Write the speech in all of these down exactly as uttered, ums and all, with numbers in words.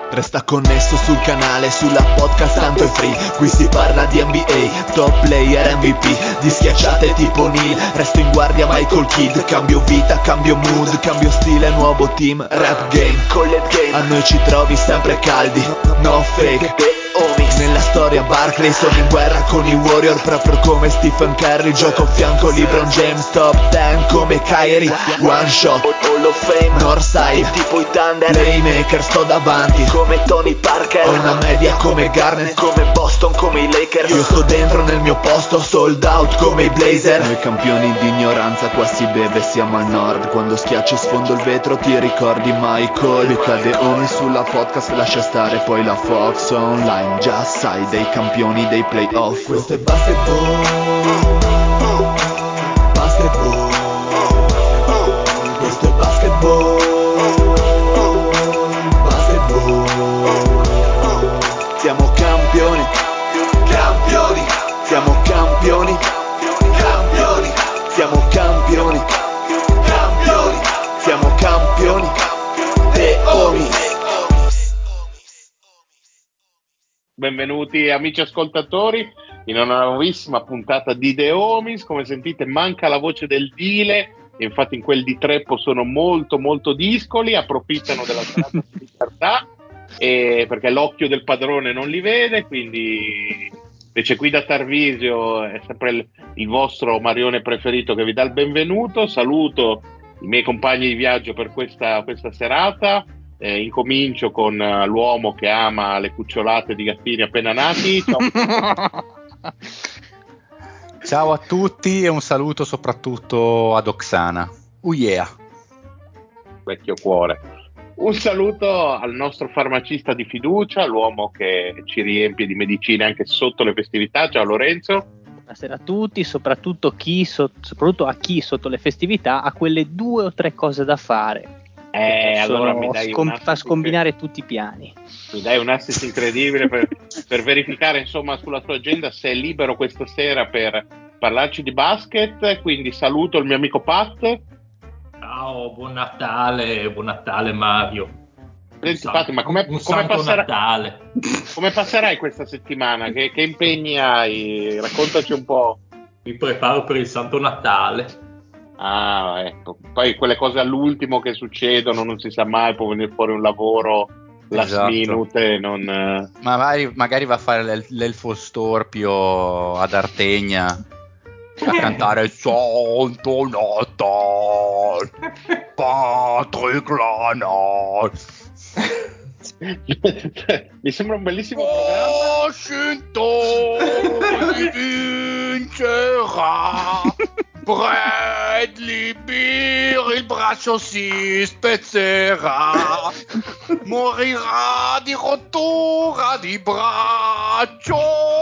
Resta connesso sul canale, sulla podcast tanto è free. Qui si parla di N B A, top player M V P, di schiacciate tipo Neil. Resto in guardia Michael Kidd. Cambio vita, cambio mood, cambio stile, nuovo team. Rap game, collet game, a noi ci trovi sempre caldi. No fake, nella storia Barkley, sono in guerra con i Warrior proprio come Stephen Curry. Gioco a fianco LeBron James, top ten come Kyrie. One shot, Hall of Fame, Northside, tipo i Thunder. Playmaker, sto davanti come Tony Parker. Ho una media come Garnett, come Boston, come i Lakers. Io sto dentro nel mio posto, sold out come i Blazer. Noi campioni di ignoranza, qua si beve, siamo al nord. Quando schiacci sfondo il vetro ti ricordi Michael. Mi cade ogni sulla podcast, lascia stare poi la Fox online. Già sai dei campioni dei playoff. Questo è basketball, basketball. Questo è basketball, basketball. Siamo campioni, campioni. Siamo campioni, campioni. Siamo campioni, campioni. Siamo campioni, The Homies. Benvenuti amici ascoltatori in una nuovissima puntata di The Homies. Come sentite manca la voce del Dile, e infatti in quel di Treppo sono molto molto discoli, approfittano della serata di libertà e perché l'occhio del padrone non li vede, quindi invece qui da Tarvisio è sempre il, il vostro Marione preferito che vi dà il benvenuto. Saluto i miei compagni di viaggio per questa, questa serata. Eh, incomincio con uh, l'uomo che ama le cucciolate di gattini appena nati. Ciao. Ciao a tutti e un saluto soprattutto ad Oksana. Uh yeah. Vecchio cuore. Un saluto al nostro farmacista di fiducia, l'uomo che ci riempie di medicine anche sotto le festività. Ciao Lorenzo. Buonasera a tutti, soprattutto, chi, so, soprattutto a chi sotto le festività ha quelle due o tre cose da fare. Eh, allora mi dai scom- un fa scombinare tutti i piani. Mi dai un assist incredibile per, per verificare insomma sulla tua agenda se è libero questa sera per parlarci di basket. Quindi saluto il mio amico Pat. Ciao, buon Natale, buon Natale Mario. Senti, Pat, ma come, un come, santo passera- Natale. come passerai questa settimana? Che, che impegni hai? Raccontaci un po'. Mi preparo per il Santo Natale. Ah, ecco. Poi quelle cose all'ultimo che succedono, non si sa mai, può venire fuori un lavoro last Esatto. minute. Non... Ma magari, magari va a fare l'el- l'elfo storpio ad Artegna a cantare il Santo Natale, Patrick Lana. Mi sembra un bellissimo programma. Washington vincerà. Bradley Beal il braccio si spezzerà, morirà di rottura di braccio,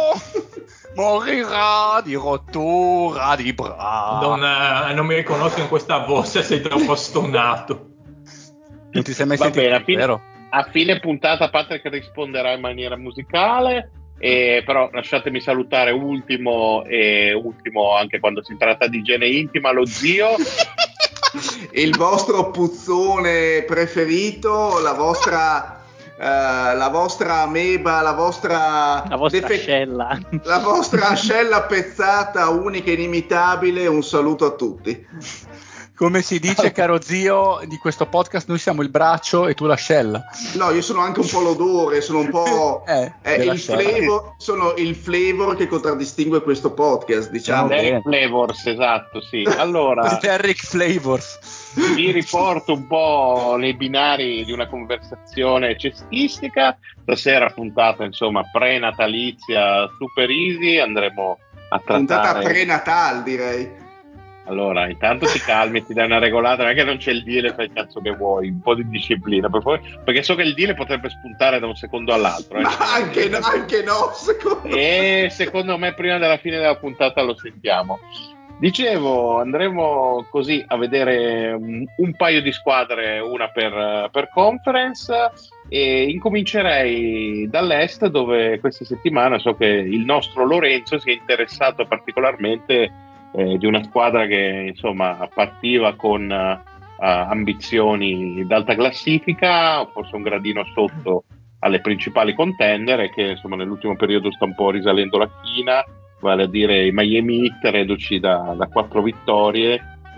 morirà di rottura di braccio. Non, eh, non mi riconosco in questa voce, sei troppo stonato. Non ti sei mai Va sentito, bene, a fine, vero? a fine puntata Patrick risponderà in maniera musicale. Eh, però lasciatemi salutare ultimo e ultimo anche quando si tratta di igiene intima lo zio. Il vostro puzzone preferito, la vostra uh, la vostra ameba, la vostra La vostra defe- ascella. la vostra ascella pezzata, unica e inimitabile. Un saluto a tutti. Come si dice, caro zio, di questo podcast noi siamo il braccio e tu l'ascella. No, io sono anche un po' l'odore, sono un po' eh, eh, il flavor, sono il flavor che contraddistingue questo podcast, diciamo. Derek Flavors, esatto, sì. Allora, Derek Flavors. vi riporto un po' nei binari di una conversazione cestistica. Stasera puntata, insomma, pre-natalizia, super easy, andremo a trattare... Puntata pre-natal, direi. Allora, intanto ti calmi, ti dai una regolata, non è che non c'è il deal, fai il cazzo che vuoi, un po' di disciplina, per favore, perché so che il deal potrebbe spuntare da un secondo all'altro. Eh. Ma anche no, anche no, secondo me. E secondo me prima della fine della puntata lo sentiamo. Dicevo, andremo così a vedere un, un paio di squadre, una per, per conference, e incomincerei dall'est, dove questa settimana so che il nostro Lorenzo si è interessato particolarmente Eh, di una squadra che insomma partiva con uh, ambizioni d'alta classifica, forse un gradino sotto alle principali contender e che insomma nell'ultimo periodo sta un po' risalendo la china, vale a dire i Miami Heat, reduci da, da quattro vittorie, e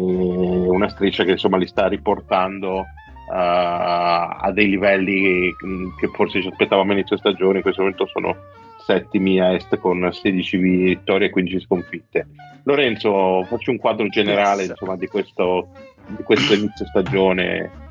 una striscia che insomma li sta riportando uh, a dei livelli che forse ci aspettavamo a inizio stagione. In questo momento sono settimi a est con sedici vittorie e quindici sconfitte. Lorenzo, facci un quadro generale yes. insomma di questo, di questo inizio stagione.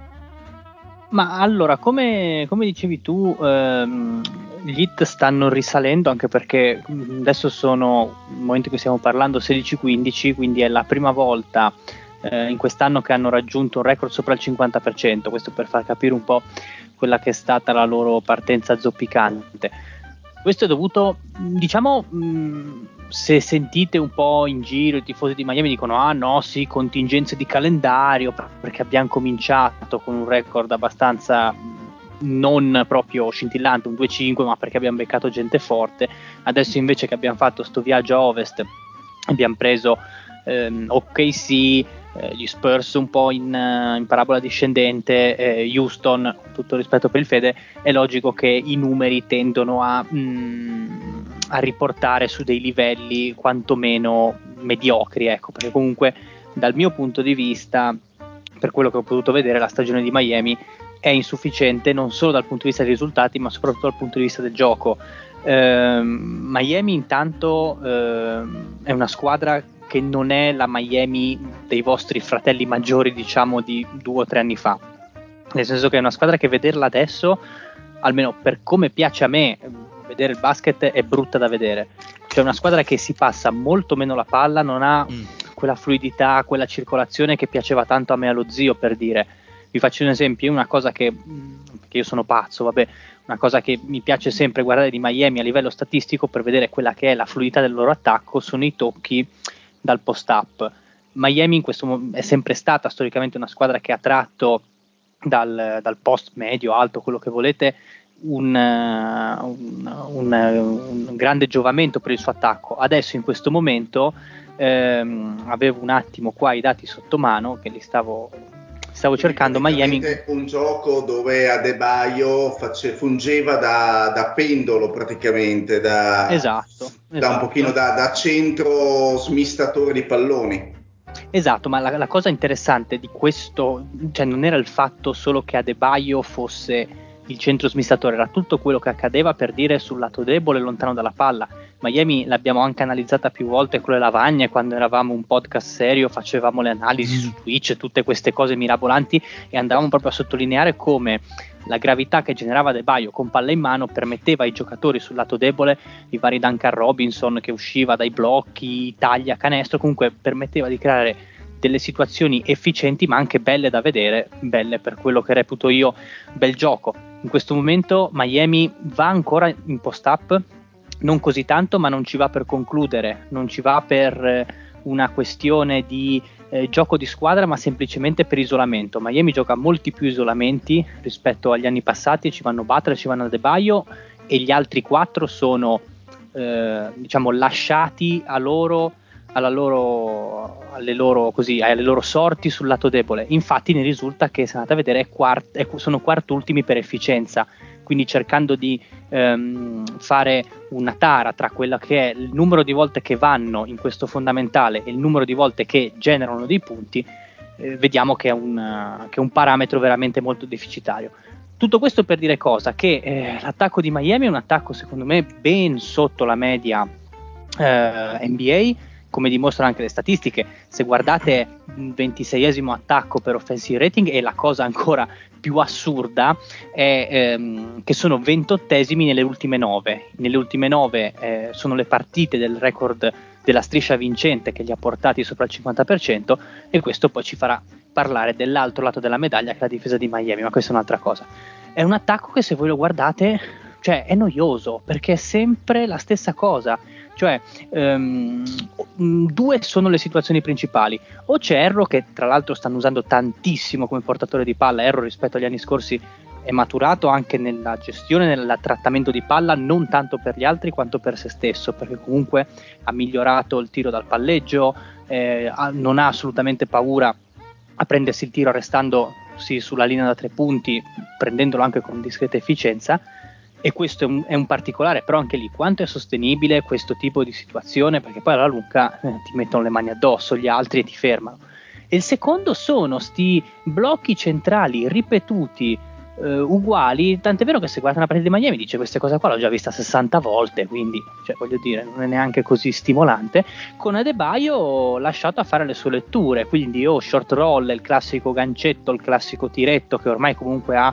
Ma allora, come, come dicevi tu, ehm, gli Heat stanno risalendo, anche perché adesso sono, nel momento in cui stiamo parlando, sedici quindici, quindi è la prima volta eh, in quest'anno che hanno raggiunto un record sopra il cinquanta per cento, questo per far capire un po' quella che è stata la loro partenza zoppicante. Questo è dovuto, diciamo, mh, se sentite un po' in giro i tifosi di Miami dicono ah no sì, contingenze di calendario, perché abbiamo cominciato con un record abbastanza non proprio scintillante, un due cinque, ma perché abbiamo beccato gente forte. Adesso invece che abbiamo fatto sto viaggio a ovest, abbiamo preso ehm, O K C, eh, gli Spurs un po' in, in parabola discendente, eh, Houston, tutto rispetto per il Fede, è logico che i numeri tendono a, mh, a riportare su dei livelli quantomeno mediocri, ecco, perché comunque dal mio punto di vista, per quello che ho potuto vedere, la stagione di Miami è insufficiente non solo dal punto di vista dei risultati, ma soprattutto dal punto di vista del gioco. Eh, Miami intanto eh, è una squadra che non è la Miami dei vostri fratelli maggiori, diciamo, di due o tre anni fa, nel senso che è una squadra che vederla adesso, almeno per come piace a me vedere il basket, è brutta da vedere. C'è una squadra che si passa molto meno la palla, non ha mm. quella fluidità, quella circolazione che piaceva tanto a me e allo zio, per dire. Vi faccio un esempio, una cosa che, che io sono pazzo, vabbè, una cosa che mi piace sempre guardare di Miami a livello statistico per vedere quella che è la fluidità del loro attacco, sono i tocchi dal post-up. Miami in questo è sempre stata storicamente una squadra che ha tratto dal, dal post medio, alto, quello che volete, un, un, un, un grande giovamento per il suo attacco. Adesso in questo momento ehm, avevo un attimo qua i dati sotto mano che li stavo stavo Quindi cercando. Miami, un gioco dove Adebayo face, fungeva da, da pendolo praticamente, da, esatto, da esatto. un pochino da, da centro smistatore di palloni. Esatto, ma la, la cosa interessante di questo, cioè non era il fatto solo che Adebayo fosse il centro smistatore, era tutto quello che accadeva, per dire, sul lato debole, lontano dalla palla. Miami l'abbiamo anche analizzata più volte con le lavagne, quando eravamo un podcast serio, facevamo le analisi su Twitch, tutte queste cose mirabolanti, e andavamo proprio a sottolineare come la gravità che generava Adebayo con palla in mano permetteva ai giocatori sul lato debole, i vari Duncan Robinson che usciva dai blocchi, taglia, canestro, comunque permetteva di creare delle situazioni efficienti ma anche belle da vedere, belle per quello che reputo io bel gioco. In questo momento Miami va ancora in post-up, non così tanto, ma non ci va per concludere, non ci va per una questione di eh, gioco di squadra, ma semplicemente per isolamento. Miami gioca molti più isolamenti rispetto agli anni passati, ci vanno Butler, ci vanno Adebayo, e gli altri quattro sono eh, diciamo lasciati a loro alla loro, alle loro così, alle loro sorti sul lato debole. Infatti ne risulta che, se andate a vedere, è quart- è, sono quartultimi per efficienza, quindi cercando di ehm, fare una tara tra quella che è il numero di volte che vanno in questo fondamentale e il numero di volte che generano dei punti, eh, vediamo che è, un, che è un parametro veramente molto deficitario. Tutto questo per dire cosa? Che eh, l'attacco di Miami è un attacco secondo me ben sotto la media eh, N B A, come dimostrano anche le statistiche. Se guardate il ventiseiesimo attacco per offensive rating, e la cosa ancora più assurda è ehm, che sono ventottesimi nelle ultime nove. Nelle ultime nove eh, sono le partite del record della striscia vincente che li ha portati sopra il cinquanta per cento, e questo poi ci farà parlare dell'altro lato della medaglia, che è la difesa di Miami, ma questa è un'altra cosa. È un attacco che, se voi lo guardate, cioè è noioso, perché è sempre la stessa cosa. Cioè um, due sono le situazioni principali: o c'è Herro, che tra l'altro stanno usando tantissimo come portatore di palla. Herro rispetto agli anni scorsi è maturato anche nella gestione, nel trattamento di palla, non tanto per gli altri quanto per se stesso, perché comunque ha migliorato il tiro dal palleggio, eh, non ha assolutamente paura a prendersi il tiro restando mettendosi sulla linea da tre punti, prendendolo anche con discreta efficienza. E questo è un, è un particolare, però anche lì quanto è sostenibile questo tipo di situazione, perché poi alla lunga eh, ti mettono le mani addosso gli altri e ti fermano. E il secondo sono sti blocchi centrali ripetuti, eh, uguali, tant'è vero che se guarda una partita di Miami dice queste cose qua l'ho già vista sessanta volte, quindi cioè, voglio dire non è neanche così stimolante, con Adebayo lasciato a fare le sue letture, quindi o oh, short roll, il classico gancetto, il classico tiretto che ormai comunque ha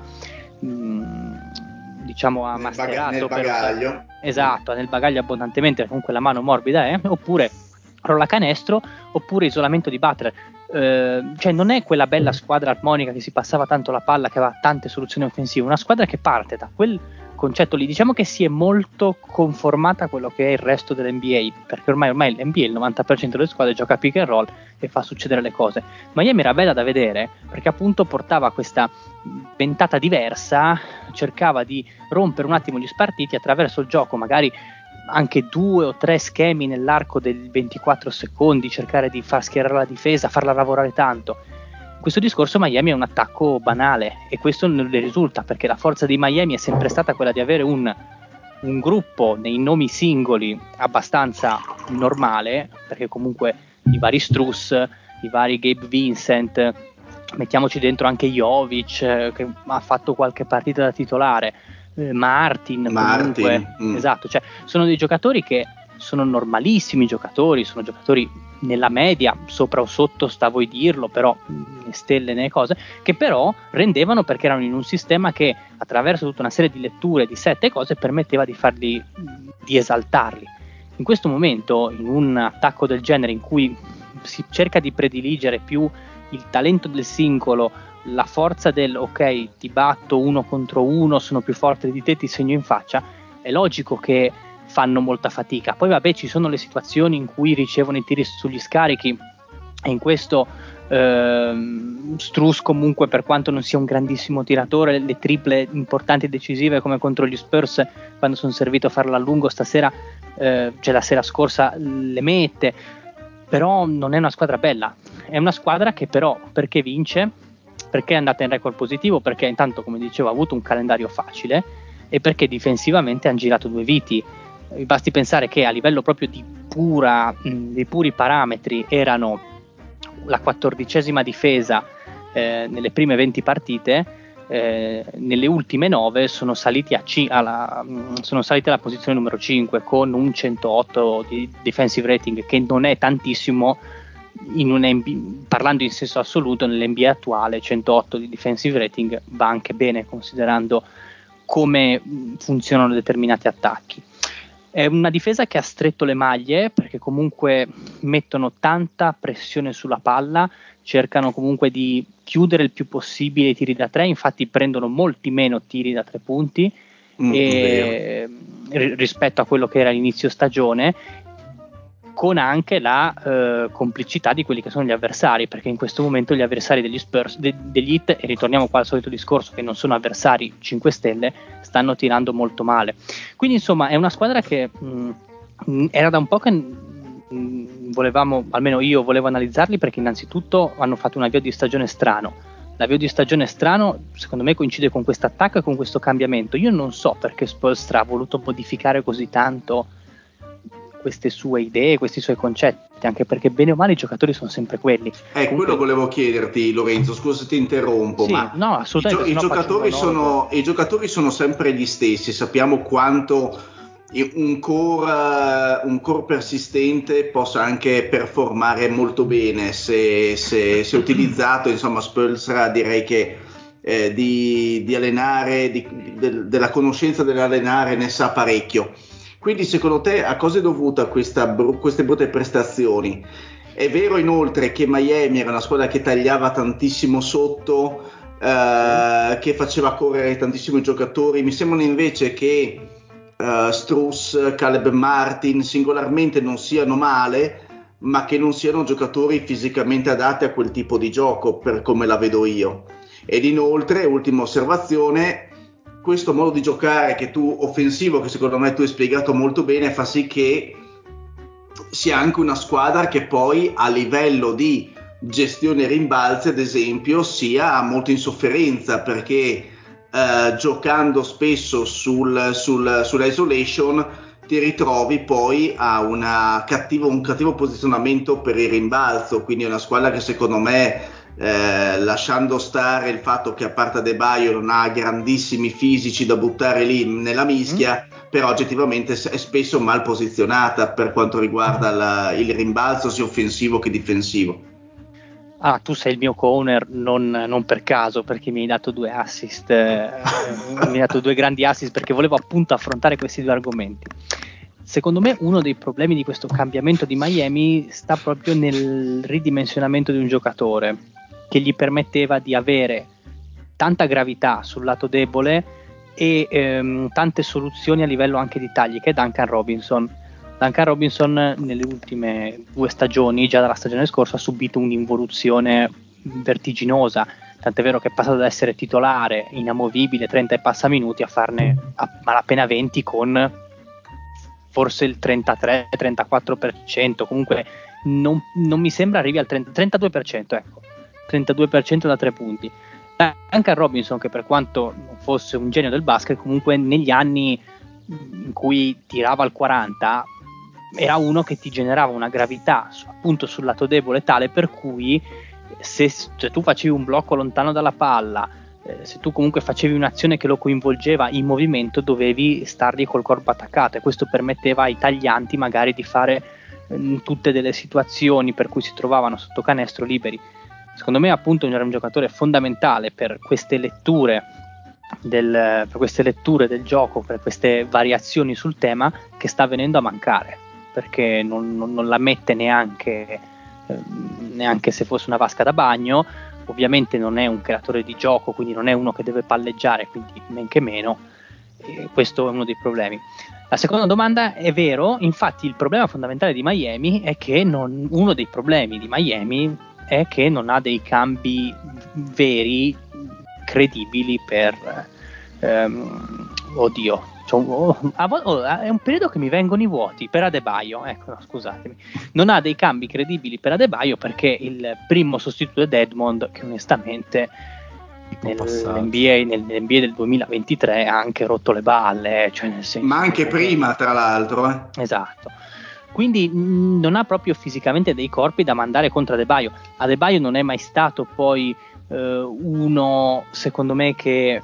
mh, diciamo ha nel masterato baga- nel bagaglio per, esatto, nel bagaglio abbondantemente, comunque la mano morbida è, oppure rolla canestro, oppure isolamento di Butler. Eh, cioè non è quella bella squadra armonica che si passava tanto la palla, che aveva tante soluzioni offensive, una squadra che parte da quel concetto lì, diciamo che si è molto conformata a quello che è il resto dell'N B A, perché ormai, ormai l'N B A il novanta per cento delle squadre gioca pick and roll e fa succedere le cose. Miami era bella da vedere perché appunto portava questa ventata diversa, cercava di rompere un attimo gli spartiti attraverso il gioco, magari anche due o tre schemi nell'arco dei ventiquattro secondi, cercare di far schierare la difesa, farla lavorare tanto. In questo discorso Miami è un attacco banale e questo non le risulta, perché la forza di Miami è sempre stata quella di avere un, un gruppo nei nomi singoli abbastanza normale, perché comunque i vari Strus, i vari Gabe Vincent, mettiamoci dentro anche Jovic eh, che ha fatto qualche partita da titolare, eh, Martin, Martin comunque mm. esatto, cioè sono dei giocatori che sono normalissimi giocatori, sono giocatori nella media, sopra o sotto sta a voi dirlo, però ne stelle ne cose, che però rendevano perché erano in un sistema che attraverso tutta una serie di letture, di sette cose, permetteva di farli, di esaltarli. In questo momento, in un attacco del genere in cui si cerca di prediligere più il talento del singolo, la forza del ok, ti batto uno contro uno, sono più forte di te, ti segno in faccia, è logico che fanno molta fatica. Poi vabbè, ci sono le situazioni in cui ricevono i tiri sugli scarichi e in questo ehm, Strus comunque, per quanto non sia un grandissimo tiratore, le triple importanti e decisive come contro gli Spurs quando sono servito a farla a lungo stasera, eh, cioè la sera scorsa, le mette, però non è una squadra bella, è una squadra che però perché vince, perché è andata in record positivo, perché intanto come dicevo ha avuto un calendario facile e perché difensivamente hanno girato due viti. Basti pensare che a livello proprio di pura mh, di puri parametri erano la quattordicesima difesa eh, nelle prime venti partite, eh, nelle ultime nove sono saliti a C- alla, mh, sono saliti alla posizione numero cinque con un centootto di defensive rating, che non è tantissimo in un N B A, parlando in senso assoluto nell'N B A attuale. centootto di defensive rating va anche bene considerando come funzionano determinati attacchi. È una difesa che ha stretto le maglie perché comunque mettono tanta pressione sulla palla, cercano comunque di chiudere il più possibile i tiri da tre, infatti prendono molti meno tiri da tre punti mm, e, r- rispetto a quello che era l'inizio stagione, con anche la eh, complicità di quelli che sono gli avversari, perché in questo momento gli avversari degli Spurs, de- degli Heat, e ritorniamo qua al solito discorso che non sono avversari cinque stelle, stanno tirando molto male. Quindi insomma è una squadra che mh, era da un po' che mh, volevamo, almeno io volevo analizzarli, perché innanzitutto hanno fatto un avvio di stagione strano. L'avvio di stagione strano secondo me coincide con questo attacco e con questo cambiamento. Io non so perché Spoelstra ha voluto modificare così tanto queste sue idee, questi suoi concetti, anche perché bene o male i giocatori sono sempre quelli. Eh, Comunque... quello volevo chiederti, Lorenzo, scusa se ti interrompo, sì, ma no, assolutamente, i, gio- i, giocatori sono, i giocatori sono sempre gli stessi, sappiamo quanto un core, un core persistente possa anche performare molto bene se, se, se utilizzato. Insomma, Spoelstra direi che eh, di, di allenare, di, de, della conoscenza dell'allenare ne sa parecchio. Quindi secondo te a cosa è dovuta questa, queste brutte prestazioni? È vero inoltre che Miami era una squadra che tagliava tantissimo sotto, eh, che faceva correre tantissimo i giocatori. Mi sembrano invece che uh, Strus, Caleb Martin singolarmente non siano male, ma che non siano giocatori fisicamente adatti a quel tipo di gioco, per come la vedo io. Ed inoltre, ultima osservazione, questo modo di giocare che tu offensivo, che secondo me tu hai spiegato molto bene, fa sì che sia anche una squadra che poi a livello di gestione rimbalzi, ad esempio, sia molto in sofferenza, perché eh, giocando spesso sul, sul, sull'isolation ti ritrovi poi a una cattivo, un cattivo posizionamento per il rimbalzo, quindi è una squadra che secondo me, eh, lasciando stare il fatto che a parte Adebayo non ha grandissimi fisici da buttare lì nella mischia, mm. però oggettivamente è spesso mal posizionata per quanto riguarda la, il rimbalzo sia offensivo che difensivo. Ah, tu sei il mio co-owner non, non per caso, perché mi hai dato due assist, eh, mi hai dato due grandi assist, perché volevo appunto affrontare questi due argomenti. Secondo me uno dei problemi di questo cambiamento di Miami sta proprio nel ridimensionamento di un giocatore che gli permetteva di avere tanta gravità sul lato debole e ehm, tante soluzioni a livello anche di tagli, che è Duncan Robinson. Duncan Robinson nelle ultime due stagioni, già dalla stagione scorsa, ha subito un'involuzione vertiginosa, tant'è vero che è passato da essere titolare inamovibile trenta e passa minuti a farne a malapena venti con forse il trentatré trentaquattro per cento, comunque non, non mi sembra arrivi al trenta, trentadue per cento, ecco, trentadue per cento da tre punti. Duncan Robinson, che per quanto non fosse un genio del basket, comunque negli anni in cui tirava al quaranta era uno che ti generava una gravità appunto sul lato debole tale per cui se, se tu facevi un blocco lontano dalla palla, eh, se tu comunque facevi un'azione che lo coinvolgeva in movimento, dovevi stargli col corpo attaccato, e questo permetteva ai taglianti magari di fare eh, tutte delle situazioni per cui si trovavano sotto canestro liberi. Secondo me appunto era un giocatore fondamentale per queste letture del, per queste letture del gioco, per queste variazioni sul tema, che sta venendo a mancare, perché non, non, non la mette neanche, eh, neanche se fosse una vasca da bagno. Ovviamente non è un creatore di gioco, quindi non è uno che deve palleggiare, quindi men che meno, e questo è uno dei problemi. La seconda domanda è vero, infatti il problema fondamentale di Miami è che non, uno dei problemi di Miami è che non ha dei cambi veri, credibili per ehm, oddio cioè, oh, oh, è un periodo che mi vengono i vuoti per Adebayo, ecco, no, scusatemi, non ha dei cambi credibili per Adebayo perché il primo sostituto è Edmond, che onestamente nell'N B A, nell'N B A del duemilaventitré ha anche rotto le balle, cioè nel senso, ma anche prima tra l'altro eh. Esatto, quindi mh, non ha proprio fisicamente dei corpi da mandare contro Adebayo. Adebayo non è mai stato poi eh, uno, secondo me, che,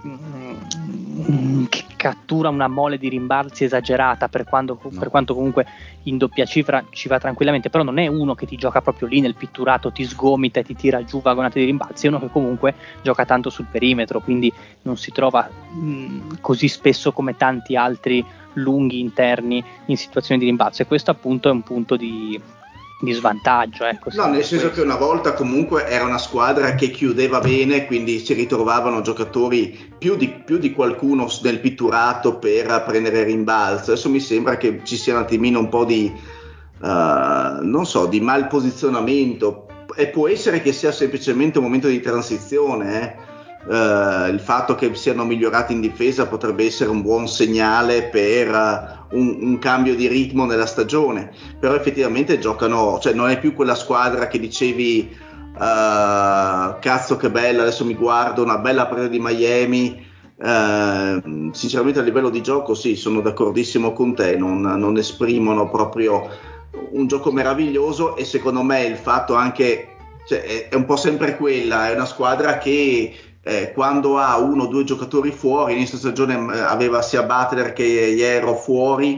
mh, che cattura una mole di rimbalzi esagerata, per, quando, no. per quanto comunque in doppia cifra ci va tranquillamente, però non è uno che ti gioca proprio lì nel pitturato, ti sgomita e ti tira giù vagonate di rimbalzi, è uno che comunque gioca tanto sul perimetro, quindi non si trova mh, così spesso come tanti altri lunghi interni in situazioni di rimbalzo, e questo appunto è un punto di, di svantaggio, ecco. No, nel senso questo. Che una volta comunque era una squadra che chiudeva bene, quindi si ritrovavano giocatori più di, più di qualcuno nel pitturato per prendere rimbalzo. Adesso mi sembra che ci sia un attimino un po' di uh, non so, di mal posizionamento, e può essere che sia semplicemente un momento di transizione, eh. Uh, il fatto che siano migliorati in difesa potrebbe essere un buon segnale per uh, un, un cambio di ritmo nella stagione, però effettivamente giocano, cioè non è più quella squadra che dicevi uh, cazzo che bella, adesso mi guardo una bella partita di Miami. Uh, sinceramente a livello di gioco sì, sono d'accordissimo con te, non, non esprimono proprio un gioco meraviglioso, e secondo me il fatto anche, cioè, è, è un po' sempre quella, è una squadra che Eh, quando ha uno o due giocatori fuori, inizio stagione eh, aveva sia Butler che Hierro fuori,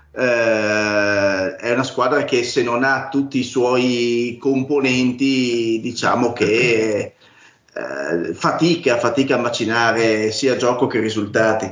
eh, è una squadra che se non ha tutti i suoi componenti, diciamo che eh, fatica, fatica a macinare sia gioco che risultati.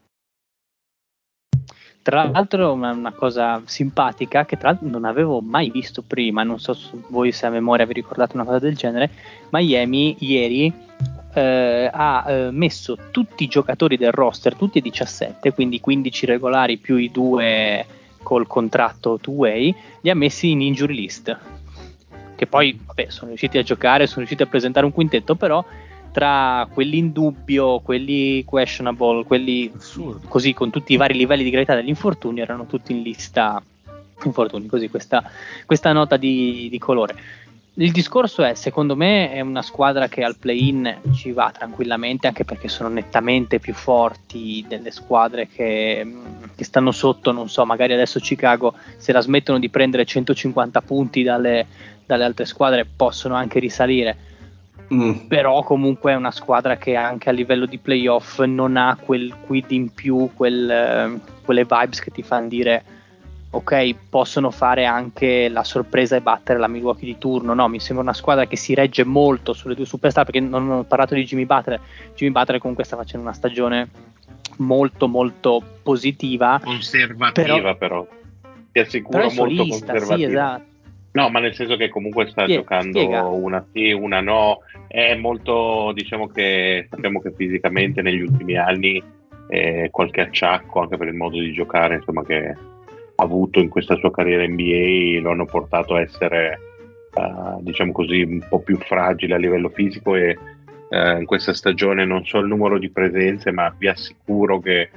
Tra l'altro una, una cosa simpatica che tra l'altro non avevo mai visto prima, non so se voi se a memoria vi ricordate una cosa del genere, Miami ieri Eh, ha eh, messo tutti i giocatori del roster, tutti e diciassette, quindi quindici regolari più i due col contratto two way, li ha messi in injury list, che poi vabbè, sono riusciti a giocare, sono riusciti a presentare un quintetto, però tra quelli in dubbio, quelli questionable, quelli Assurdo. Così con tutti i vari livelli di gravità dell'infortunio erano tutti in lista infortuni, così questa, questa nota di, di colore. il discorso è, secondo me, è una squadra che al play-in ci va tranquillamente, anche perché sono nettamente più forti delle squadre che, che stanno sotto. Non so, magari adesso Chicago, se la smettono di prendere centocinquanta punti dalle, dalle altre squadre, possono anche risalire. Mm. Però comunque è una squadra che anche a livello di playoff non ha quel quid in più, quel, quelle vibes che ti fanno dire ok, possono fare anche la sorpresa e battere la Milwaukee di turno. No, mi sembra una squadra che si regge molto sulle due superstar, perché non ho parlato di Jimmy Butler. Jimmy Butler comunque sta facendo una stagione molto molto positiva, conservativa, però, però. ti assicuro però è molto solista, conservativa. sì, esatto. No, ma nel senso che comunque sta Spie- giocando spiega. una sì, una no, è molto, diciamo che sappiamo che fisicamente negli ultimi anni eh, qualche acciacco anche per il modo di giocare, insomma, che ha avuto in questa sua carriera N B A lo hanno portato a essere uh, diciamo così un po' più fragile a livello fisico e uh, in questa stagione non so il numero di presenze, ma vi assicuro che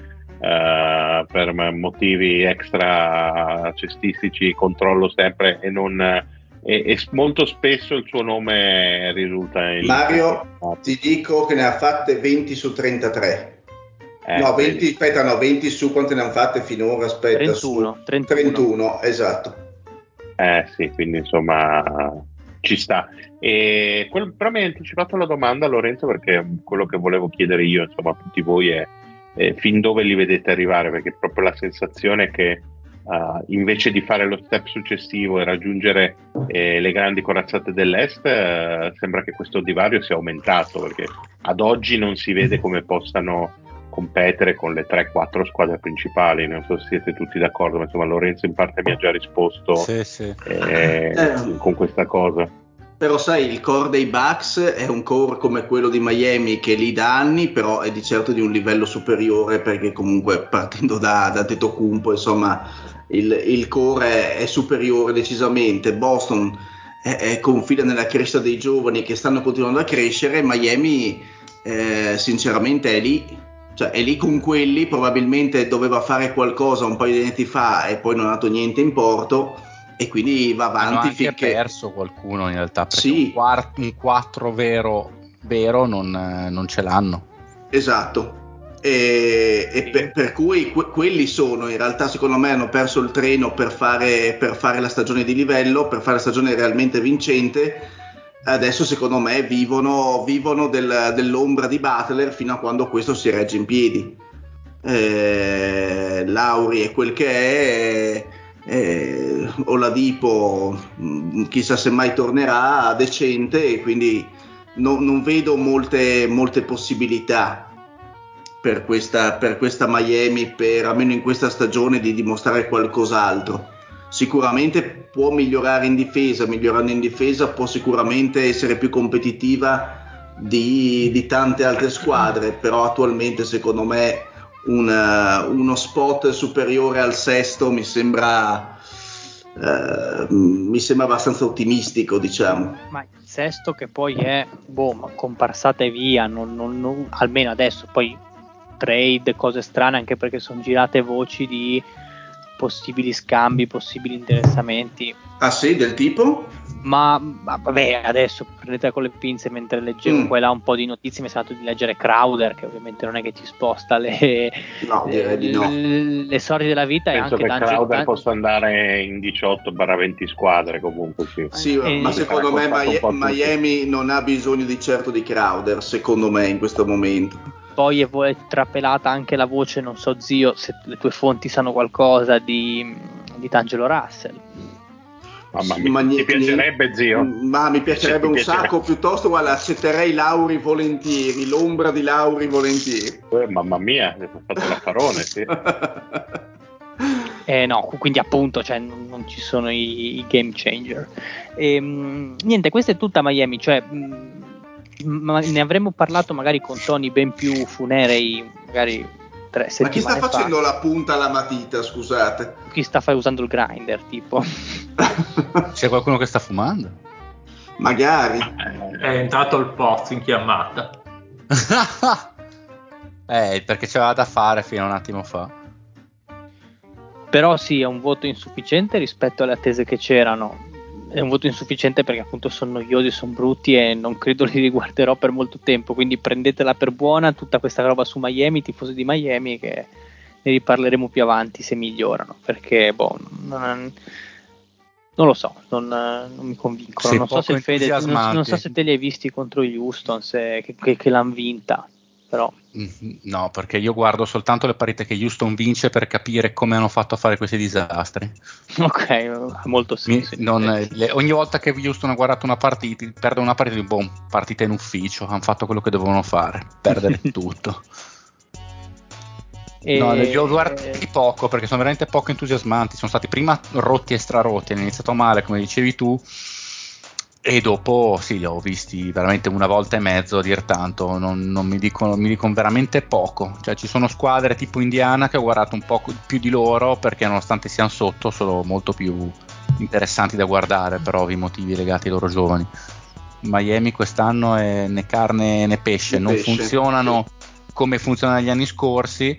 uh, per motivi extra cestistici controllo sempre e non e, e molto spesso il suo nome risulta in Mario, ti dico che ne ha fatte venti su trentatré. Eh, no, venti, aspetta, no, venti su quante ne hanno fatte finora? Aspetta, trentuno, su trentuno. trentuno, esatto. Eh sì, quindi insomma ci sta. E quel, però mi hai anticipato la domanda, Lorenzo, perché quello che volevo chiedere io, insomma, a tutti voi è, è fin dove li vedete arrivare, perché proprio la sensazione che uh, invece di fare lo step successivo e raggiungere eh, le grandi corazzate dell'Est, eh, sembra che questo divario sia aumentato, perché ad oggi non si vede come possano competere con le tre quattro squadre principali. Non so se siete tutti d'accordo, ma insomma Lorenzo in parte mi ha già risposto sì, sì. Eh, eh, con questa cosa. Però sai, il core dei Bucks è un core come quello di Miami che è lì da anni, però è di certo di un livello superiore, perché comunque partendo da, da Antetokounmpo, insomma il, il core è, è superiore decisamente. Boston è, è confida nella crescita dei giovani che stanno continuando a crescere. Miami eh, sinceramente è lì. Cioè è lì con quelli, probabilmente doveva fare qualcosa un paio di anni fa e poi non ha dato niente in porto e quindi va avanti. Hanno anche finché... perso qualcuno in realtà, perché sì. un, quart- un quattro vero, vero non, non ce l'hanno. Esatto, e, e per, per cui que- quelli sono, in realtà secondo me hanno perso il treno per fare, per fare la stagione di livello, per fare la stagione realmente vincente. Adesso secondo me vivono, vivono del, dell'ombra di Butler fino a quando questo si regge in piedi. Eh, Lauri è quel che è, eh, Oladipo chissà se mai tornerà decente, e quindi non, non vedo molte, molte possibilità per questa, per questa Miami, per almeno in questa stagione, di dimostrare qualcos'altro. Sicuramente può migliorare in difesa, migliorando in difesa può sicuramente essere più competitiva di, di tante altre squadre, però attualmente secondo me una, uno spot superiore al sesto mi sembra uh, mi sembra abbastanza ottimistico, diciamo. Ma il sesto che poi è boh, ma comparsate via, non, non, non, almeno adesso, poi trade, cose strane, anche perché sono girate voci di possibili scambi, possibili interessamenti. Ah sì, del tipo? Ma, ma vabbè, adesso prendete con le pinze. Mentre leggevo mm. qua e là un po' di notizie mi è sembrato di leggere Crowder, che ovviamente non è che ci sposta le, no, direi di no. le, le sorti della vita. Penso e anche che Crowder Dan- possa andare in diciotto venti squadre comunque, sì, sì eh, ma secondo me Miami, Miami non ha bisogno di certo di Crowder, secondo me, in questo momento. Poi è trapelata anche la voce, non so zio se le tue fonti sanno qualcosa, di, di D'Angelo Russell. Mamma mia, ma ti piacerebbe ni, zio? Ma mi piacerebbe un piacerebbe. sacco, piuttosto guarda, accetterei Lauri volentieri, l'ombra di Lauri volentieri. Eh, mamma mia, hai fatto l'affarone, sì. Eh, no, quindi appunto, cioè, non, non ci sono i, i game changer. E, mh, niente, questa è tutta Miami, cioè... Mh, ma ne avremmo parlato magari con toni ben più funerei, magari tre settimane fa. Ma chi sta facendo fa. la punta alla matita, scusate? Chi sta fa- usando il grinder, tipo? C'è qualcuno che sta fumando? Magari. È entrato il Pozzo in chiamata. eh, perché c'aveva da fare fino a un attimo fa. Però sì, è un voto insufficiente rispetto alle attese che c'erano. è un voto insufficiente perché appunto sono noiosi, sono brutti e non credo li riguarderò per molto tempo, quindi prendetela per buona tutta questa roba su Miami, i tifosi di Miami, che ne riparleremo più avanti se migliorano, perché boh, non, non lo so, non, non mi convincono. Sei non so se poco Fede, non, entusiasmante. non so se te li hai visti contro gli Houston, se, che, che, che l'hanno vinta, però no, perché io guardo soltanto le partite che Houston vince per capire come hanno fatto a fare questi disastri. ok, ha molto senso. Mi, non, le, ogni volta che Houston ha guardato una partita, perde una partita, di boh, partita in ufficio, hanno fatto quello che dovevano fare, perdere tutto. E... No, li ho guardati poco perché sono veramente poco entusiasmanti. Sono stati prima rotti e strarotti, hanno iniziato male, come dicevi tu, e dopo sì, li ho visti veramente una volta e mezzo a dir tanto. Non, non mi dicono, mi dicono veramente poco. Cioè, ci sono squadre tipo Indiana che ho guardato un po' più di loro perché, nonostante siano sotto, sono molto più interessanti da guardare per ovvi motivi legati ai loro giovani. Miami quest'anno è né carne né pesce, né non pesce. funzionano come funzionano negli anni scorsi.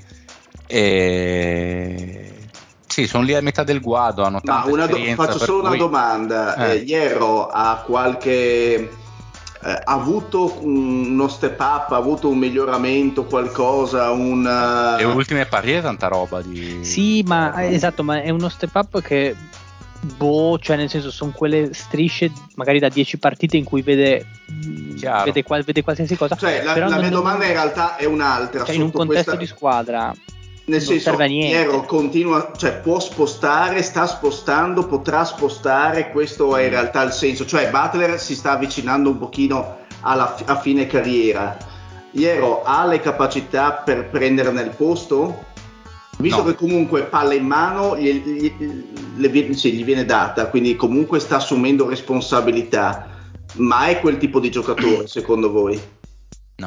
E sì, sono lì a metà del guado, hanno tanta Ma una do- esperienza, faccio per solo cui... una domanda. eh. Eh, Iero ha qualche eh, ha avuto uno step up, ha avuto un miglioramento, qualcosa, un uh... le ultime partite tanta roba di... Sì, ma esatto, ma è uno step up che boh, cioè nel senso sono quelle strisce magari da dieci partite in cui vede vede, qual- vede qualsiasi cosa. Cioè, la, però la non, mia non, domanda in realtà è un'altra. Cioè, in un contesto questa... di squadra nel non senso, serve a niente. Iero continua, cioè può spostare, sta spostando, potrà spostare, questo è in realtà il senso. Cioè Butler si sta avvicinando un pochino alla, a fine carriera. Iero ha le capacità per prenderne il posto? Visto no. che comunque palla in mano gli, gli, gli, sì, gli viene data, quindi comunque sta assumendo responsabilità, ma è quel tipo di giocatore secondo voi? No.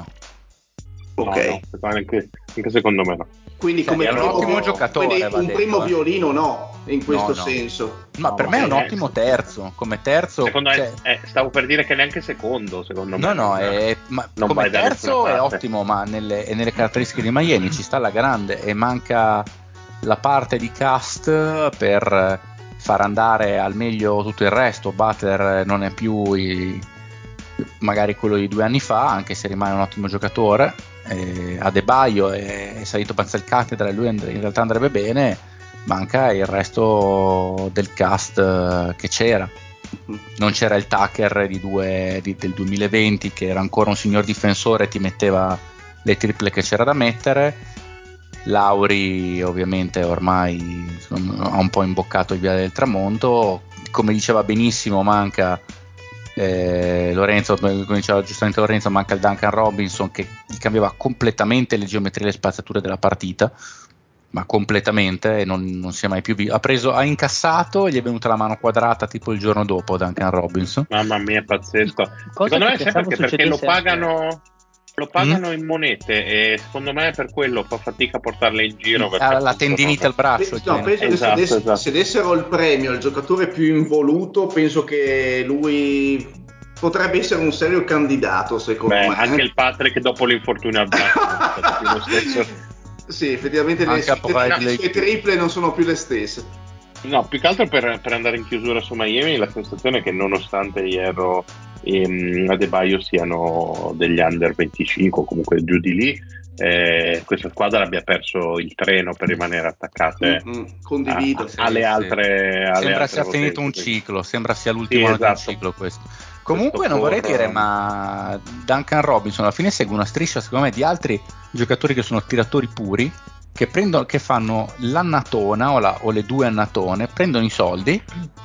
Ok. No, no, anche, anche secondo me no. Quindi Cioè, come è un primo, ottimo giocatore, quindi va un detto, primo eh. violino no, in questo No, no. senso. Ma No, per me è un eh, ottimo terzo, come terzo... Secondo cioè... me, eh, stavo per dire che neanche secondo, secondo No, me. no, non, è, ma non come vai da terzo nessuna è parte. ottimo, ma nelle, è nelle caratteristiche di Miami ci sta alla grande e manca la parte di cast per far andare al meglio tutto il resto. Butler non è più i, magari quello di due anni fa, anche se rimane un ottimo giocatore. Eh, Adebayo è, è salito panza il cattedra e lui and- in realtà andrebbe bene, manca il resto del cast che c'era. Non c'era il Tucker di due, di, del duemilaventi che era ancora un signor difensore e ti metteva le triple che c'era da mettere. Lauri ovviamente ormai insomma, ha un po' imboccato il via del tramonto, come diceva benissimo manca eh, Lorenzo, come diceva giustamente Lorenzo, manca il Duncan Robinson che gli cambiava completamente le geometrie e le spaziature della partita, ma completamente, e non, non si è mai più visto. Ha preso, ha incassato e gli è venuta la mano quadrata tipo il giorno dopo Duncan Robinson. Mamma mia, pazzesco. Cosa Secondo che me sempre pensavo perché, perché lo succedesse pagano lo pagano Mm? in monete e secondo me per quello fa fatica a portarle in giro. perché Ha la appunto tendinite non- al braccio. Pe- no, penso che Esatto, se, dess- esatto. se dessero il premio al giocatore più involuto, penso che lui potrebbe essere un serio candidato, secondo Beh, me. anche eh. il Patrick dopo l'infortunio al braccio non è stato più lo stesso. Sì, effettivamente le Anche a sue, Bradley le sue triple non sono più le stesse. No, più che altro per, per andare in chiusura su Miami, la sensazione è che nonostante Hierro e um, Adebayo siano degli under venticinque o comunque giù di lì, eh, questa squadra abbia perso il treno per rimanere attaccate Mm-mm, a, condivido. a- Sì, alle sì. altre alle Sembra altre sia finito un potenze. ciclo, sembra sia l'ultimo Sì, anno di un esatto. ciclo questo. Comunque Questo non vorrei core- dire, ma Duncan Robinson alla fine segue una striscia secondo me di altri giocatori che sono tiratori puri, che prendono, che fanno l'annatona o, la, o le due annatone, prendono i soldi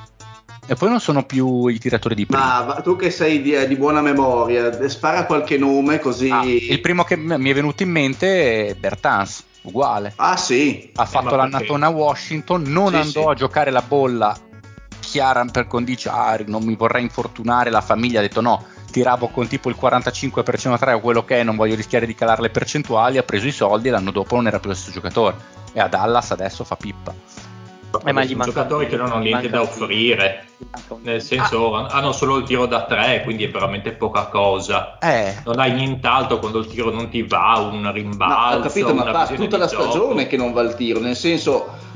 e poi non sono più i tiratori di prima. Ma va- tu che sei di, di buona memoria, spara qualche nome così. Ah, il primo che m- mi è venuto in mente è Bertans, uguale. Ah, sì. Ha fatto ma l'annatona a Washington, non Sì, andò sì. a giocare la bolla chiara per condizione, ah, non mi vorrei infortunare, la famiglia ha detto no, tiravo con tipo il quarantacinque per cento a tre o quello che è, non voglio rischiare di calare le percentuali, ha preso i soldi e l'anno dopo non era più lo stesso giocatore e a Dallas adesso fa pippa. Eh, ma gli sono manca giocatori un che non hanno gli niente manca da un offrire, gli manca un nel senso Ah. hanno solo il tiro da tre, quindi è veramente poca cosa. Eh, Non hai nient'altro quando il tiro non ti va, un No, rimbalzo, ho capito, ma una fa visione tutta di la gioco. stagione che non va il tiro, nel senso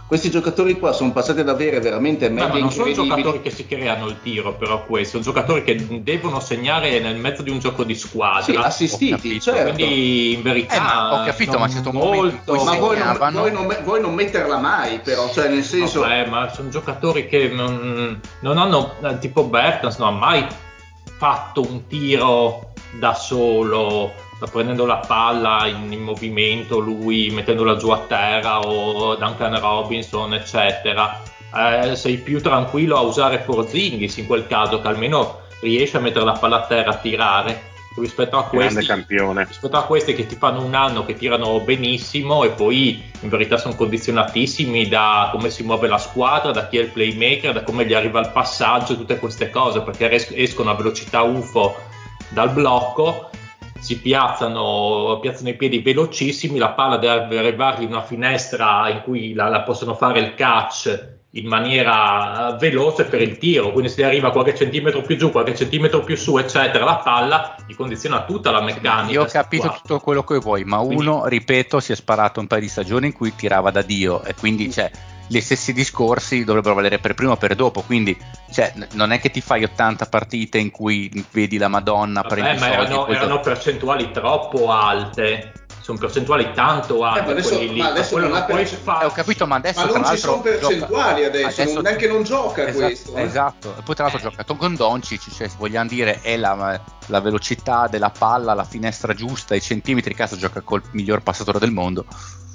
questi giocatori qua sono passati ad avere veramente Beh, medie ma non sono incredibili. giocatori che si creano il tiro, però questi sono giocatori che devono segnare nel mezzo di un gioco di squadra. Sì, assistiti, certo. Quindi in verità Eh, ma ho capito, ma c'è stato un momento in cui ma voi non, segnavano. voi, non, voi non metterla mai, però, cioè nel senso. Vabbè, ma sono giocatori che non, non hanno, tipo Bertens non ha mai fatto un tiro da solo, prendendo la palla in, in movimento, lui mettendola giù a terra, o Duncan Robinson, eccetera. Eh, sei più tranquillo a usare Porzingis in quel caso, che almeno riesce a mettere la palla a terra, a tirare, rispetto a questi, campione. rispetto a questi che ti fanno un anno, che tirano benissimo e poi in verità sono condizionatissimi da come si muove la squadra, da chi è il playmaker, da come gli arriva il passaggio, tutte queste cose, perché res- escono a velocità U F O dal blocco, si piazzano, piazzano i piedi velocissimi, la palla deve arrivare in una finestra in cui la, la possono fare il catch in maniera veloce per il tiro, quindi se arriva qualche centimetro più giù, qualche centimetro più su, eccetera, la palla gli condiziona tutta la meccanica. Io ho capito qua. tutto quello che vuoi, ma Quindi, uno, ripeto, si è sparato un paio di stagioni in cui tirava da Dio, e quindi cioè, gli stessi discorsi dovrebbero valere per prima o per dopo, quindi cioè, non è che ti fai ottanta partite in cui vedi la Madonna, vabbè, prendi ma soldi, erano, poi erano percentuali troppo alte, sono percentuali tanto alte, Eh, ma adesso, quelli lì, ma adesso quello non non ha puoi perce- fare. Eh, ho capito, ma adesso Ma tra non ci l'altro sono percentuali gioca- adesso, non- neanche non gioca esatto, questo. eh. Esatto, e poi tra l'altro ha giocato con Doncic, cioè se vogliamo dire è la, la velocità della palla, la finestra giusta, i centimetri, cazzo gioca col miglior passatore del mondo.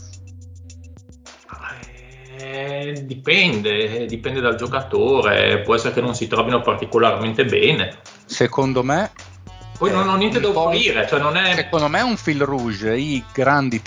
Eh, dipende, dipende dal giocatore, può essere che non si trovino particolarmente bene. Secondo me Poi non ho niente un da po'- offrire, cioè non è. Secondo me è un fil rouge, i grandi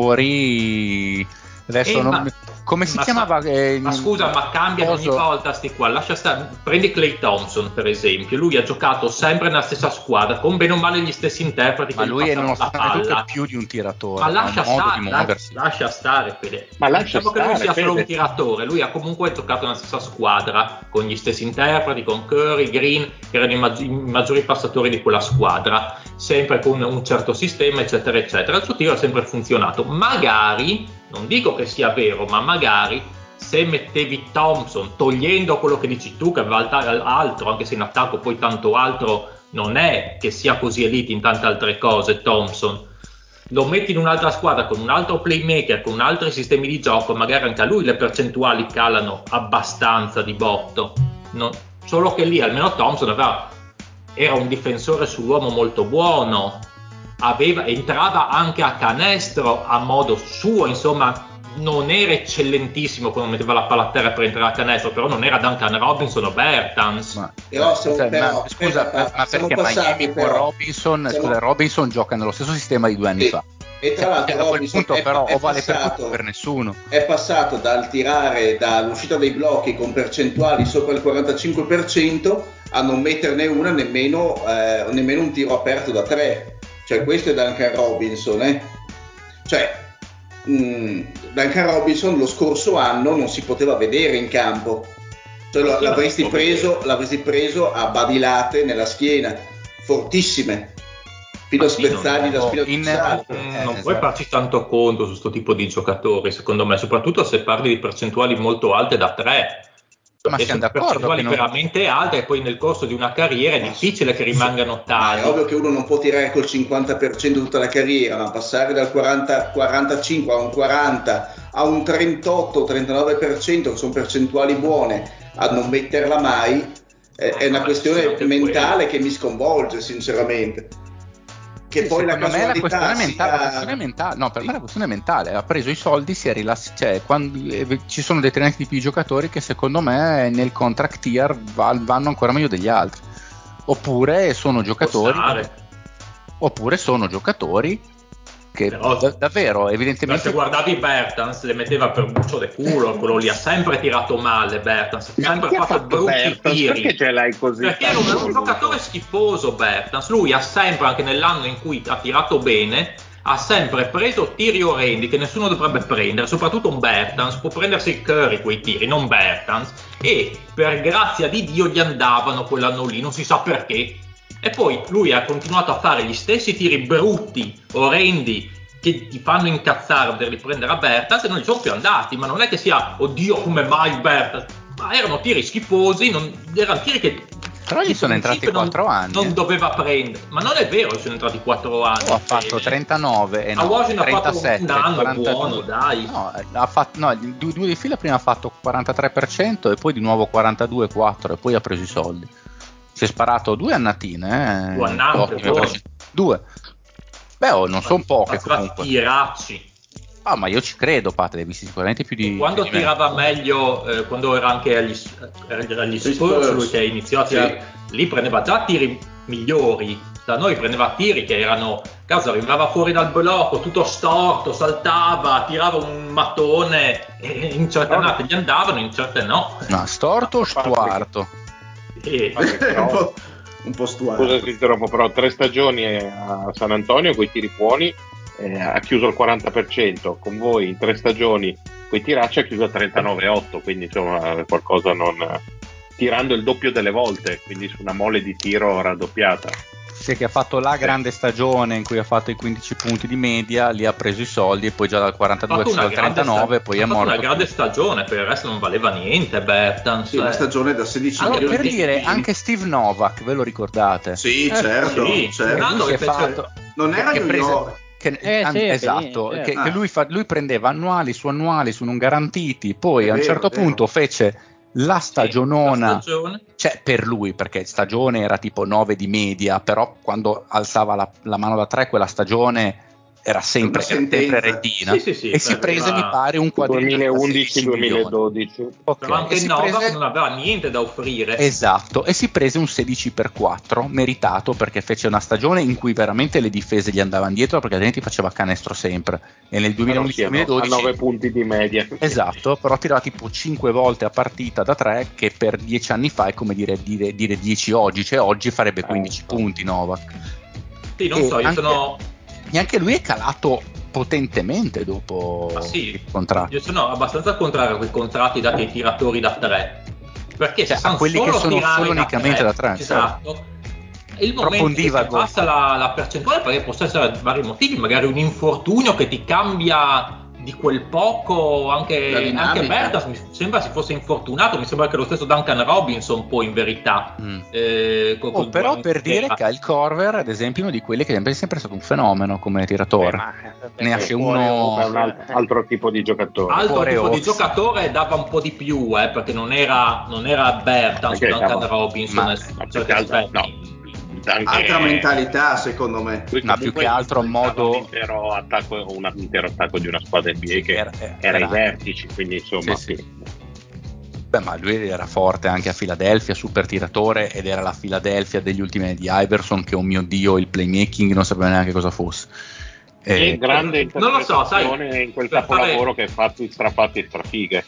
tiratori adesso Eh, non- ma- come si ma chiamava sa- eh, ma scusa, ma cambiano ogni coso- volta sti qua, lascia stare. Prendi Klay Thompson per esempio, lui ha giocato sempre nella stessa squadra con bene o male gli stessi interpreti ma che gli lui è passano la nonostante tutto palla. è più di un tiratore, Ma ha un lascia modo stare, di la- muoversi. lascia stare, Fede. Ma lascia Diciamo che lui stare, sia solo Fede. un tiratore, lui ha comunque giocato nella stessa squadra, con gli stessi interpreti, con Curry, Green, che erano i, maggi- i maggiori passatori di quella squadra, sempre con un certo sistema, eccetera, eccetera. Il suo tiro ha sempre funzionato. Magari, non dico che sia vero, ma magari se mettevi Thompson, togliendo quello che dici tu, che aveva alt- altro, anche se in attacco poi tanto altro non è che sia così elite in tante altre cose, Thompson, lo metti in un'altra squadra con un altro playmaker, con altri sistemi di gioco, magari anche a lui le percentuali calano abbastanza di botto. No, solo che lì almeno Thompson aveva, era un difensore sull'uomo molto buono, aveva, entrava anche a canestro a modo suo, insomma non era eccellentissimo quando metteva la palla a terra per entrare a canestro, però non era Duncan Robinson o Bertans. Ma, Però siamo- scusa, però, ma, scusa, aspetta, ma siamo perché passati, Miami con però. Robinson, Siamo- scusa, Robinson gioca nello stesso sistema di due anni Sì. fa. E tra l'altro a quel Robinson punto è, però è o vale per passato, tutti o per nessuno. è passato dal tirare dall'uscita dei blocchi con percentuali sopra il quarantacinque per cento a non metterne una nemmeno, eh, nemmeno un tiro aperto da tre. Cioè questo è Duncan Robinson, eh? Cioè mh, Duncan Robinson lo scorso anno non si poteva vedere in campo, cioè, lo- Sì, l'avresti, non si può preso, vedere. l'avresti preso a badilate nella schiena, fortissime, fino a Ma sì, spezzargli non- la oh, spina in- dorsale. Mm, Eh, non esatto. puoi farci tanto conto su questo tipo di giocatori, secondo me, soprattutto se parli di percentuali molto alte da tre. Ma Perché siamo sono d'accordo percentuali che non- veramente alte e poi nel corso di una carriera è Ma difficile sì, che rimangano sì. Ma è tali. ovvio che uno non può tirare col cinquanta per cento tutta la carriera, ma passare dal quaranta, quarantacinque a un quaranta a un trentotto trentanove per cento, che sono percentuali buone, a non metterla mai, è, è una Vabbè, questione sì, anche mentale quello. che mi sconvolge sinceramente. Che Sì, poi la secondo me la casualità questione, mentale, la sia- questione mentale, no, per Sì. me la questione mentale, ha preso i soldi, si è rilassato, cioè quando, eh, ci sono determinati tipi di giocatori che secondo me nel contract year va- vanno ancora meglio degli altri, oppure sono giocatori, stare. oppure sono giocatori che Però- da- davvero Ma evidentemente se guardavi Bertans le metteva per buccio de culo, quello lì ha sempre tirato male Bertans, ha Ma sempre chi ha fatto fatto brutti Bertans? tiri. Perché ce l'hai così Perché era un, tanto un voluto? giocatore schifoso Bertans, lui ha sempre, anche nell'anno in cui ha tirato bene, ha sempre preso tiri orrendi che nessuno dovrebbe prendere, soprattutto un Bertans, può prendersi il Curry quei tiri, non Bertans, e per grazia di Dio gli andavano quell'anno lì, non si sa perché. E poi lui ha continuato a fare gli stessi tiri brutti, orrendi, che ti fanno incazzare per riprendere a Bertans e non gli sono più andati, ma non è che sia oddio come mai Bertans, ma erano tiri schifosi, non, erano tiri che però gli sono entrati quattro anni non eh. doveva prendere, ma non è vero, sono entrati quattro anni. Oh, ha fatto trentanove e no, a Washington trentasette, ha fatto un anno quarantadue, buono, dai. No, ha fatto, no, due, due di fila prima ha fatto quarantatré per cento e poi di nuovo quarantadue virgola quattro e poi ha preso i soldi. Si è sparato due annatine, eh. Due annate, due. Beh, oh, non sono poche comunque. Tiracci. Ah, ma io ci credo, Pat, l'hai visti sicuramente più di quando più di tirava me. meglio, eh, quando era anche agli, eh, agli Spurs, lui che iniziò a tirare, sì. Lì prendeva già tiri migliori. Da noi prendeva tiri che erano, cazzo, arrivava fuori dal blocco, tutto storto, saltava, tirava un mattone e in certe annate gli andavano, in certe no. No, storto o stuarto? Eh. un po', un po' stuarto. Scusa, ti interrompo, però tre stagioni a San Antonio con i tiri buoni. Eh, ha chiuso il quaranta per cento, con voi in tre stagioni con i tiracci ha chiuso al trentanove virgola otto, quindi insomma qualcosa non, tirando il doppio delle volte, quindi su una mole di tiro raddoppiata. Sì, che ha fatto la grande stagione in cui ha fatto i quindici punti di media, lì ha preso i soldi e poi già dal quarantadue al trentanove sta- poi è morto. Una grande stagione, per il resto non valeva niente Bertans. Sì, una stagione da sedici allora, milioni per di dire, milioni. Anche Steve Novak, ve lo ricordate? Sì, eh, certo, sì. certo. Lui si è fece... fatto... Non era che New prese... York. Che, eh, an- sì, esatto, sì, che, ah. che lui, fa, lui prendeva annuali su annuali su non garantiti, poi È a un vero, certo è vero. punto fece la stagionona, sì, la stagione. Cioè per lui, perché stagione era tipo nove di media, però quando alzava la, la mano da tre quella stagione era sempre, sempre retina, sì, sì, sì, e si prese era... mi pare un quadriglio duemilaundici duemiladodici. Okay. Però anche si Novak prese... non aveva niente da offrire. Esatto, e si prese un sedici per quattro meritato, perché fece una stagione in cui veramente le difese gli andavano dietro, perché altrimenti faceva canestro sempre, e nel duemilaundici duemiladodici a nove punti di media. Esatto, però tirava tipo cinque volte a partita da tre, che per dieci anni fa è come dire, dire, dire dieci oggi, cioè oggi farebbe quindici eh, punti Novak. Sì, non e so, io anche, sono... E anche lui è calato potentemente dopo ah, sì. il contratto. Io sono abbastanza contrario a quei contratti dati ai tiratori da tre, perché cioè, se a quelli solo che sono solo da unicamente tre, da tre, esatto. Certo. Il momento che si abbassa la, la percentuale, perché possono essere vari motivi, magari un infortunio che ti cambia di quel poco, anche, anche Bertans mi sembra si fosse infortunato, mi sembra che lo stesso Duncan Robinson poi in verità mm. eh, col, oh, però per dire che Kyle Korver ad esempio uno di quelli che è sempre stato un fenomeno come tiratore. Beh, ma, beh, ne esce uno è un alt- altro tipo di giocatore altro cuore tipo off. di giocatore, dava un po' di più eh, perché non era, non era Bertans o Duncan dava, Robinson ma, ma più che altro, no. Altra mentalità secondo me. Ma più che altro modo un intero attacco, un intero attacco di una squadra N B A sì, che era, era, era ai vertici, quindi insomma sì, sì. Beh, ma lui era forte anche a Philadelphia, super tiratore, ed era la Philadelphia degli ultimi anni di Iverson, che oh mio Dio il playmaking non sapeva neanche cosa fosse. E eh, grande interpretazione non lo so, sai, in quel capolavoro fare... che fa tutti strafatti e strafighe.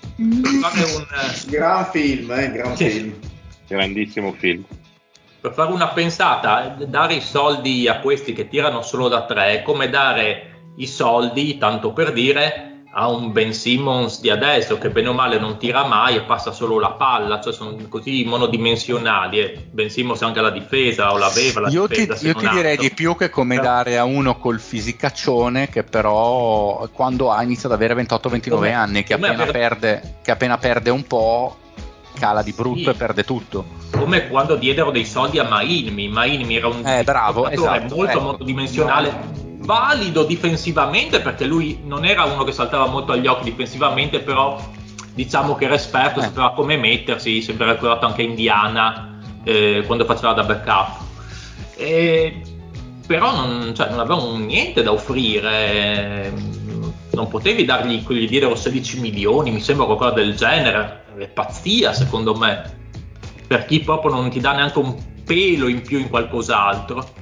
Fare un gran film, eh, gran sì. film. Grandissimo film. Per fare una pensata, dare i soldi a questi che tirano solo da tre è come dare i soldi, tanto per dire, a un Ben Simmons di adesso che bene o male non tira mai e passa solo la palla, cioè sono così monodimensionali. E Ben Simmons anche la difesa o l'aveva la io difesa. Ti, io ti direi di più che come però... dare a uno col fisicaccione che però quando ha inizia ad avere ventotto ventinove come, anni, che appena, aver... perde, che appena perde un po' cala di brutto sì. E perde tutto. Come quando diedero dei soldi a Mainmi. Mainmi era un eh, bravo, giocatore esatto, molto ecco. monodimensionale, no. Valido difensivamente perché lui non era uno che saltava molto agli occhi difensivamente, però diciamo che era esperto, eh. sapeva come mettersi, sembra ricordato anche Indiana eh, quando faceva da backup. E, però non, cioè, non avevano niente da offrire, non potevi dargli, gli diedero sedici milioni, mi sembra qualcosa del genere, è pazzia secondo me. Per chi proprio non ti dà neanche un pelo in più in qualcos'altro.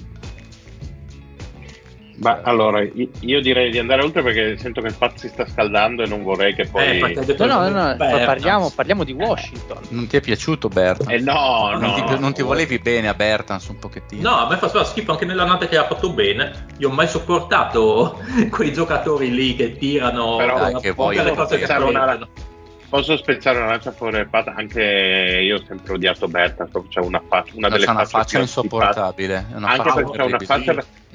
Ma allora io direi di andare oltre perché sento che il Pat si sta scaldando e non vorrei che poi eh, no no no, no parliamo, parliamo di Washington. Non ti è piaciuto Bertans? Eh no, non no, ti, no, non ti no, volevi no. bene a Bertans un pochettino? No, a me fa schifo anche nell'annata che ha fatto bene. Io ho mai sopportato quei giocatori lì che tirano però dai, che poche le cose che una... Posso spezzare una lancia fuori Pat? Anche io ho sempre odiato Bertans, c'è una faccia, una no, delle c'è una facce faccia insopportabile, una anche faccia perché c'è una faccia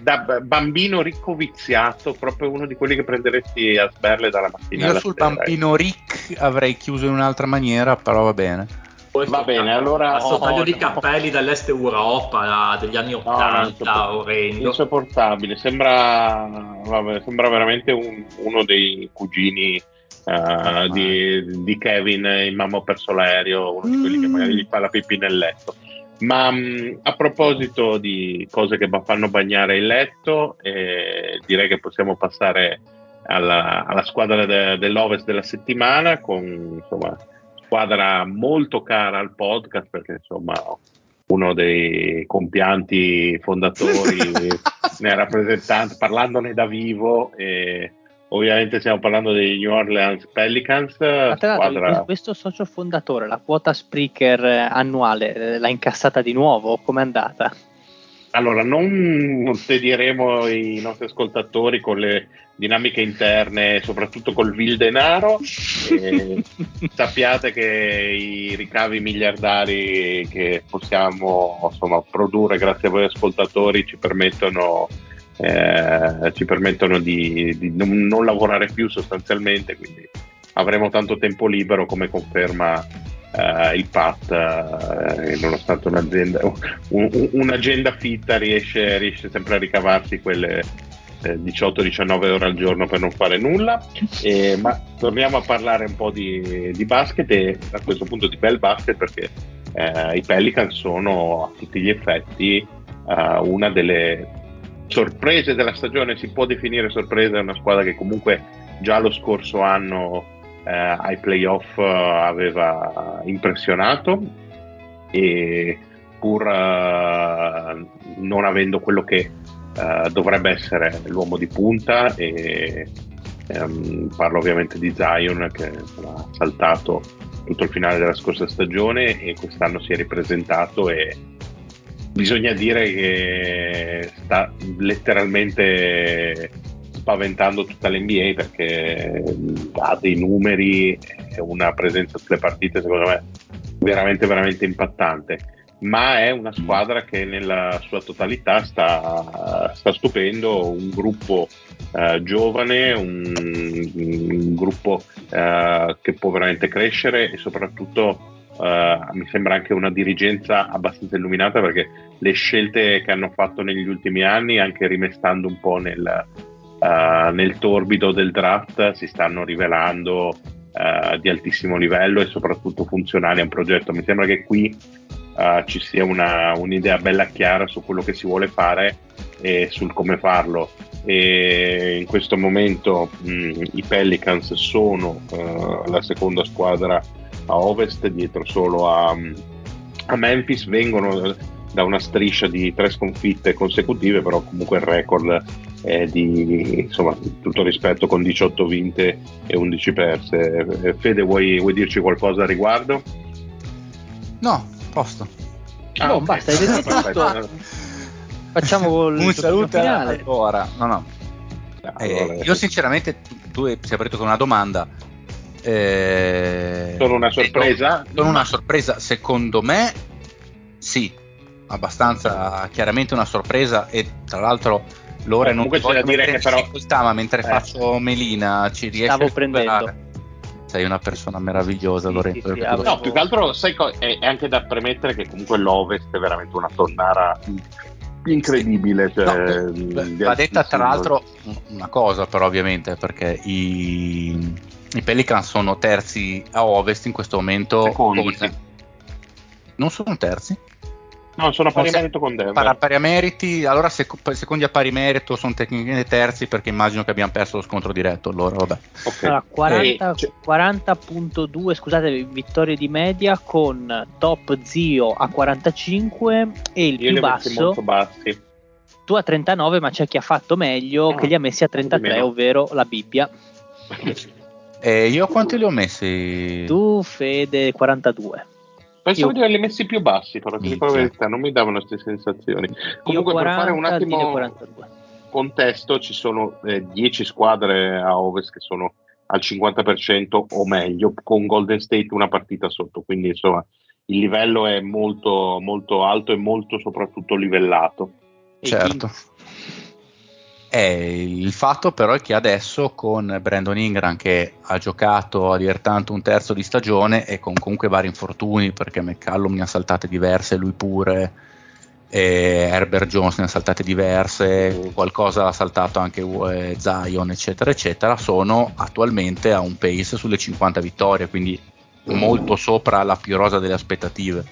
da bambino ricco viziato, proprio uno di quelli che prenderesti a sberle dalla mattina Io alla sul sera. bambino Rick avrei chiuso in un'altra maniera, però va bene. Poi Va bene, allora questo taglio no, di no. capelli dall'est Europa degli anni no, no, ottanta, insopport- orrendo. insopportabile, sembra, vabbè, sembra veramente un- uno dei cugini eh, di, di Kevin in Mamma ho perso l'aereo, uno di quelli che magari gli fa la pipì nel letto. Ma mh, a proposito di cose che ba- fanno bagnare il letto, eh, direi che possiamo passare alla, alla squadra de- dell'Ovest della settimana, con insomma squadra molto cara al podcast, perché insomma uno dei compianti fondatori ne è rappresentante, parlandone da vivo, e ovviamente stiamo parlando dei New Orleans Pelicans, Ma tra l'altro squadra... questo socio fondatore, la quota Spreaker eh, annuale, eh, l'ha incassata di nuovo? Com'è andata? Allora, non tedieremo i nostri ascoltatori con le dinamiche interne, soprattutto col vil denaro. E sappiate che i ricavi miliardari che possiamo insomma, produrre grazie a voi ascoltatori ci permettono, eh, ci permettono di, di non, non lavorare più sostanzialmente, quindi avremo tanto tempo libero, come conferma Uh, il Pat, uh, nonostante un'azienda, un, un'agenda fitta, riesce, riesce sempre a ricavarsi quelle eh, diciotto diciannove ore al giorno per non fare nulla. Eh, ma torniamo a parlare un po' di, di basket, e a questo punto di bel basket, perché eh, i Pelicans sono a tutti gli effetti uh, una delle sorprese della stagione. Si può definire sorpresa, è una squadra che comunque già lo scorso anno Eh, ai playoff uh, aveva impressionato, e pur uh, non avendo quello che uh, dovrebbe essere l'uomo di punta, e um, parlo ovviamente di Zion, che insomma, ha saltato tutto il finale della scorsa stagione e quest'anno si è ripresentato, e bisogna dire che sta letteralmente spaventando tutta l'N B A, perché ha dei numeri e una presenza sulle partite secondo me veramente veramente impattante, ma è una squadra che nella sua totalità sta, sta stupendo, un gruppo uh, giovane, un, un gruppo uh, che può veramente crescere, e soprattutto Uh, mi sembra anche una dirigenza abbastanza illuminata, perché le scelte che hanno fatto negli ultimi anni, anche rimestando un po' nel, uh, nel torbido del draft, si stanno rivelando uh, di altissimo livello e soprattutto funzionali a un progetto. Mi sembra che qui uh, ci sia una, un'idea bella chiara su quello che si vuole fare e sul come farlo, e in questo momento mh, i Pelicans sono uh, la seconda squadra a Ovest, dietro solo a, a Memphis. Vengono da una striscia di tre sconfitte consecutive, però comunque il record è di, insomma, tutto rispetto, con diciotto vinte e undici perse. Fede, vuoi, vuoi dirci qualcosa a riguardo? No, posto. Ah, no, okay. basta, hai detto tutto. Facciamo il un saluto finale. allora. No, no. Allora, eh, io sinceramente, tu, tu sei aperto con una domanda. Eh, sono una sorpresa? Sono una sorpresa, secondo me sì, abbastanza chiaramente una sorpresa, e tra l'altro Lore Beh, non ti voglio dire mettere che in però... difficoltà, ma mentre eh. faccio Melina ci riesci Stavo a recuperare. prendendo. Sei una persona meravigliosa, Sì, Lorenzo. sì, sì, avevo... No, più che altro sai co- è, è anche da premettere che comunque l'Ovest è veramente una tonnara incredibile. Sì. Cioè, No, di va detta tra altissimo. l'altro una cosa, però, ovviamente, perché i, i Pelican sono terzi a Ovest in questo momento. Secondi, con... sì. Non sono terzi? No, sono a pari Forse- merito con Denver. Par- pari a meriti, allora sec- secondi a pari merito sono tecnicamente terzi, perché immagino che abbiamo perso lo scontro diretto. Allora, vabbè. Ok. Allora, quaranta, E, cioè, quaranta virgola due scusate, vittorie di media, con top zio a quarantacinque e il io più li ho messi basso molto bassi. tu a trentanove, ma c'è chi ha fatto meglio, Ah, che li ha messi a trentatré, meno. ovvero la Bibbia. E io quanti li ho messi? Tu, Fede, quarantadue. Pensavo Io- di averli messi più bassi, però ti dico la Minchia. verità, non mi davano queste sensazioni. Comunque, io per fare un quaranta, Dino attimo quarantadue. contesto, ci sono eh, dieci squadre a Ovest che sono al cinquanta per cento o meglio, con Golden State una partita sotto, quindi insomma il livello è molto molto alto e molto soprattutto livellato. E Certo. i Kings? è il fatto però è che adesso con Brandon Ingram, che ha giocato a dir tanto un terzo di stagione e con comunque vari infortuni, perché McCallum ne ha saltate diverse, lui pure, e Herbert Jones ne ha saltate diverse, qualcosa ha saltato anche eh, Zion, eccetera eccetera, sono attualmente a un pace sulle cinquanta vittorie, quindi molto sopra la più rosa delle aspettative,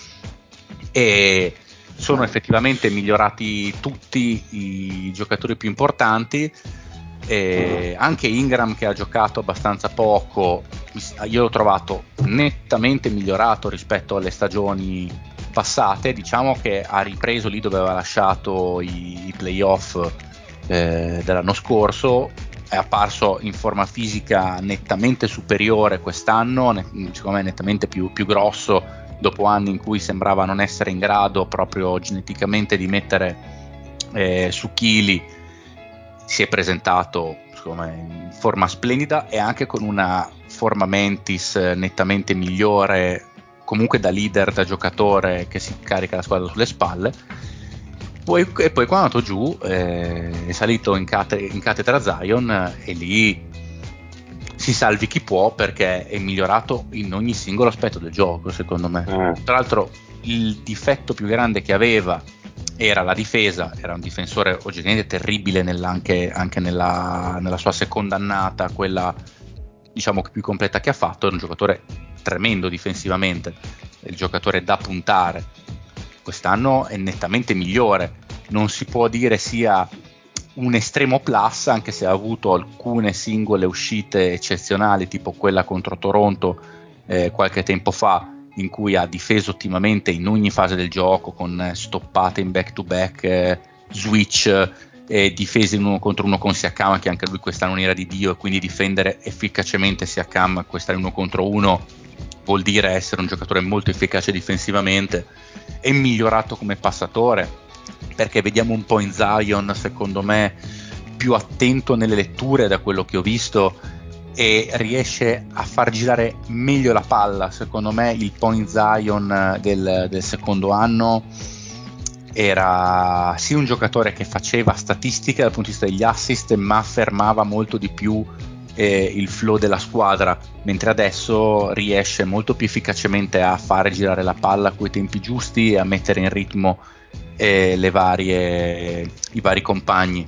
e sono effettivamente migliorati tutti i giocatori più importanti, e anche Ingram, che ha giocato abbastanza poco, io l'ho trovato nettamente migliorato rispetto alle stagioni passate. Diciamo che ha ripreso lì dove aveva lasciato i, i playoff eh, dell'anno scorso, è apparso in forma fisica nettamente superiore quest'anno, secondo me nettamente più, più grosso, dopo anni in cui sembrava non essere in grado proprio geneticamente di mettere eh, su chili. Si è presentato secondo me in forma splendida e anche con una forma mentis nettamente migliore, comunque da leader, da giocatore che si carica la squadra sulle spalle. Poi, e poi quando è andato giù eh, è salito in, cate, in cattedra Zion, e lì si salvi chi può, perché è migliorato in ogni singolo aspetto del gioco, secondo me. Eh. Tra l'altro il difetto più grande che aveva era la difesa, era un difensore oggettivamente terribile nella, anche, anche nella, nella sua seconda annata, quella diciamo più completa che ha fatto. Era un giocatore tremendo difensivamente, il giocatore da puntare. Quest'anno è nettamente migliore, non si può dire sia un estremo plus, anche se ha avuto alcune singole uscite eccezionali, tipo quella contro Toronto eh, qualche tempo fa, in cui ha difeso ottimamente in ogni fase del gioco, con stoppate in back to back, eh, switch, e difese in uno contro uno con Siakam, che anche lui quest'anno non era di Dio, e quindi difendere efficacemente Siakam quest'anno in uno contro uno vuol dire essere un giocatore molto efficace difensivamente. È migliorato come passatore, perché vediamo un po' in Zion, secondo me, più attento nelle letture da quello che ho visto, e riesce a far girare meglio la palla. Secondo me il point Zion del, del secondo anno era sì un giocatore che faceva statistiche dal punto di vista degli assist, ma fermava molto di più eh, il flow della squadra, mentre adesso riesce molto più efficacemente a fare girare la palla coi tempi giusti e a mettere in ritmo eh, le varie, i vari compagni.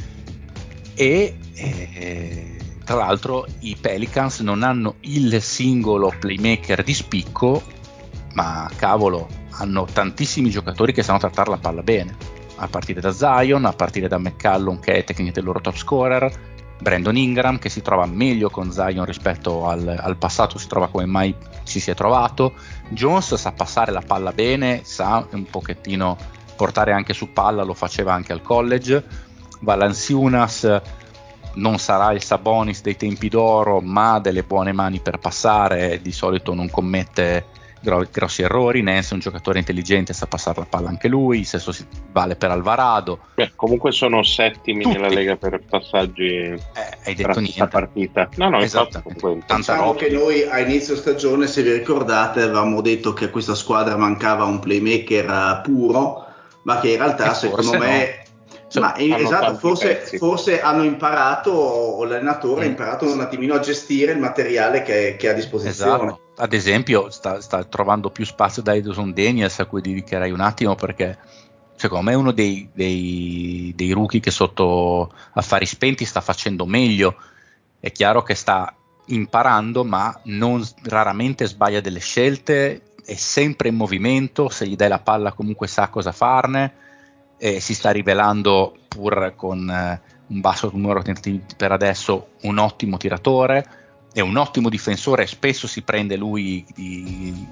E eh, tra l'altro i Pelicans non hanno il singolo playmaker di spicco, ma cavolo, hanno tantissimi giocatori che sanno trattare la palla bene, a partire da Zion, a partire da McCallum, che è tecnicamente il loro top scorer, Brandon Ingram, che si trova meglio con Zion rispetto al, al passato, si trova come mai si sia trovato. Jones sa passare la palla bene, sa un pochettino portare anche su palla, lo faceva anche al college. Valanciunas non sarà il Sabonis dei tempi d'oro, ma ha delle buone mani per passare, di solito non commette gro- grossi errori. Nance è un giocatore intelligente, sa passare la palla anche lui, stesso si vale per Alvarado. Beh, comunque sono settimi Tutti. nella Lega per passaggi eh, hai detto niente. partita. No, no, esatto. infatti, comunque, diciamo che noi a inizio stagione, se vi ricordate, avevamo detto che a questa squadra mancava un playmaker puro, ma che in realtà e secondo me no. Ma esatto, forse, forse hanno imparato, o l'allenatore ha imparato un attimino a gestire il materiale che, che ha a disposizione. Esatto. Ad esempio sta, sta trovando più spazio da Edson Daniels, a cui dedicherei un attimo, perché secondo me è uno dei, dei, dei rookie che sotto affari spenti sta facendo meglio. È chiaro che sta imparando, ma non raramente sbaglia delle scelte, è sempre in movimento, se gli dai la palla comunque sa cosa farne. E si sta rivelando, pur con eh, un basso numero di tentativi per adesso, un ottimo tiratore, è un ottimo difensore, spesso si prende lui il,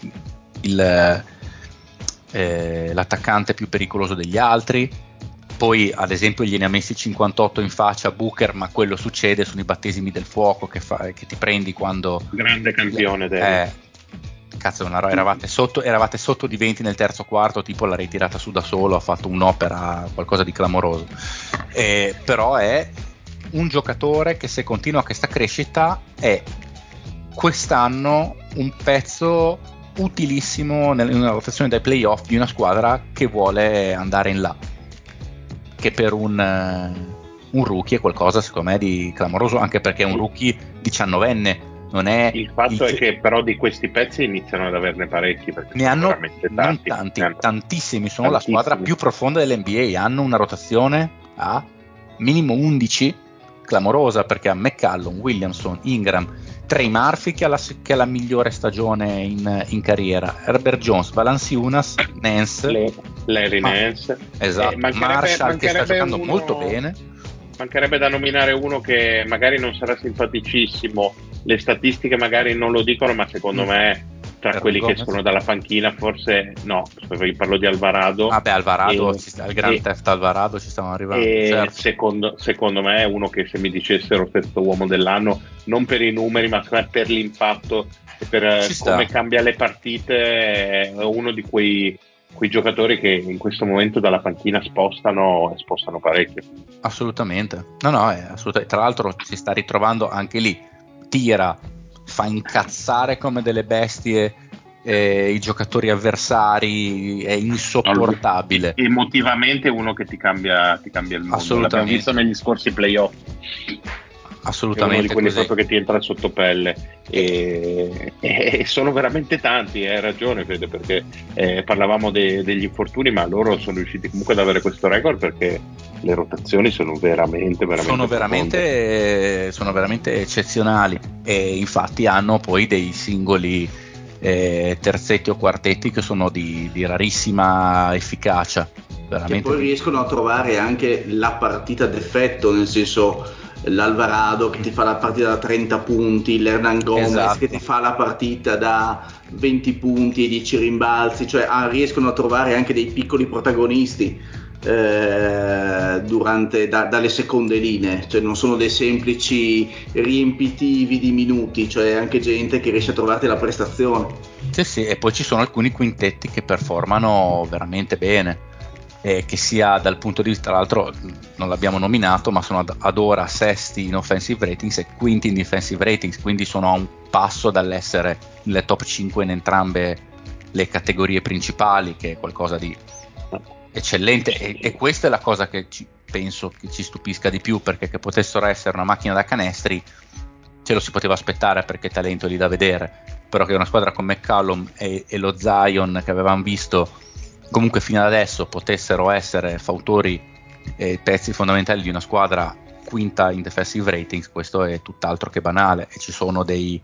il, eh, l'attaccante più pericoloso degli altri. Poi ad esempio gliene ha messi cinquantotto in faccia a Booker, ma quello succede, sono i battesimi del fuoco che, fa, che ti prendi quando grande campione del eh, cazzo, una, eravate, sotto, eravate sotto di venti nel terzo quarto, tipo l'ha ritirata su da solo, ha fatto un'opera, qualcosa di clamoroso. Eh, però è un giocatore che, se continua questa crescita, è quest'anno un pezzo utilissimo in una rotazione dai playoff di una squadra che vuole andare in là, che che per un, uh, un rookie è qualcosa secondo me di clamoroso, anche perché è un rookie diciannovenne. Non è il fatto il... è che però di questi pezzi iniziano ad averne parecchi, perché ne sono hanno veramente non tanti, tanti, hanno tantissimi, sono tantissimi. La squadra più profonda dell'N B A, hanno una rotazione a minimo undici clamorosa, perché ha McCallum, Williamson, Ingram, Trey Murphy che ha la, che ha la migliore stagione in, in carriera, Herbert Jones, Valanciunas, Nance, Le, Larry Ma- Nance, esatto, Eh, mancherebbe- Marshall che sta mancherebbe giocando uno- molto bene. Mancherebbe da nominare uno che magari non sarà simpaticissimo, le statistiche magari non lo dicono, ma secondo Mm. me tra Hernan quelli che Gomez. escono dalla panchina forse no, io parlo di Alvarado. Vabbè, Alvarado, e, ci sta, il Grand e- Theft Alvarado ci stiamo arrivando, e certo. secondo, secondo me è uno che, se mi dicessero terzo uomo dell'anno, non per i numeri ma secondo me per l'impatto e per eh, Ci sta. come cambia le partite, è uno di quei, quei giocatori che in questo momento dalla panchina spostano spostano parecchio. Assolutamente, no no, è assolutamente. Tra l'altro si sta ritrovando anche lì, tira, fa incazzare come delle bestie eh, i giocatori avversari, è insopportabile. Emotivamente è uno che ti cambia, ti cambia il mondo. Assolutamente. L'abbiamo visto negli scorsi playoff. Assolutamente è uno di quelli così. proprio che ti entra sotto pelle e, e sono veramente tanti, hai ragione Fede, perché eh, parlavamo de, degli infortuni, ma loro sono riusciti comunque ad avere questo record perché le rotazioni sono veramente veramente sono veramente, sono veramente eccezionali, e infatti hanno poi dei singoli eh, terzetti o quartetti che sono di, di rarissima efficacia, veramente. Che poi di... riescono a trovare anche la partita d'effetto, nel senso l'Alvarado che ti fa la partita da trenta punti, l'Hernan Gomez Esatto. che ti fa la partita da venti punti e dieci rimbalzi, cioè ah, riescono a trovare anche dei piccoli protagonisti eh, durante da, dalle seconde linee, cioè non sono dei semplici riempitivi di minuti, cioè anche gente che riesce a trovarti la prestazione. Sì, sì, e poi ci sono alcuni quintetti che performano veramente bene, eh, che sia dal punto di vista, tra l'altro non l'abbiamo nominato, ma sono ad, ad ora sesti in offensive ratings e quinti in defensive ratings, quindi sono a un passo dall'essere nelle top cinque in entrambe le categorie principali, che è qualcosa di eccellente, e, e questa è la cosa che ci, penso che ci stupisca di più, perché che potessero essere una macchina da canestri ce lo si poteva aspettare, perché talento è lì da vedere, però che una squadra come McCallum e, e lo Zion che avevamo visto comunque fino ad adesso potessero essere fautori e pezzi fondamentali di una squadra quinta in defensive ratings, questo è tutt'altro che banale. E ci sono dei,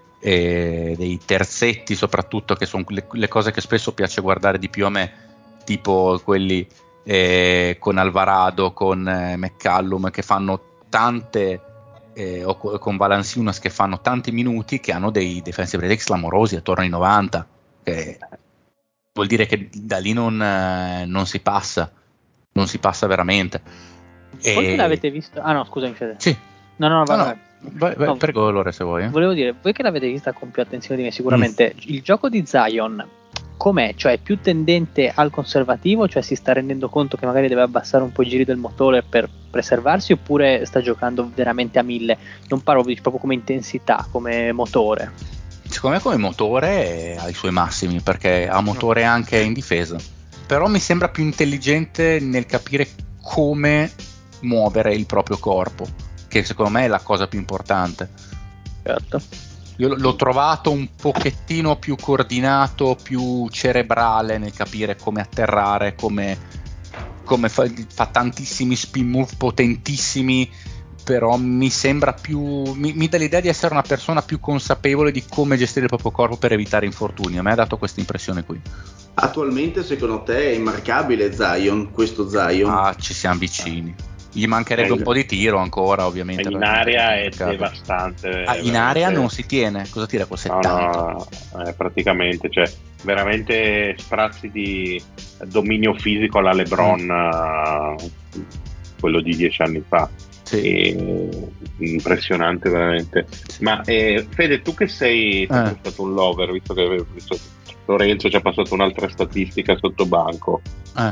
eh, dei terzetti soprattutto, che sono le, le cose che spesso piace guardare di più a me, tipo quelli eh, con Alvarado, con eh, McCallum, che fanno tante eh, o con Valanciunas che fanno tanti minuti, che hanno dei defensive ratings clamorosi attorno ai novanta, che vuol dire che da lì non, eh, non si passa non si passa veramente. Voi e... che l'avete visto? Ah no, scusami Fede. Sì. No, no, no, vai, no, vai. no. Vai, vai, No, prego Lore, se vuoi. Eh. Volevo dire, voi che l'avete vista con più attenzione di me sicuramente, mm. il gioco di Zion com'è? Cioè è più tendente al conservativo, cioè si sta rendendo conto che magari deve abbassare un po' i giri del motore per preservarsi, oppure sta giocando veramente a mille? Non parlo proprio come intensità, come motore. Secondo me come motore ha i suoi massimi, perché ha motore anche in difesa, però mi sembra più intelligente nel capire come muovere il proprio corpo, che secondo me è la cosa più importante. Certo. Io l'ho trovato un pochettino più coordinato, più cerebrale nel capire come atterrare, come, come fa, fa tantissimi spin move potentissimi, però mi sembra più, mi, mi dà l'idea di essere una persona più consapevole di come gestire il proprio corpo per evitare infortuni. A me ha dato questa impressione qui. Attualmente secondo te è immarcabile Zion, questo Zion? Ah, ci siamo vicini. Gli mancherebbe un po' di tiro ancora, ovviamente. In area è devastante. Ah, in area non si tiene? Cosa tira col settanta? No, no, eh, praticamente, cioè veramente sprazzi di dominio fisico alla LeBron, mm. uh, quello di dieci anni fa. Sì. E, impressionante veramente. Sì. Ma eh, Fede, tu che sei eh. stato un lover, visto che visto, Lorenzo ci ha passato un'altra statistica sotto banco, eh.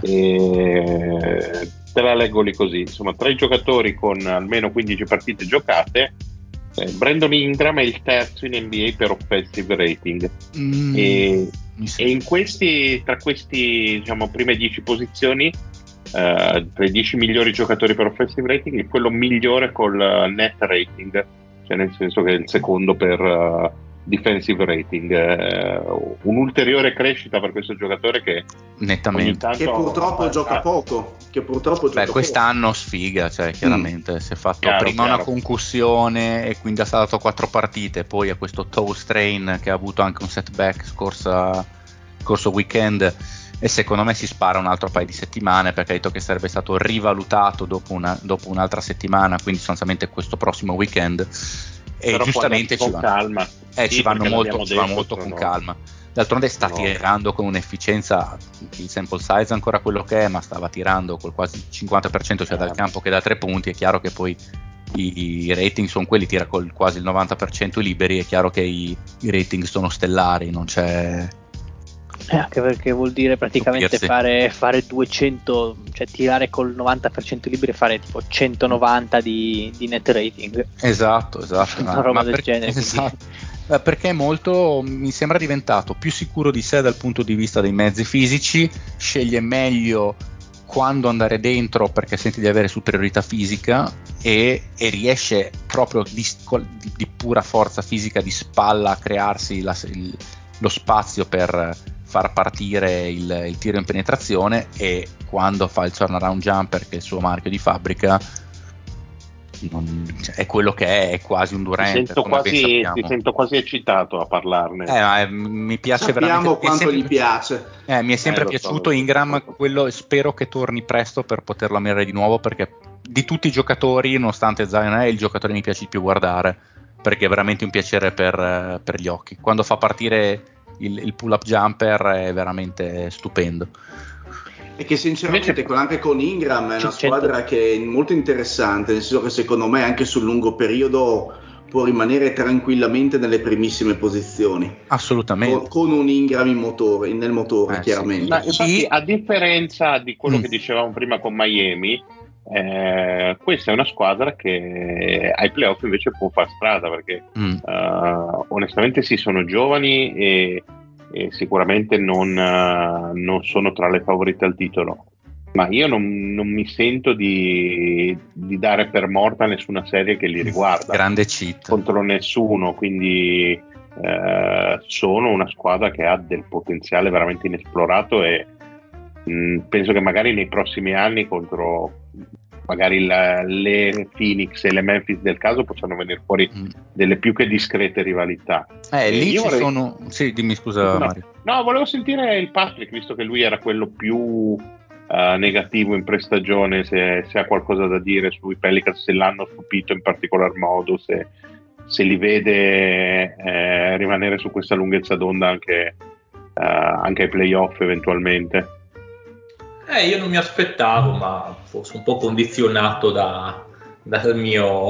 e te la leggo lì così, insomma, tra i giocatori con almeno quindici partite giocate, eh, Brandon Ingram è il terzo in N B A per offensive rating, mm, e, e in questi, tra questi, diciamo, prime dieci posizioni eh, tra i dieci migliori giocatori per offensive rating è quello migliore col net rating, cioè nel senso che è il secondo per uh, defensive rating, eh, un'ulteriore crescita per questo giocatore che nettamente, che purtroppo ha, gioca ha, poco che purtroppo gioca beh quest'anno poco. Sfiga, cioè chiaramente mm. si è fatto chiaro, prima chiaro. una concussione e quindi ha saltato quattro partite, poi ha questo toe strain che ha avuto anche un setback scorsa, scorso weekend, e secondo me si spara un altro paio di settimane, perché ha detto che sarebbe stato rivalutato dopo, una, dopo un'altra settimana, quindi sostanzialmente questo prossimo weekend. E però giustamente ci con vanno, calma. Eh, sì, ci vanno molto, ci vanno molto no. con calma. D'altronde sta no. tirando con un'efficienza, il sample size è ancora quello che è, ma stava tirando col quasi cinquanta per cento sia dal campo che da tre punti. È chiaro che poi i, i rating sono quelli, tira col quasi il novanta per cento liberi, è chiaro che i, i rating sono stellari, non c'è... Eh, anche perché vuol dire praticamente fare, fare duecento, cioè tirare col novanta per cento liberi e fare tipo centonovanta di, di net rating. Esatto, esatto. Una roba ma del per, genere. Esatto. Perché è molto, mi sembra diventato più sicuro di sé dal punto di vista dei mezzi fisici, sceglie meglio quando andare dentro perché sente di avere superiorità fisica e, e riesce proprio di, di, di pura forza fisica di spalla a crearsi la, il, lo spazio per far partire il, il tiro in penetrazione, e quando fa il turnaround jumper, che è il suo marchio di fabbrica, non, cioè, è quello che è, è quasi un Durant. Ti sento, quasi, ti sento quasi eccitato a parlarne. Eh, eh, mi piace Sappiamo veramente. quanto mi gli piace. Eh, mi è sempre eh, piaciuto so, Ingram, so. quello, spero che torni presto per poterlo ammirare di nuovo, perché di tutti i giocatori, nonostante Zion è il giocatore che mi piace di più guardare, perché è veramente un piacere per, per gli occhi. Quando fa partire il, il pull-up jumper è veramente stupendo. E che sinceramente Invece, con, anche con Ingram è una squadra che è molto interessante, nel senso che secondo me anche sul lungo periodo può rimanere tranquillamente nelle primissime posizioni. Assolutamente. Con, con un Ingram in motore, nel motore, eh, chiaramente. Sì. Ma infatti, sì. a differenza di quello mm. che dicevamo prima con Miami, eh, questa è una squadra che ai playoff invece può far strada, perché mm. uh, onestamente sì, sono giovani e e sicuramente non, uh, non sono tra le favorite al titolo, ma io non, non mi sento di, di dare per morta nessuna serie che li riguarda. Grande cheat. Contro nessuno, quindi uh, sono una squadra che ha del potenziale veramente inesplorato e mh, penso che magari nei prossimi anni contro magari la, le Phoenix e le Memphis del caso possano venire fuori mm. delle più che discrete rivalità. Eh, lì ci vorrei... sono... Sì, dimmi scusa no, Mario. No, volevo sentire il Patrick, visto che lui era quello più uh, negativo in prestagione, se, se ha qualcosa da dire sui Pelicans, se l'hanno stupito in particolar modo, se, se li vede eh, rimanere su questa lunghezza d'onda anche, uh, anche ai playoff eventualmente. Eh, io non mi aspettavo, ma forse un po' condizionato da, dal, mio,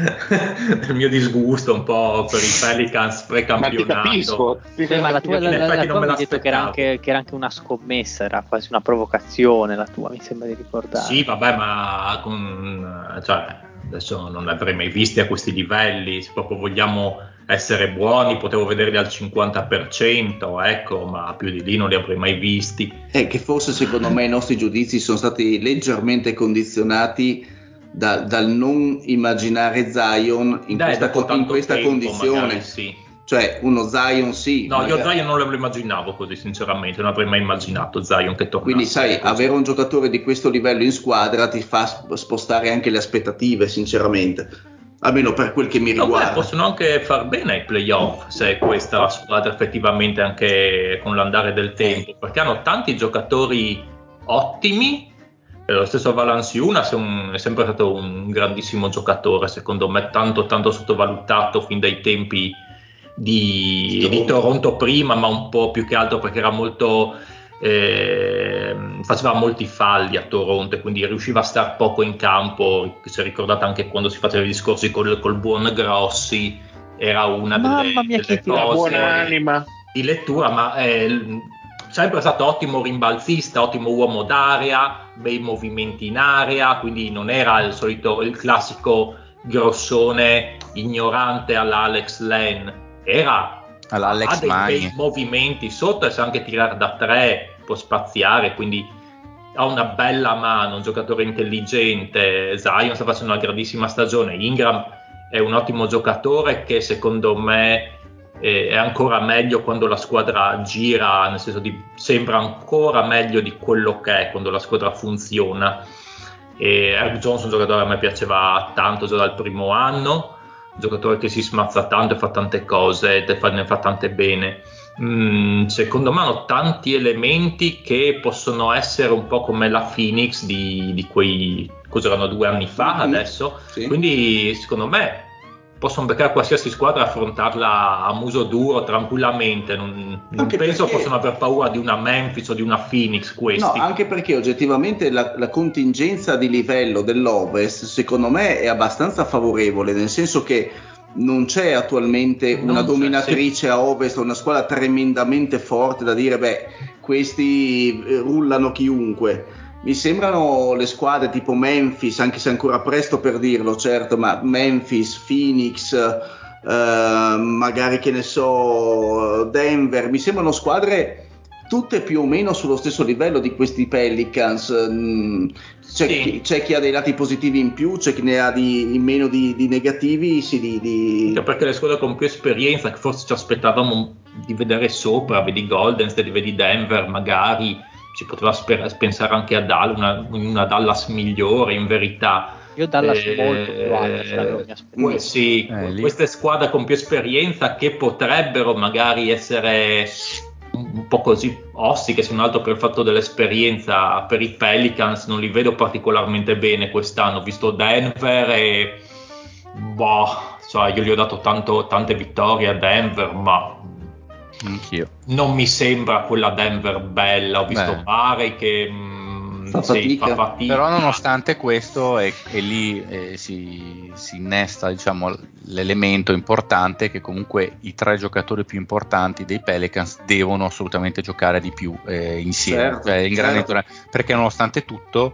dal mio disgusto un po' per i Pelicans pre-campionato. Ma ti capisco. Sì, ma la tua, la, la, la tua mi hai detto che era, anche, che era anche una scommessa, era quasi una provocazione la tua, mi sembra di ricordare. Sì, vabbè, ma con, cioè, adesso non li avrei mai visti a questi livelli, se proprio vogliamo essere buoni potevo vederli al cinquanta per cento, ecco, ma più di lì non li avrei mai visti. È che forse secondo me i nostri giudizi sono stati leggermente condizionati da, dal non immaginare Zion in Dai, questa, in questa tempo, condizione. Magari, sì. Cioè uno Zion sì. No, magari. Io Zion non lo immaginavo così, sinceramente, non avrei mai immaginato Zion che tornasse. Quindi sai, così. Avere un giocatore di questo livello in squadra ti fa spostare anche le aspettative, sinceramente. Almeno per quel che mi riguarda. No, beh, possono anche far bene ai playoff se questa è la squadra effettivamente anche con l'andare del tempo, perché hanno tanti giocatori ottimi. Lo stesso Valanciunas è, un, è sempre stato un grandissimo giocatore, secondo me tanto tanto sottovalutato fin dai tempi di, di Toronto prima, ma un po' più che altro perché era molto eh, faceva molti falli a Toronto e quindi riusciva a star poco in campo. Si è ricordata anche quando si faceva i discorsi col, col buon Grossi, era una Mamma delle, mia, delle che cose buon'anima di lettura, ma è sempre stato ottimo rimbalzista, ottimo uomo d'area, bei movimenti in area, quindi non era il solito, il classico grossone ignorante all'Alex Len, era all'Alex ha dei Magni. bei movimenti sotto e sa anche tirare da tre, può spaziare, quindi ha una bella mano, un giocatore intelligente. Zion sta facendo una grandissima stagione, Ingram è un ottimo giocatore che secondo me è ancora meglio quando la squadra gira, nel senso di sembra ancora meglio di quello che è quando la squadra funziona. E Herb Jones è un giocatore che a me piaceva tanto già dal primo anno, un giocatore che si smazza tanto e fa tante cose e fa, ne fa tante bene. Mm, secondo me hanno tanti elementi che possono essere un po' come la Phoenix di, di quei, cos'erano, due anni fa mm-hmm. adesso, sì. Quindi secondo me possono beccare qualsiasi squadra e affrontarla a muso duro tranquillamente, non, non penso perché possano aver paura di una Memphis o di una Phoenix questi. No, anche perché oggettivamente la, la contingenza di livello dell'Ovest secondo me è abbastanza favorevole, nel senso che non c'è attualmente non una dominatrice sì. a Ovest, una squadra tremendamente forte da dire beh questi rullano chiunque. Mi sembrano le squadre tipo Memphis, anche se è ancora presto per dirlo, certo, ma Memphis, Phoenix, eh, magari che ne so, Denver, mi sembrano squadre tutte più o meno sullo stesso livello di questi Pelicans. C'è, sì. chi, c'è chi ha dei lati positivi in più, c'è chi ne ha di, in meno di, di negativi. Sì, di, di... Anche perché le squadre con più esperienza, che forse ci aspettavamo di vedere sopra, vedi Golden State, vedi Denver, magari si poteva sper- pensare anche a Dallas, una, una Dallas migliore in verità. Io Dallas eh, molto più alta, mi aspettavo. Eh, sì, eh, queste squadre con più esperienza che potrebbero magari essere un po' così ostiche, se non altro per il fatto dell'esperienza. Per i Pelicans non li vedo particolarmente bene quest'anno, ho visto Denver e boh, cioè io gli ho dato tanto, tante vittorie a Denver, ma anch'io. Non mi sembra quella Denver bella. Ho visto Bari che mh, fa, sì, fatica. fa fatica. Però nonostante questo è, è lì eh, si, si innesta diciamo, l'elemento importante che comunque i tre giocatori più importanti dei Pelicans devono assolutamente giocare di più eh, insieme, certo, cioè in grande certo. perché nonostante tutto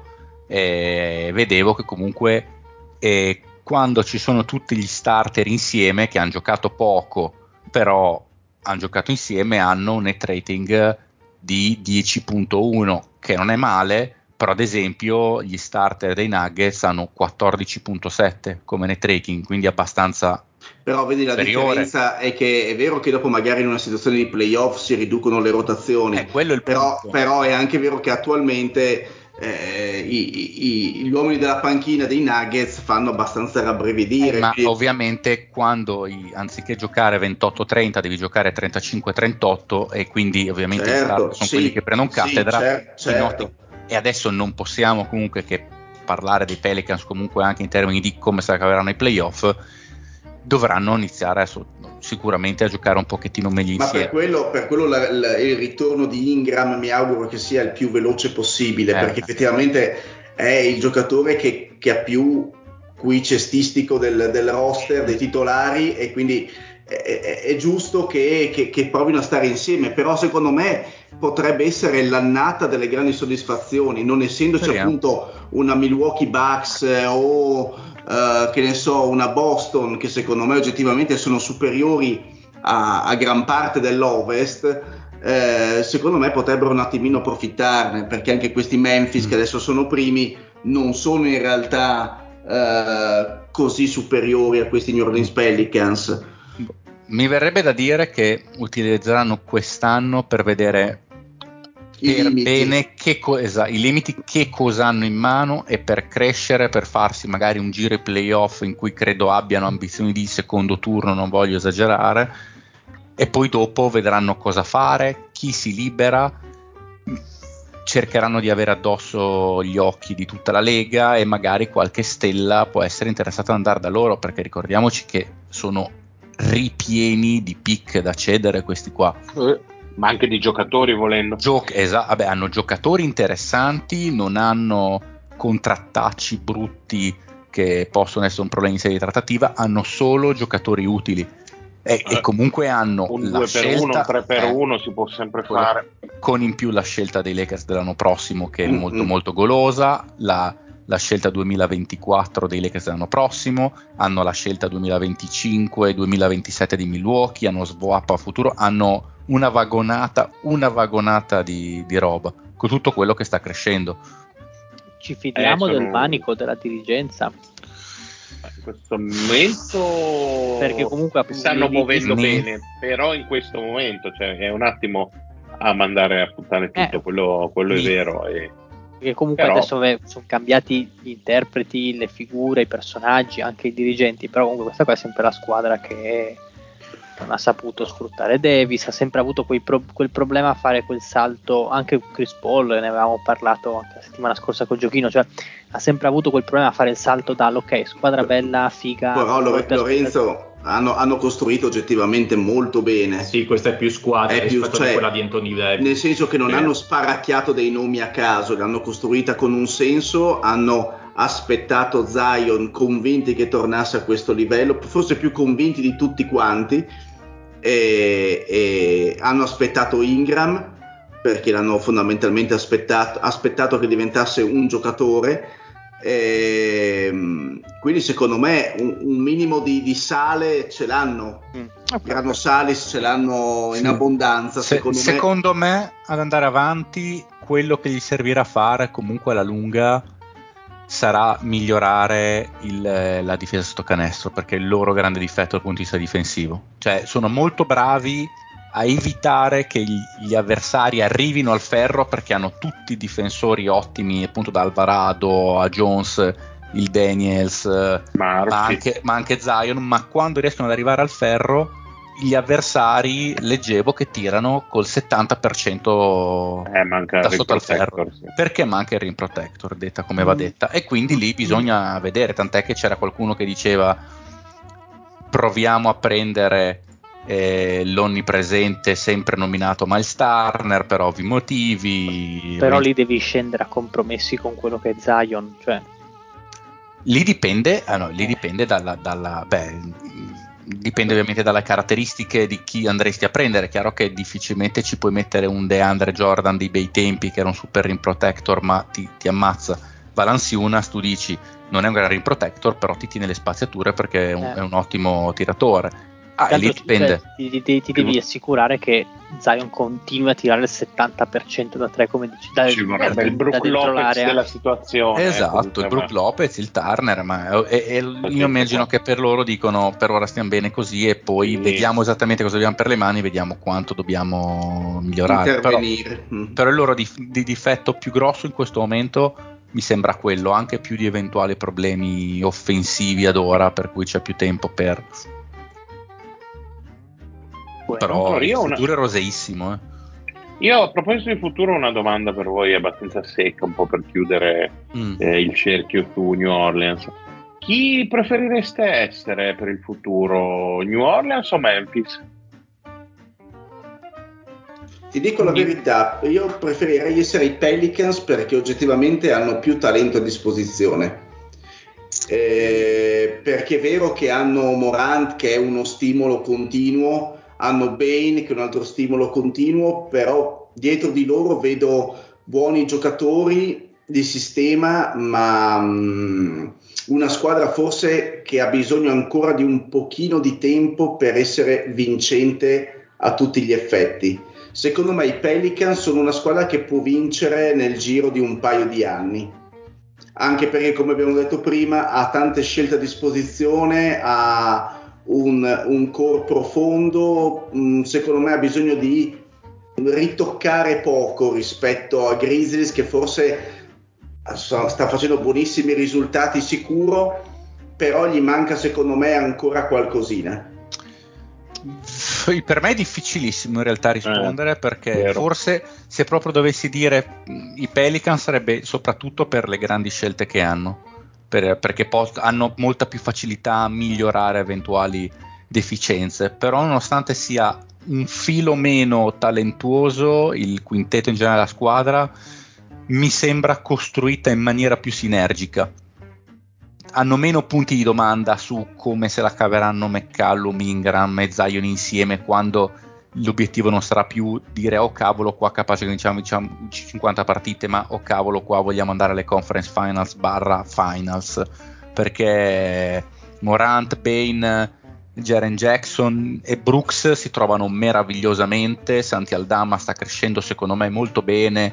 eh, vedevo che comunque eh, quando ci sono tutti gli starter insieme che hanno giocato poco però hanno giocato insieme, hanno un net rating di dieci virgola uno, che non è male, però ad esempio gli starter dei Nuggets hanno quattordici virgola sette come net rating, quindi abbastanza però vedi la superiore. Differenza è che è vero che dopo magari in una situazione di playoff si riducono le rotazioni, eh, quello è il però, punto. però è anche vero che attualmente eh, i, i, gli uomini della panchina dei Nuggets fanno abbastanza rabbrividire. Eh, ma quindi... ovviamente quando i, anziché giocare ventotto trenta devi giocare trentacinque trentotto e quindi ovviamente certo, i starter sono sì, quelli che prendono cattedra. Sì, cer- certo. E adesso non possiamo comunque che parlare dei Pelicans comunque anche in termini di come si caveranno i playoff, dovranno iniziare a, sicuramente a giocare un pochettino meglio ma insieme. per quello, per quello la, la, il ritorno di Ingram mi auguro che sia il più veloce possibile, eh. perché effettivamente è il giocatore che, che ha più Q I cestistico del, del roster, dei titolari, e quindi è, è, è giusto che, che, che provino a stare insieme, però secondo me potrebbe essere l'annata delle grandi soddisfazioni, non essendoci Speriamo. appunto una Milwaukee Bucks eh, o Uh, che ne so, una Boston, che secondo me oggettivamente sono superiori a, a gran parte dell'Ovest. Eh, secondo me potrebbero un attimino approfittarne, perché anche questi Memphis mm. che adesso sono primi non sono in realtà uh, così superiori a questi New Orleans Pelicans. Mi verrebbe da dire che utilizzeranno quest'anno per vedere I per limiti. bene che co- esatto, i limiti, che cosa hanno in mano, e per crescere, per farsi magari un giro ai playoff in cui credo abbiano ambizioni di secondo turno, non voglio esagerare, e poi dopo vedranno cosa fare, chi si libera, cercheranno di avere addosso gli occhi di tutta la lega e magari qualche stella può essere interessata ad andare da loro, perché ricordiamoci che sono ripieni di pick da cedere questi qua. Eh. Ma anche di giocatori volendo. Gio- esatto, vabbè, hanno giocatori interessanti, non hanno contrattacci brutti che possono essere un problema in serie di trattativa, hanno solo giocatori utili e, eh, e comunque hanno un la due scelta, per uno, un tre per eh, uno si può sempre quello, fare, con in più la scelta dei Lakers dell'anno prossimo che è mm-hmm. molto molto golosa, la, la scelta duemilaventiquattro dei Lakers dell'anno prossimo, hanno la scelta duemilaventicinque e duemilaventisette di Milwaukee, hanno swap a futuro, hanno una vagonata una vagonata di, di roba, con tutto quello che sta crescendo. Ci fidiamo Eh, sono- del manico della dirigenza? In questo momento Perché comunque si stanno lì- lì- muovendo lì- bene, però in questo momento, cioè, è un attimo a mandare a puttane tutto, Eh, quello, quello è lì- vero. E... Perché comunque Però- adesso eh, sono cambiati gli interpreti, le figure, i personaggi, anche i dirigenti, però comunque questa qua è sempre la squadra che non ha saputo sfruttare Davis, ha sempre avuto quei pro- quel problema a fare quel salto, anche Chris Paul, ne avevamo parlato anche la settimana scorsa col giochino, cioè ha sempre avuto quel problema a fare il salto dall'ok, squadra bella, figa. Però poi Lore- per- Lorenzo hanno, hanno costruito oggettivamente molto bene. Sì, questa è più squadra È più- rispetto cioè, a quella di Anthony Davis. Nel senso che non Sì. hanno sparacchiato dei nomi a caso, l'hanno costruita con un senso, hanno aspettato Zion convinti che tornasse a questo livello, forse più convinti di tutti quanti, e, e hanno aspettato Ingram perché l'hanno fondamentalmente aspettato, aspettato che diventasse un giocatore. E, quindi secondo me un, un minimo di, di sale ce l'hanno. Mm. Ok, Grano ok. Salis ce l'hanno in Sì. abbondanza, Se- secondo, secondo me ad andare avanti quello che gli servirà a fare comunque alla lunga sarà migliorare il- la difesa sotto canestro, perché è il loro grande difetto dal punto di vista difensivo. Cioè sono molto bravi a evitare che gli, gli avversari arrivino al ferro, perché hanno tutti difensori ottimi, appunto da Alvarado a Jones, il Daniels, eh, Murphy. ma anche, ma anche Zion, ma quando riescono ad arrivare al ferro gli avversari leggevo che tirano col settanta per cento Eh, manca da il sotto al protector, ferro, sì. perché manca il rim protector, detta come va Mm. detta, e quindi lì bisogna vedere, tant'è che c'era qualcuno che diceva proviamo a prendere eh, l'onnipresente sempre nominato Miles Turner per ovvi motivi. Però lì devi scendere a compromessi con quello che è Zion, cioè Lì dipende, ah no, lì dipende dalla, dalla beh, dipende ovviamente dalle caratteristiche di chi andresti a prendere. È chiaro che difficilmente ci puoi mettere un DeAndre Jordan dei bei tempi che era un super rim protector ma ti, ti ammazza. Valanciunas tu dici non è un gran rim protector, però ti tiene le spaziature perché è un, Eh. è un ottimo tiratore. Ah, e lì tanto, dipende. cioè, ti, ti- ti devi assicurare che Zion continui a tirare il settanta per cento da tre, come dici, da, Ci vorrebbe il da Brook dentro Lopez l'area. della situazione. Esatto, ecco, il Brook Lopez, il Turner, ma e, e io immagino che per loro dicono per ora stiamo bene così e poi Sì. vediamo esattamente cosa abbiamo per le mani, vediamo quanto dobbiamo migliorare. Però, intervenire. Mm. però il loro dif- di difetto più grosso in questo momento mi sembra quello, anche più di eventuali problemi offensivi ad ora, per cui c'è più tempo per... Bueno, Però il io futuro una- è roseissimo. Eh. Io a proposito di futuro ho una domanda per voi abbastanza secca, un po' per chiudere Mm. eh, il cerchio su New Orleans. Chi preferireste essere per il futuro, New Orleans o Memphis? Ti dico la verità, io preferirei essere i Pelicans perché oggettivamente hanno più talento a disposizione. Eh, perché è vero che hanno Morant che è uno stimolo continuo, hanno Bane che è un altro stimolo continuo, però dietro di loro vedo buoni giocatori di sistema, ma mh, una squadra forse che ha bisogno ancora di un pochino di tempo per essere vincente a tutti gli effetti. Secondo me i Pelicans sono una squadra che può vincere nel giro di un paio di anni, anche perché, come abbiamo detto prima, ha tante scelte a disposizione, ha un, un core profondo, mh, secondo me ha bisogno di ritoccare poco rispetto a Grizzlies che forse sta facendo buonissimi risultati sicuro, però gli manca secondo me ancora qualcosina. Per me è difficilissimo in realtà rispondere, Eh, perché vero. forse se proprio dovessi dire mh, i Pelican sarebbe soprattutto per le grandi scelte che hanno, per- perché po- hanno molta più facilità a migliorare eventuali deficienze, però nonostante sia un filo meno talentuoso il quintetto in generale della squadra mi sembra costruita in maniera più sinergica. Hanno meno punti di domanda su come se la caveranno McCallum, Ingram e Zion insieme, quando l'obiettivo non sarà più dire oh cavolo qua capace che vinciamo, diciamo, cinquanta partite, ma oh cavolo qua vogliamo andare alle conference finals barra finals, perché Morant, Bane, Jaren Jackson e Brooks si trovano meravigliosamente. Santi Aldama sta crescendo secondo me molto bene.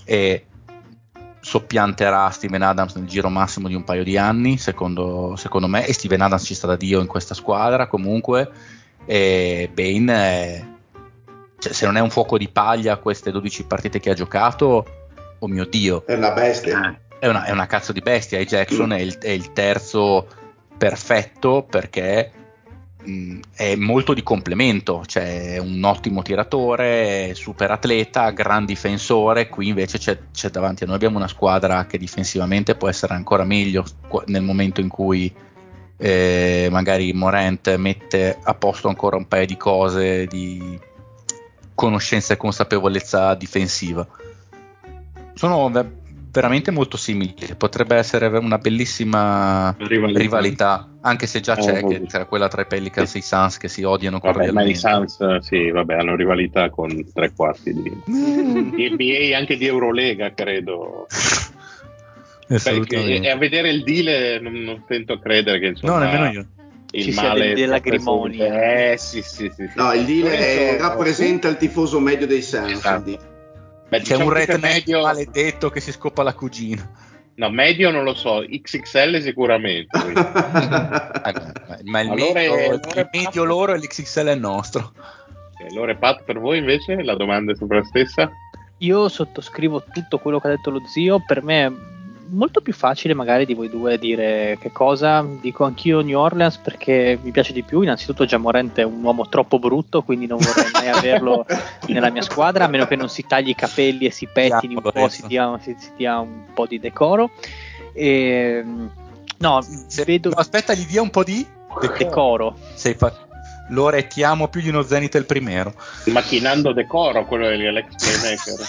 e soppianterà Steven Adams nel giro massimo di un paio di anni, secondo, secondo me, e Steven Adams ci sta da Dio in questa squadra comunque, e Bane è, cioè, se non è un fuoco di paglia queste dodici partite che ha giocato, oh mio Dio, è una bestia, è una, è una cazzo di bestia. E Jackson mm. è, il, è il terzo perfetto, perché mh, è molto di complemento, cioè è un ottimo tiratore, super atleta, gran difensore. Qui invece c'è, c'è davanti a noi abbiamo una squadra che difensivamente può essere ancora meglio nel momento in cui eh, magari Morant mette a posto ancora un paio di cose di conoscenza e consapevolezza difensiva. Sono ve- veramente molto simili, potrebbe essere una bellissima rivalità, rivalità anche se già c'è, eh, che c'era quella tra i Pelicans sì. e i Suns che si odiano cordialmente. Vabbè, ma i Suns sì, vabbè, hanno rivalità con tre quarti di, di N B A, anche di Eurolega, credo. Perché, e a vedere il deal non, non tento a credere che insomma, no, nemmeno io. Il ci male sia della lacrimonia. Eh sì, sì, sì, sì. No, il deal è, so, rappresenta uh, il tifoso medio dei Suns. Esatto. Beh, c'è diciamo un redneck medio... maledetto che si scoppa la cugina. No, medio non lo so, X X L sicuramente. allora, ma il, allora, medio, allora il medio loro e l'X X L è il nostro. Okay, allora Pat, per voi invece la domanda è sempre la stessa? Io sottoscrivo tutto quello che ha detto lo zio. Per me è molto più facile magari di voi due dire che cosa. Dico anch'io New Orleans perché mi piace di più. Innanzitutto Ja Morant è un uomo troppo brutto, quindi non vorrei mai averlo nella mia squadra, a meno che non si tagli i capelli e si pettini un po', si dia, si, si dia un po' di decoro. E, no, Se, vedo... no, aspetta, gli dia un po' di decoro. decoro. Sei fa... Lo rettiamo più di uno Zenith il primero. Macchinando decoro, quello dell'Alex Playmaker.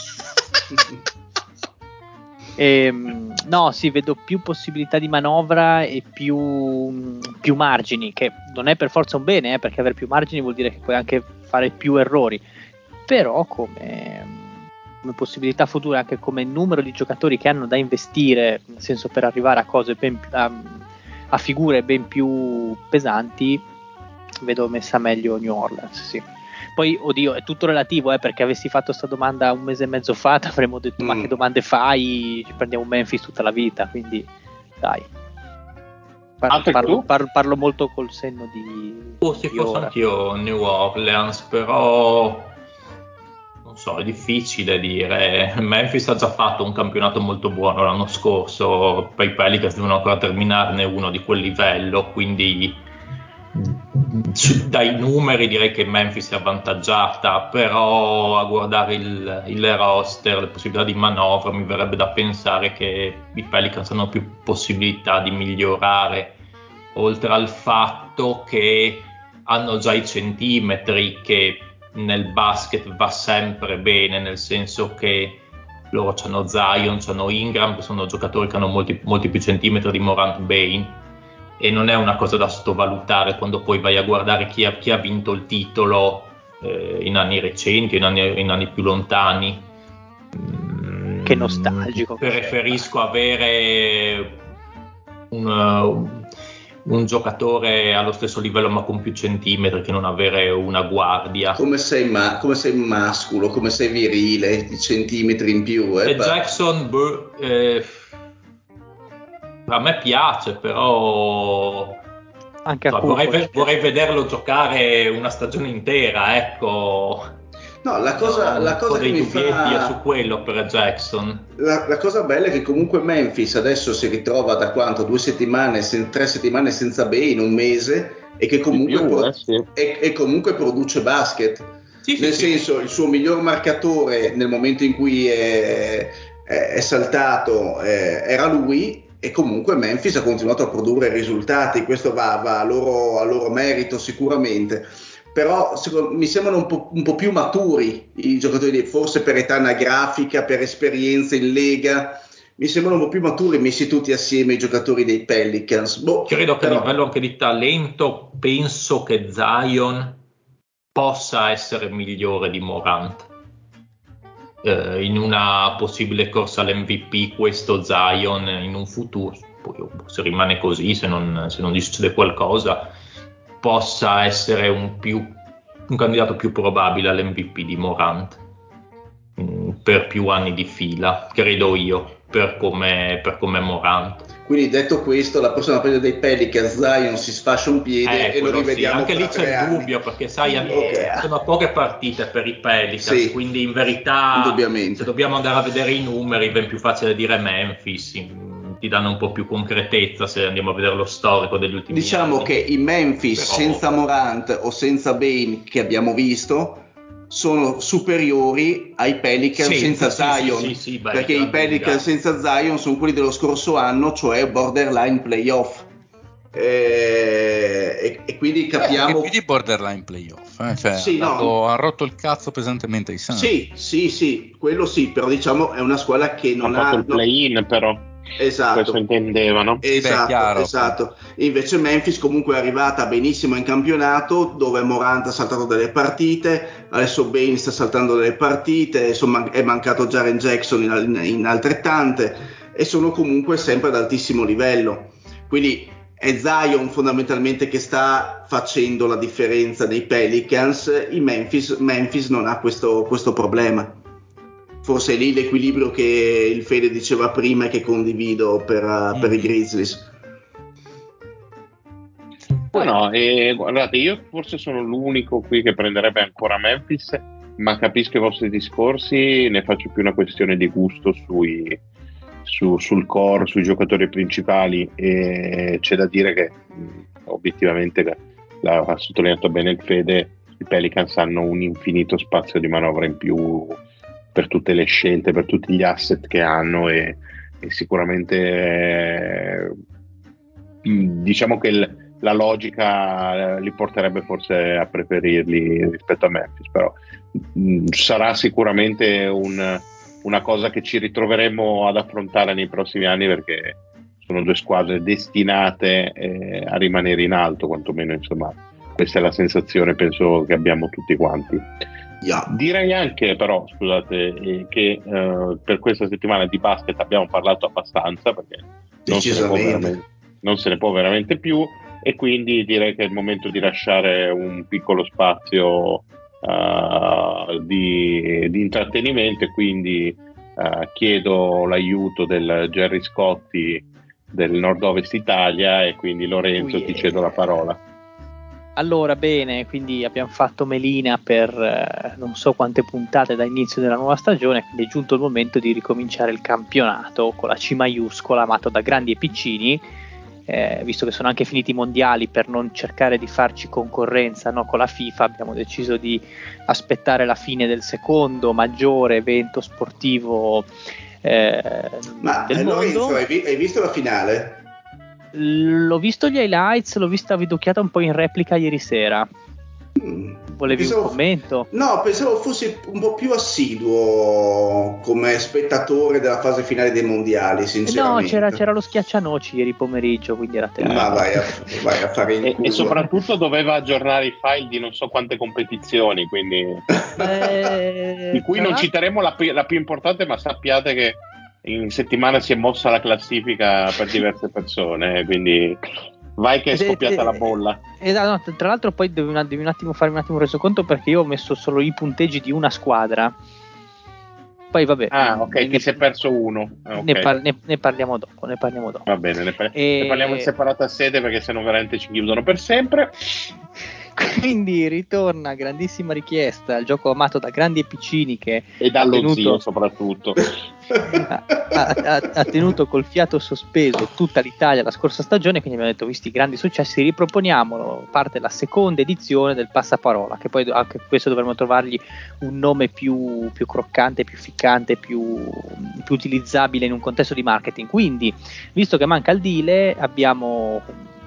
E, no, sì, vedo più possibilità di manovra e più, più margini, che non è per forza un bene, eh, perché avere più margini vuol dire che puoi anche fare più errori, però come, come possibilità futura, anche come numero di giocatori che hanno da investire, nel senso per arrivare a cose ben, a, a figure ben più pesanti, vedo messa meglio New Orleans, sì. Poi, oddio, è tutto relativo, eh, perché avessi fatto questa domanda un mese e mezzo fa avremmo detto mm. ma che domande fai? Ci prendiamo Memphis tutta la vita, quindi dai. Par- parlo, parlo, parlo molto col senno di oh, sì, di forse ora. Anch'io New Orleans, però non so, è difficile dire. Memphis ha già fatto un campionato molto buono l'anno scorso, poi i Pelicans devono ancora terminarne uno di quel livello, quindi dai numeri direi che Memphis è avvantaggiata, però a guardare il, il roster, le possibilità di manovra, mi verrebbe da pensare che i Pelicans hanno più possibilità di migliorare, oltre al fatto che hanno già i centimetri, che nel basket va sempre bene, nel senso che loro c'hanno Zion, c'hanno Ingram, che sono giocatori che hanno molti, molti più centimetri di Morant Bane, e non è una cosa da sottovalutare quando poi vai a guardare chi ha, chi ha vinto il titolo eh, in anni recenti, in anni, in anni più lontani. Che nostalgico. Preferisco avere un, uh, un giocatore allo stesso livello ma con più centimetri che non avere una guardia. Come sei, ma- come sei masculo, come sei virile, centimetri in più. Eh, e Jackson, beh, eh, a me piace, però anche a cioè, Cupo, vorrei, vorrei vederlo giocare una stagione intera, ecco. No, la cosa, no, la cosa che mi fa su quello per Jackson. La, la cosa bella è che comunque Memphis adesso si ritrova da quanto? Due settimane, sen- tre settimane senza Bane, un mese, e che comunque, più, pro- eh, sì. e, e comunque produce basket. Sì, Nel sì, senso, sì. il suo miglior marcatore nel momento in cui è, è, è saltato eh, era lui, e comunque Memphis ha continuato a produrre risultati. Questo va, va a, loro, a loro merito sicuramente. Però secondo, mi sembrano un po', un po' più maturi i giocatori, forse per età anagrafica, per esperienza in Lega, mi sembrano un po' più maturi messi tutti assieme i giocatori dei Pelicans. Boh, credo che però... a livello anche di talento penso che Zion possa essere migliore di Morant. Eh, in una possibile corsa all'M V P questo Zion in un futuro, poi se rimane così, se non, se non gli succede qualcosa, possa essere un, più, un candidato più probabile all'M V P di Morant. mh, per più anni di fila, credo io, per come, per come Morant. Quindi detto questo, la prossima partita dei Pelicans Zion si sfascia un piede Eh, e lo quello sì. rivediamo Anche fra lì c'è tre il anni. dubbio, perché sai, Yeah. sono poche partite per i Pelicans, Sì, quindi in verità indubbiamente. se dobbiamo andare a vedere i numeri, ben più facile dire Memphis, in- ti danno un po' più concretezza se andiamo a vedere lo storico degli ultimi Diciamo anni. che i Memphis Però- senza Morant o senza Bane che abbiamo visto sono superiori ai Pelicans Sì, senza sì, Zion, sì, sì, sì, beh, perché i gran Pelicans lunga. senza Zion sono quelli dello scorso anno, cioè borderline playoff. E, e, e quindi capiamo Eh, più di borderline playoff, eh? Cioè, sì, ha, dato, no. ha rotto il cazzo pesantemente ai Suns. Sì, sì, sì, quello sì, però diciamo è una squadra che non ha fatto ha il no, play-in, però esatto. questo intendeva, no? Sì, beh, Esatto, chiaro. esatto. Invece Memphis comunque è arrivata benissimo in campionato, dove Morant ha saltato delle partite, adesso Bane sta saltando delle partite, insomma è mancato Jaren Jackson in, in altrettante, e sono comunque sempre ad altissimo livello. Quindi è Zion fondamentalmente che sta facendo la differenza dei Pelicans. I Memphis, Memphis non ha questo, questo problema. Forse è lì l'equilibrio che il Fede diceva prima e che condivido per, uh, per i Grizzlies. No, no, e guardate, io forse sono l'unico qui che prenderebbe ancora Memphis, ma capisco i vostri discorsi, ne faccio più una questione di gusto sui, su, sul core, sui giocatori principali, e c'è da dire che mh, obiettivamente, l'ha, ha sottolineato bene il Fede, i Pelicans hanno un infinito spazio di manovra in più per tutte le scelte, per tutti gli asset che hanno, e, e sicuramente eh, diciamo che il, la logica eh, li porterebbe forse a preferirli rispetto a Memphis, però mh, sarà sicuramente un, una cosa che ci ritroveremo ad affrontare nei prossimi anni, perché sono due squadre destinate eh, a rimanere in alto, quantomeno, insomma, questa è la sensazione, penso, che abbiamo tutti quanti. Yeah. Direi anche però, scusate, eh, che eh, per questa settimana di basket abbiamo parlato abbastanza, perché non se ne può veramente, non se ne può veramente più, e quindi direi che è il momento di lasciare un piccolo spazio uh, di, di intrattenimento, e quindi uh, chiedo l'aiuto del Gerry Scotti del nord-ovest Italia, e quindi Lorenzo, Oh yeah. ti cedo la parola. Allora, bene, quindi abbiamo fatto melina per eh, non so quante puntate da inizio della nuova stagione, quindi è giunto il momento di ricominciare il campionato con la C maiuscola, amato da grandi e piccini, eh, visto che sono anche finiti i mondiali, per non cercare di farci concorrenza, no, con la FIFA, abbiamo deciso di aspettare la fine del secondo maggiore evento sportivo eh, Ma del eh, mondo. Lorenzo, hai, vi- hai visto la finale? L'ho visto gli highlights, l'ho vista vidocchiata un po' in replica ieri sera. Mm. Volevi Pensavo- un commento? No, pensavo fossi un po' più assiduo come spettatore della fase finale dei mondiali, Eh sinceramente. no, c'era, c'era lo schiaccianoci ieri pomeriggio, quindi era teatro. Ma vai a, vai a fare in E, culo. e soprattutto doveva aggiornare i file di non so quante competizioni, quindi Eh, di cui tra non l'altro- citeremo la, pi- la più importante, ma sappiate che in settimana si è mossa la classifica per diverse persone, quindi vai che è scoppiata la bolla. Eh, eh, no, tra l'altro poi devi un, devi un attimo farmi un attimo reso conto, perché io ho messo solo i punteggi di una squadra. Poi vabbè. Ah, ok, ne, ti sei perso uno. Ah, ne, ok. par- ne- ne parliamo dopo, ne parliamo dopo. Va bene, ne, par- E- ne parliamo in separata sede, perché sennò veramente ci chiudono per sempre. Quindi ritorna, grandissima richiesta, il gioco amato da grandi e piccini, che E dallo ha tenuto, zio soprattutto. ha, ha- ha tenuto col fiato sospeso tutta l'Italia la scorsa stagione, quindi abbiamo detto, visti i grandi successi, riproponiamolo. Parte la seconda edizione del passaparola, che poi anche questo dovremmo trovargli un nome più, più croccante, più ficcante, più, più utilizzabile in un contesto di marketing. Quindi, visto che manca il Dile, abbiamo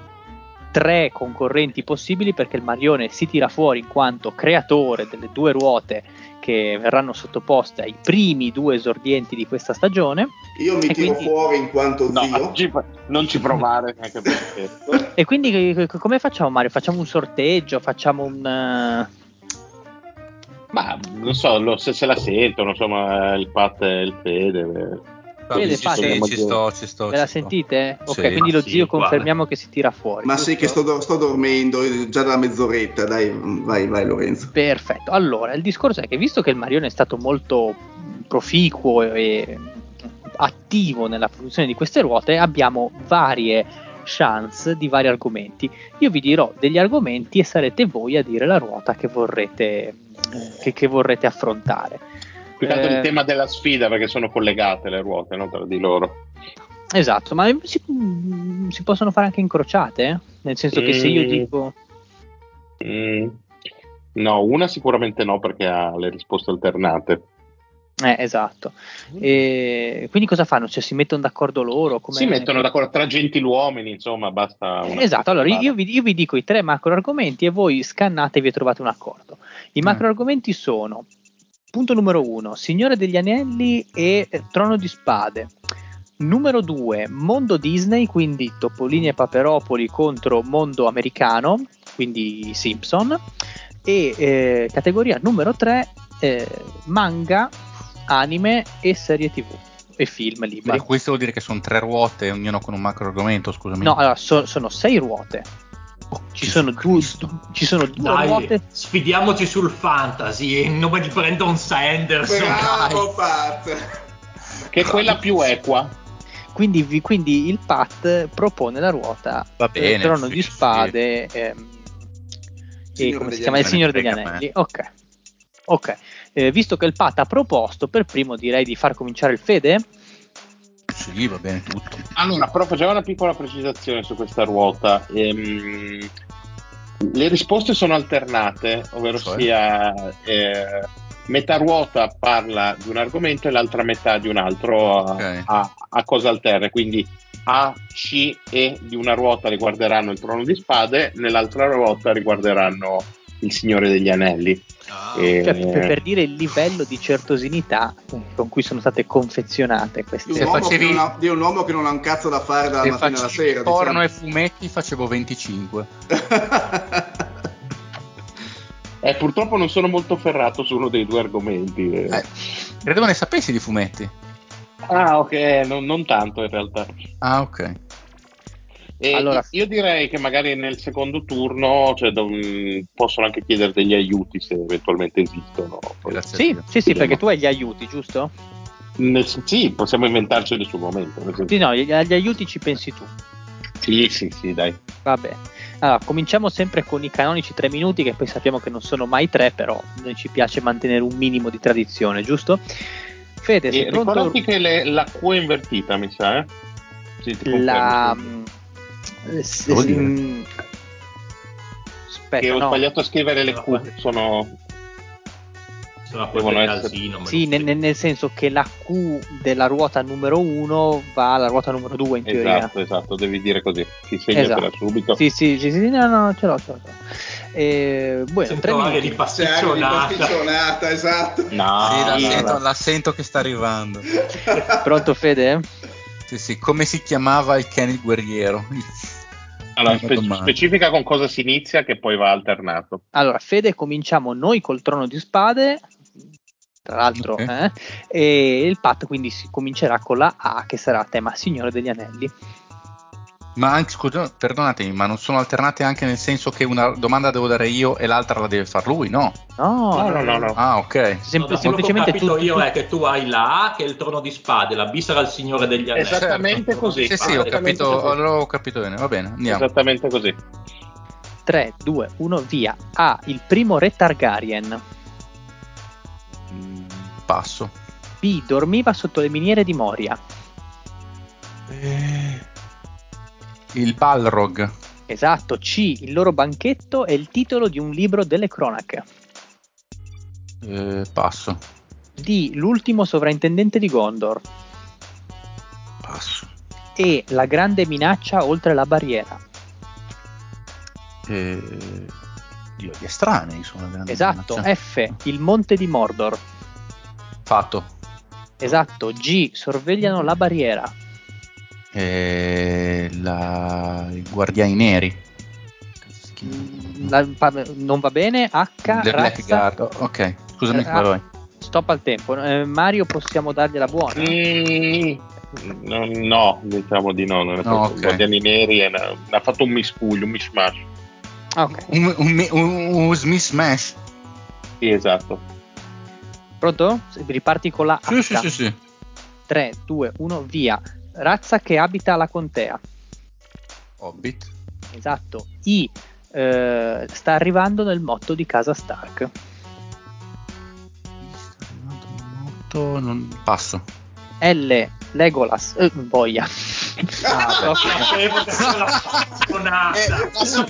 tre concorrenti possibili, perché il Marione si tira fuori in quanto creatore delle due ruote che verranno sottoposte ai primi due esordienti di questa stagione. Io mi E tiro quindi- fuori in quanto No, zio. ci- non ci provare, anche perché E quindi c- come facciamo, Mario? Facciamo un sorteggio? Facciamo un... eh, ma non so, lo- se se la sentono, insomma, il Pat e il Fede. eh, Fede, sì, fate- sì, ci sto, ci sto. Ve la ci sto. sentite? Ok, Sì. quindi lo Sì, zio uguale. confermiamo che si tira fuori. Ma giusto? sì che sto, sto dormendo già da mezz'oretta, dai, vai, vai Lorenzo. Perfetto, allora il discorso è che, visto che il Marione è stato molto proficuo e attivo nella produzione di queste ruote, abbiamo varie chance di vari argomenti. Io vi dirò degli argomenti e sarete voi a dire la ruota che vorrete, che, che vorrete affrontare. Più che altro Eh, il tema della sfida, perché sono collegate le ruote, no, tra di loro. Esatto, ma si, si possono fare anche incrociate, eh? Nel senso che se io Mm. dico... Mm. No, una sicuramente no, perché ha le risposte alternate. Eh, esatto. E quindi cosa fanno? Cioè si mettono d'accordo loro? Come... Si mettono d'accordo tra gentiluomini, insomma, basta una Esatto, allora settimana. io vi, io vi dico i tre macro argomenti e voi scannatevi e trovate un accordo. I macro argomenti sono: punto numero uno, Signore degli Anelli e eh, Trono di Spade. Numero due, mondo Disney, quindi Topolini e Paperopoli contro mondo americano, quindi Simpson. E eh, categoria numero tre, eh, manga, anime e serie tv e film liberi. Ma questo vuol dire che sono tre ruote, ognuno con un macro argomento, scusami. No, allora so- sono sei ruote. Oh, Ci Gesù sono, due, Cristo. ci sono due Dai, ruote. sfidiamoci sul fantasy in nome di Brandon Sanderson. Bravo Pat. Che è quella più equa. Quindi, vi- quindi il Pat propone la ruota Va bene, eh, Trono sì, di sì. Spade ehm, e Signore come si degli chiama? Il Anelli. Signore degli Me ne frega a Anelli. Ok, ok. Eh, visto che il Pat ha proposto, per primo direi di far cominciare il Fede. Sì, va bene tutto. Allora, però facciamo una piccola precisazione su questa ruota. Ehm, le risposte sono alternate, ovvero Cioè? sia eh, metà ruota parla di un argomento e l'altra metà di un altro a, Ok. a, a cosa alterne. Quindi A, C, E di una ruota riguarderanno il Trono di Spade, nell'altra ruota riguarderanno il Signore degli Anelli. Ah, E- Cioè, per, per dire il livello di certosità con cui sono state confezionate Di queste. un, Se uomo facevi- che non ha, di un uomo che non ha un cazzo da fare dalla Se mattina alla facevi sera. porno diciamo. e fumetti facevo venticinque. Eh, purtroppo non sono molto ferrato su uno dei due argomenti. eh. Eh, credevo ne sapessi di fumetti. Ah, ok, non, non tanto in realtà. Ah, ok. E Allora- io direi che magari nel secondo turno, cioè, dov- possono anche chiedere degli aiuti se eventualmente esistono. Poi- Grazie a Sì, Dio. sì, sì, perché tu hai gli aiuti, giusto? Nel- sì, possiamo inventarceli sul momento. nel senso- Sì, no, gli- agli aiuti ci pensi tu. Sì, sì, sì, dai. Va bene. Allora, cominciamo sempre con i canonici tre minuti, che poi sappiamo che non sono mai tre, però noi ci piace mantenere un minimo di tradizione, giusto? Fede, sei E pronto? ricordati che le- la Q è invertita, mi sa, eh? Sì, ti La... confermo, sì. eh, s- Devo dire. mm, Aspetta, Che ho no. sbagliato a scrivere le Q, sono... Sono Devono quelle essere- casino. me lo Sì, nel, spiego. nel senso che la Q della ruota numero uno va alla ruota numero due in teoria. Esatto, esatto, devi dire così. Ti segnatela Esatto. subito. Sì, sì, sì, sì, no, no, ce l'ho, ce l'ho. ce l'ho. Eh, bueno, tre Sento aria minuti. di C'è aria di pasticcionata. pasticcionata, esatto. No, Sì, la, no, sento, no. la sento che sta arrivando. Pronto, Fede? Sì, sì, come si chiamava il Ken il guerriero? Allora, Prima spe- domanda. specifica con cosa si inizia, che poi va alternato. Allora, Fede, cominciamo noi col Trono di Spade, tra l'altro, Ok. eh, e il Pat quindi si comincerà con la A, che sarà a tema Signore degli Anelli. Ma anche, scusa, perdonatemi, ma non sono alternate anche nel senso che una domanda devo dare io e l'altra la deve far lui, no? No, No, no, no, no. Ah, ok. Sem- No, da quello che ho semplicemente capito tu, io tu- è che tu hai la A, che è il Trono di Spade, la B sarà il Signore degli Anelli. Esattamente Il Trono così. di Sì, sì, Spade. ho Esattamente capito, così. allora ho capito bene, va bene, andiamo. Esattamente così. tre, due, uno, via. A, il primo re Targaryen. Mm, Passo. B, dormiva sotto le miniere di Moria. Eh, Il Balrog. Esatto. C, il loro banchetto è il titolo di un libro delle cronache. Eh, passo. D, l'ultimo sovrintendente di Gondor. Passo. E, la grande minaccia oltre la barriera. Eh, Dio, gli estranei sono la grande Esatto. minaccia. F, il monte di Mordor. Fatto. Esatto. G, sorvegliano la barriera. Eh, la... I guardiani neri. Cazzo si chiama? La- pa- non va bene. H, The razza. Blackguard. Oh, ok, scusami, Eh, vai, vai. Stop al tempo. Eh, Mario, possiamo dargliela buona? Mm, no, no, diciamo di no. Non è No, proprio- ok. Guardiani Neri è una- ha fatto un miscuglio, un mishmash. Ah, ok. Un, un, un, un Smith Smash. Sì, esatto. Pronto? Riparti con la Sì, H. sì, sì, sì. tre, due, uno, via. Razza che abita la contea. Hobbit. Esatto. I eh, sta arrivando nel motto di casa Stark. Sta arrivando il motto, non... Passo. L, Legolas, eh, boia. Ah, Lo sapevo che c'era la spazzonata. Eh, passo.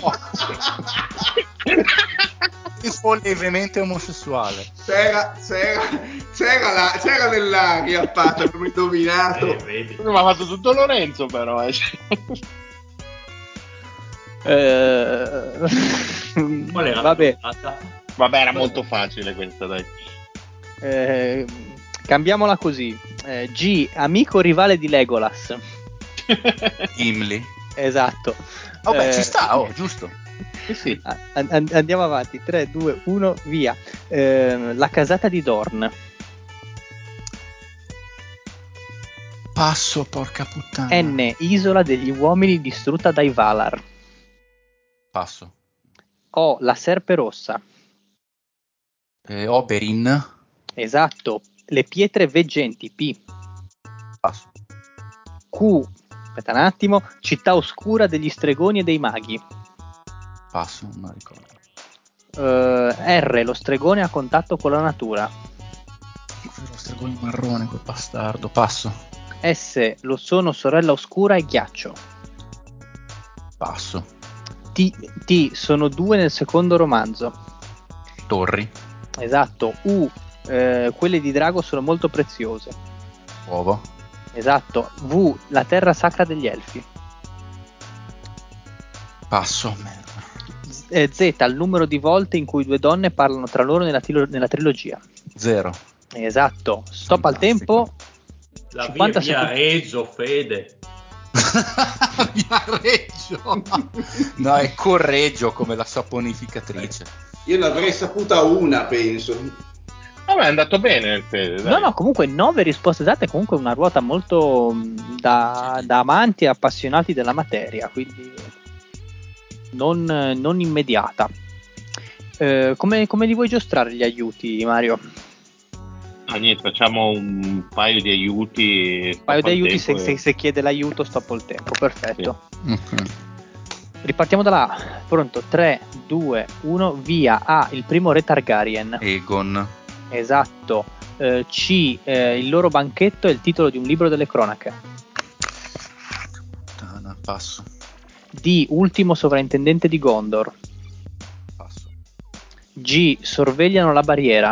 Fu lievemente omosessuale. C'era, c'era, c'era, la, c'era nell'aria, Pato, abbiamo indovinato. Eh, vedi. Mi ha fatto tutto Lorenzo, però. Eh. Eh, Qual era vabbè, la spazzata? Vabbè, era molto facile questa, dai. eh, cambiamola così. Eh, G, amico rivale di Legolas. Gimli. Esatto. Vabbè, Eh, ci sta, oh, giusto. Sì, sì. a- an- andiamo avanti. tre, due, uno, via. Eh, la casata di Dorn. Passo, porca puttana. N, isola degli uomini distrutta dai Valar. Passo. O, la serpe rossa. Eh, Oberyn. Esatto. Le pietre veggenti. P. Passo. Q, aspetta un attimo. Città oscura degli stregoni e dei maghi. Passo, non me la ricordo. Eh, R, lo stregone a contatto con la natura. Quello stregone marrone, quel bastardo. Passo. S, lo sono sorella oscura e ghiaccio. Passo. T, T, sono due nel secondo romanzo. Torri. Esatto. U, eh, quelle di drago sono molto preziose. Uovo. Esatto. V, la terra sacra degli elfi. Passo. Merda. Z, eh, Z, il numero di volte in cui due donne parlano tra loro nella, tilo- nella trilogia. Zero. Esatto. Stop al Fantastico. tempo. La cinquanta via, via secondi. Reggio, Fede. Via Reggio. No, è Correggio come la saponificatrice. Io ne avrei saputa una, penso. Vabbè, è andato bene, Fede, dai. No, no, comunque nove risposte date, comunque una ruota molto mh, da, da amanti e appassionati della materia, quindi non, non immediata. Eh, come, come li vuoi giostrare gli aiuti, Mario? Ah, niente, facciamo un paio di aiuti. Un paio di aiuti, se, e... se, se chiede l'aiuto stoppo il tempo, perfetto. Ok. Ripartiamo da là, pronto, tre, due, uno, via. A, il primo re Targaryen. Egon. Esatto. Eh, C, eh, il loro banchetto è il titolo di un libro delle cronache. Puttana, passo. D, ultimo sovrintendente di Gondor. Passo. G, sorvegliano la barriera.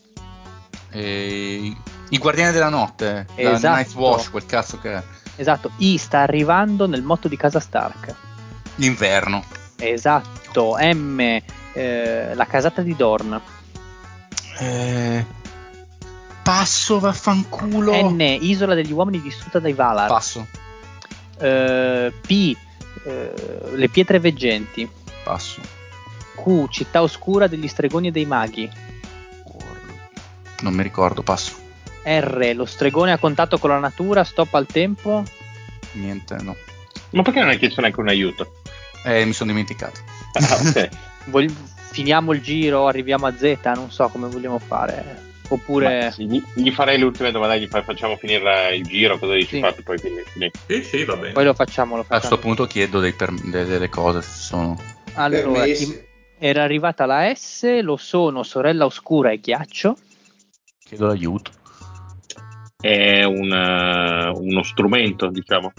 E... I guardiani della notte. Esatto. La Night Watch, quel cazzo che è. Esatto. I, sta arrivando nel motto di casa Stark. L'inverno. Esatto. M, eh, la casata di Dorn. Eh... Passo, vaffanculo. N, isola degli uomini distrutta dai Valar. Passo. Eh, P, eh, le pietre veggenti. Passo. Q, città oscura degli stregoni e dei maghi. Non mi ricordo, passo. R, lo stregone a contatto con la natura, stop al tempo. Niente, no. Ma perché non hai chiesto neanche un aiuto? Eh, mi sono dimenticato. Ah, ok. Vogli- finiamo il giro, arriviamo a Z, non so come vogliamo fare. Oppure... Ma sì, gli, gli farei le ultime domande, gli fa- facciamo finire il giro, cosa dici? Sì. Fatto, poi fini, fini. Sì, sì, va bene. Poi lo facciamo, lo A questo facciamo. punto chiedo dei per- de- delle cose se ci sono. Allora, Permessi. im- era arrivata la S, lo sono sorella oscura e ghiaccio. Chiedo l'aiuto. È un, eh, uno strumento, diciamo.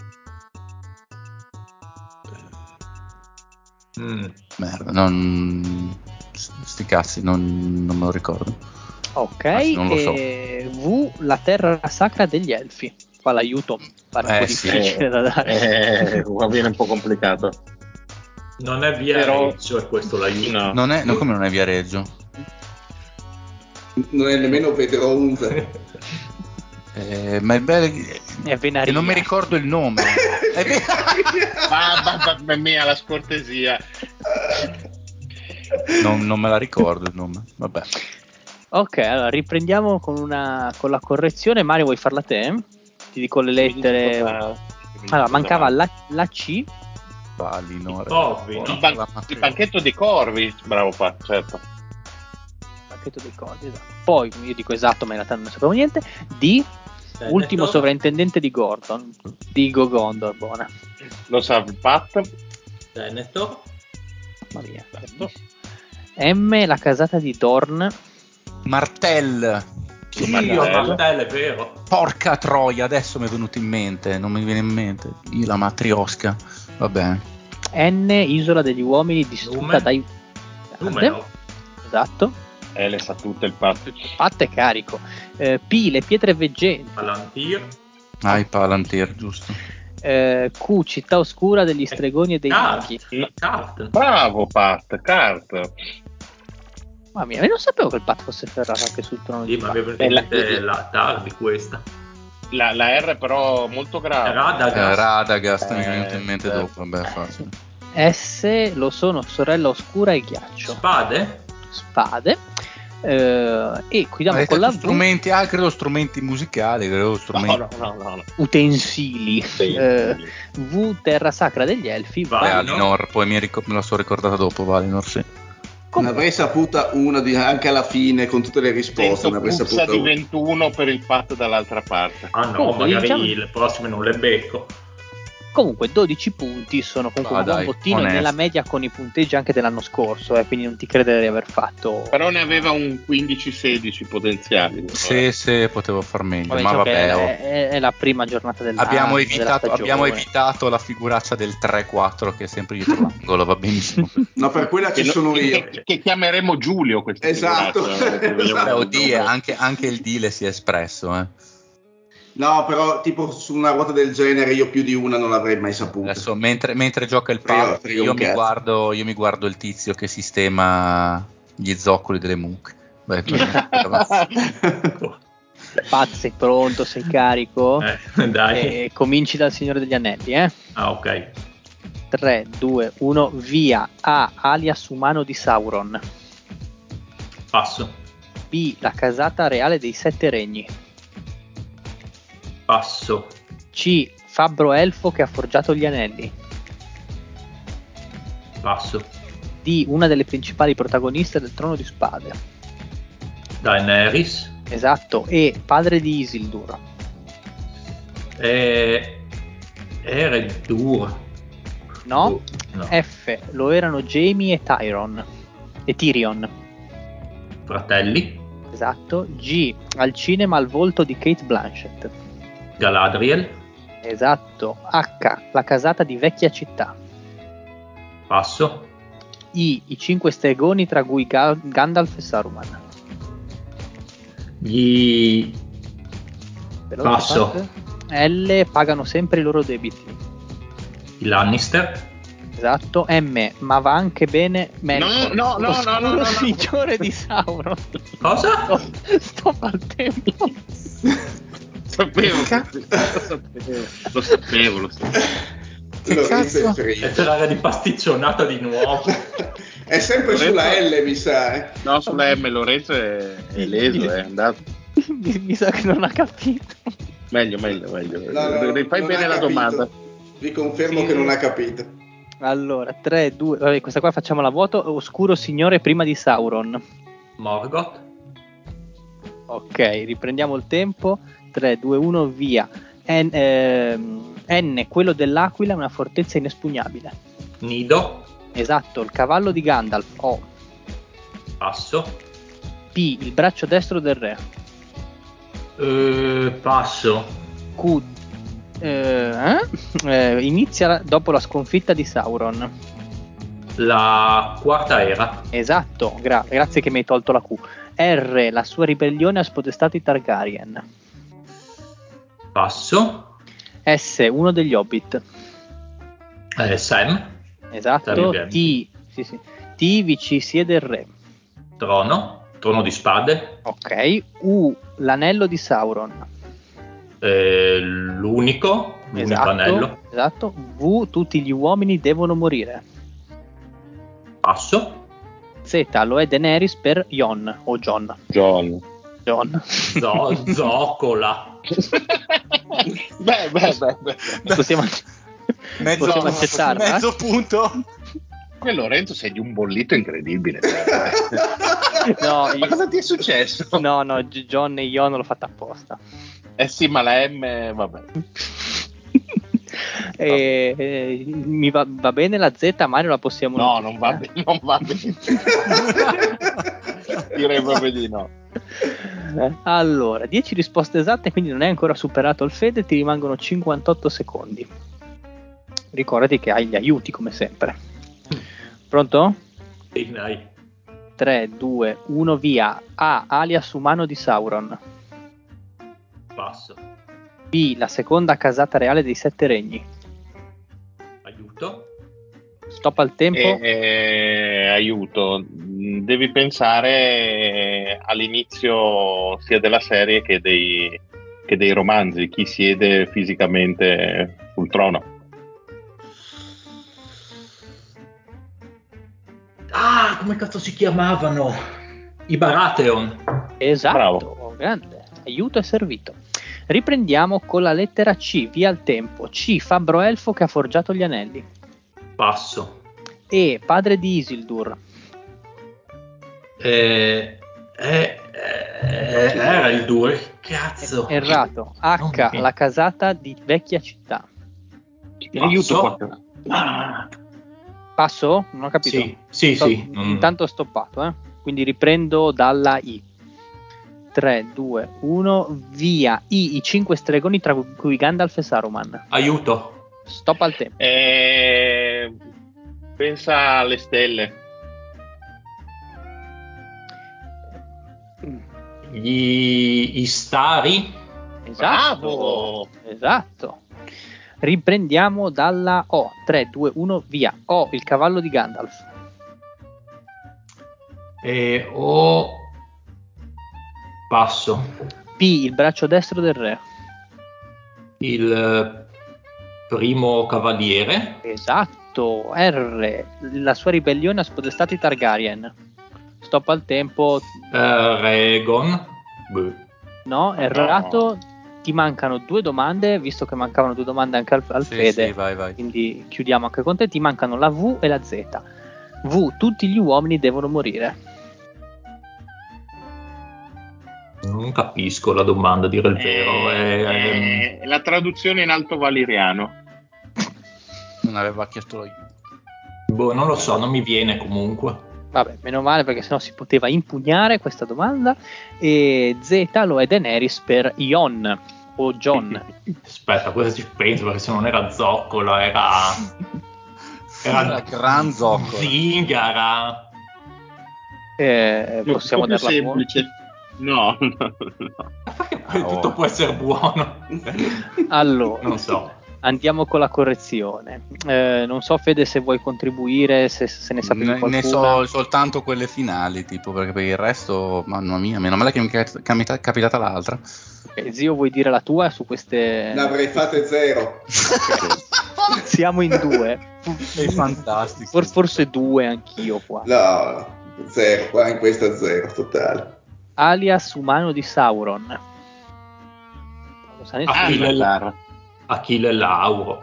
Mm. Merda, non. Sti cazzi, non, non me lo ricordo. Ok, Anzi, non lo so. e V, la terra sacra degli elfi. Qua l'aiuto pare un Eh, po' sì. difficile da dare. Eh, qua viene un po' complicato. Non è via Però- Reggio, è questo l'aiuto. No. Non è, no, come non è Viareggio? Non è nemmeno Pedronza. Eh, ma è bello È Venaria. che non mi ricordo il nome. È vero. Mamma mia, la scortesia. non, non me la ricordo il nome. Vabbè. Ok, allora riprendiamo con, una, con la correzione. Mario, vuoi farla te? Ti dico le lettere. Allora, mancava la, la C. Valinor. Corvi, Il, no? ban- il banchetto dei corvi. Bravo, fa, certo. pacchetto dei cordi, esatto. Poi io dico esatto, ma in realtà non ne sapevo niente. D, Veneto. ultimo sovrintendente di Gordon, Digo Gondor, buona. Lo sa Pat? Veneto. Mamma mia. M, la casata di Dorn. Martell. Sì, Martello. io Martello, è vero. Porca troia, adesso mi è venuto in mente, non mi viene in mente. Io la matriosca. Va bene. N, isola degli uomini distrutta Nume. dai... Numenor. Esatto. Eh, le sa tutte il Pat. Pat è carico. Eh, P, le pietre veggenti. Palantir. Ah, i Palantir, giusto. Eh, Q, città oscura degli stregoni e dei maghi. Cart. Cart. Bravo Pat, Cart. Mamma mia, io non sapevo che il Pat fosse ferrato anche sul trono Sì, di ma Pat. avevo in mente la tardi questa. La, la R però molto grave. Eh, Radagast. Radagast mi è Eh, venuto in mente eh. dopo, vabbè, facile. S, lo sono sorella oscura e ghiaccio. Spade. Spade. Eh, e qui Ma diamo hai con detto la V, strumenti, ah, credo strumenti musicali, credo strumenti. No, no, no, no, no. utensili. Sì. Eh, V, terra sacra degli elfi. Vai. Beh, Valinor. Valinor, poi mi, ricor- me la sono ricordata dopo, Valinor, sì. Non avrei saputa una di, anche alla fine con tutte le risposte. Sento Ne avrei puzza saputa di una. ventuno per il Pat dall'altra parte. Ah no, Comunque, magari diciamo- le prossime non le becco. Comunque dodici punti sono comunque Ah, un buon dai, bottino e onesto. nella media con i punteggi anche dell'anno scorso, eh, quindi non ti credere di aver fatto. Però ne aveva un quindici sedici potenziali. Sì, sì, potevo far meglio, Vabbè, ma diciamo che vabbè. è, oh. è- è la prima giornata dell'anno. Abbiamo della evitato, stagione. abbiamo evitato la figuraccia del tre quattro che è sempre dietro l'angolo, va benissimo. No, per quella ci Che, sono che- io. che- che chiameremo Giulio questa Esatto. figuraccia. Esatto. Beh, oddio, anche, anche il Dile si è espresso, eh. No, però tipo su una ruota del genere io più di una non l'avrei mai saputa. Adesso mentre, mentre gioca il Frega- Pat, frega un io mi, cazzo. guardo, io mi guardo il tizio che sistema gli zoccoli delle mucche. Beh, Pat, sei pronto? Sei carico? Eh, dai. E cominci dal Signore degli Anelli, eh? Ah, ok. tre, due, uno, via. A, alias umano di Sauron. Passo. B, la casata reale dei Sette Regni. Passo. C, fabbro elfo che ha forgiato gli anelli. Passo. D, una delle principali protagoniste del Trono di Spade. Daenerys. Esatto. E, padre di Isildur. E... Eredur. No? No. F, lo erano Jaime e Tyrion. E Tyrion. Fratelli. Esatto. G, al cinema al volto di Kate Blanchett. Galadriel. Esatto. H, la casata di Vecchia Città. Passo. I, i cinque stregoni tra cui Ga- Gandalf e Saruman. Gli... Veloce, Passo. Pat. L, pagano sempre i loro debiti. I Lannister. Esatto. M, ma va anche bene Melkor, No, no, no, oscuro no, no, no, no. signore di Sauron. Cosa? Stop, stop al tempo. Sapevo, lo sapevo, lo sapevo, lo sapevo. Lorenzo cazzo? è freddo. E c'è l'aria di pasticcionata di nuovo. È sempre Lorenzo- sulla L, mi sa. Eh. No, sulla M Lorenzo è, è leso, è andato. mi, mi sa che non ha capito. Meglio, meglio, meglio. No, no, Fai non bene ha la capito. domanda. Vi confermo Sì. che non ha capito. Allora, tre, due, vabbè, questa qua facciamo la vuoto. Oscuro signore prima di Sauron. Morgoth. Ok, riprendiamo il tempo. tre, due, uno, via. N, ehm, N, quello dell'Aquila, una fortezza inespugnabile. Nido. Esatto, il cavallo di Gandalf. O. Passo. P, il braccio destro del re. Eh, passo. Q, eh, eh? Eh, inizia la- dopo la sconfitta di Sauron. La quarta era. Esatto, gra- grazie che mi hai tolto la Q. R, la sua ribellione ha spodestato i Targaryen. Passo. S, uno degli Hobbit. Eh, Sam. Esatto. Targaryen. T, sì, sì. T, vi ci siede il re. Trono. Trono di spade. Ok. U, l'anello di Sauron. Eh, l'unico. L'unico Esatto. anello. Esatto. V, tutti gli uomini devono morire. Passo. Z, lo è Daenerys per Jon o John. John. John. Zo- zoccola. Beh, beh, beh, beh. Possiamo, Mezzo, possiamo accettarla? mezzo punto. Poi Lorenzo sei di un bollito incredibile. No, Ma io... cosa ti è successo? No, no, G- John e io non l'ho fatta apposta. Eh sì, ma la M, vabbè. E, e, mi va, va bene la Z, Mario, la possiamo No, non va notificare? bene, non va bene. Direi proprio di no. Allora, dieci risposte esatte, quindi non hai ancora superato il Fede, ti rimangono cinquantotto secondi. Ricordati che hai gli aiuti come sempre. Pronto? Sì, dai. tre, due, uno, via. A. Alias umano di Sauron. Passo. B. La seconda casata reale dei Sette Regni. Aiuto. Stop al tempo. Eh, aiuto, devi pensare all'inizio sia della serie che dei, che dei romanzi, chi siede fisicamente sul trono. Ah, come cazzo si chiamavano? I Baratheon. Esatto, Bravo. grande. Aiuto è servito. Riprendiamo con la lettera C, via il tempo. C. Fabbro Elfo che ha forgiato gli anelli. Passo. E. Padre di Isildur. Eh, eh, eh, era il due. Cazzo. Errato. Non H. mi- La casata di vecchia città. Aiuto Passo? qua. Ah, Passo? Non ho capito. Sì, sì, Sto- sì. Mm. Intanto ho stoppato, eh. Quindi riprendo dalla I. tre, due, uno, via. I, i cinque stregoni tra cui Gandalf e Saruman. Aiuto. Stop al tempo. eh, pensa alle stelle. Gli i stari. Esatto. Bravo. Esatto. Riprendiamo dalla O. tre, due, uno, via. O, il cavallo di Gandalf. E o passo. P, il braccio destro del re. Il eh, primo cavaliere. Esatto. R, la sua ribellione ha spodestato i Targaryen. Stop al tempo. eh, Regon. Beh. No, errato. Ti mancano due domande, visto che mancavano due domande anche al, al Sì, Fede. sì, vai, vai. Quindi chiudiamo anche con te. Ti mancano la V e la Z. V, tutti gli uomini devono morire. Non capisco la domanda, a dire il vero. Eh, È- eh, la traduzione in alto valiriano. Non aveva chiesto l'aiuto. boh, non lo so, non mi viene comunque. Vabbè, meno male perché sennò si poteva impugnare questa domanda. E Z lo è Daenerys per Ion o John. Aspetta, cosa ci penso? Perché se non era Zoccola, era. Era Era gran Zoccola. Zingara. Eh, Più- possiamo un po' più darla buona. semplice. No, no, no. Poi tutto può essere buono. Allora, Non so. andiamo con la correzione. Eh, non so, Fede, se vuoi contribuire, se, se ne sapevi Ne, qualcuna. ne so soltanto quelle finali, tipo, perché per il resto, mamma mia, meno male che mi è capita- capitata l'altra. Ok, zio, vuoi dire la tua su queste? Ne avrei fatte zero. Siamo in due. Sei fantastico. For- forse due anch'io qua. No, no, zero, qua in questa zero, totale. Alias umano di Sauron. Non lo sa nessuno. Achille, Annatar. Achille Lauro.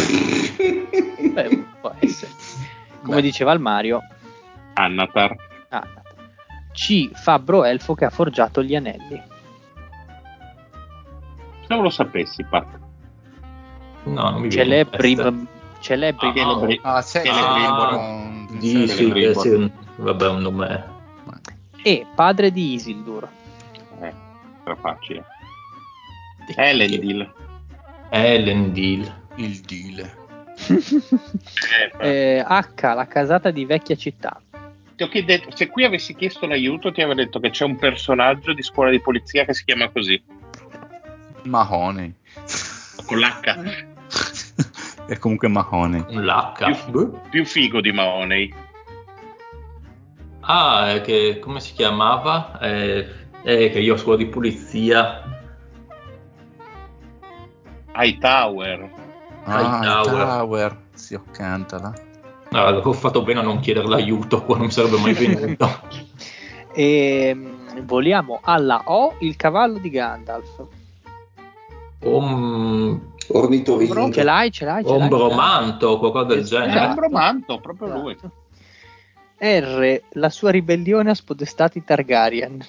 Beh, può essere. Come Beh. diceva il Mario. Annatar. Ah, C. Fabbro Elfo che ha forgiato gli anelli. Se non lo sapessi, Pat. No, non mi viene. in Celebri, testa. celebri. Ah, Celebri. Ah, c'è, Celebrimbor. c'è- Di, c'è- sì, Celebribor. deve essere un- vabbè, un nome. E padre di Isildur. Eh, era facile. Elendil. Elendil. il deal. Eh, eh, H. La casata di vecchia città. ti ho chiesto- se qui avessi chiesto l'aiuto ti avrei detto che c'è un personaggio di scuola di polizia che si chiama così, Mahoney. con l'H, È comunque Mahoney. Un L'H. più, più figo di Mahoney. Ah, è che come si chiamava? Eh, eh, che io a scuola di polizia. Hightower. Ah, Hightower. Tower. Zio, cantala. No, ho fatto bene a non chiedere l'aiuto, qua non mi sarebbe mai venuto. E mm, voliamo alla O. Il cavallo di Gandalf. Om... Ornitorinco. Ce l'hai, ce l'hai, ce l'hai. Ombromanto, qualcosa del Esatto. genere. Ombromanto, proprio lui. Esatto. R. La sua ribellione ha spodestato i Targaryen.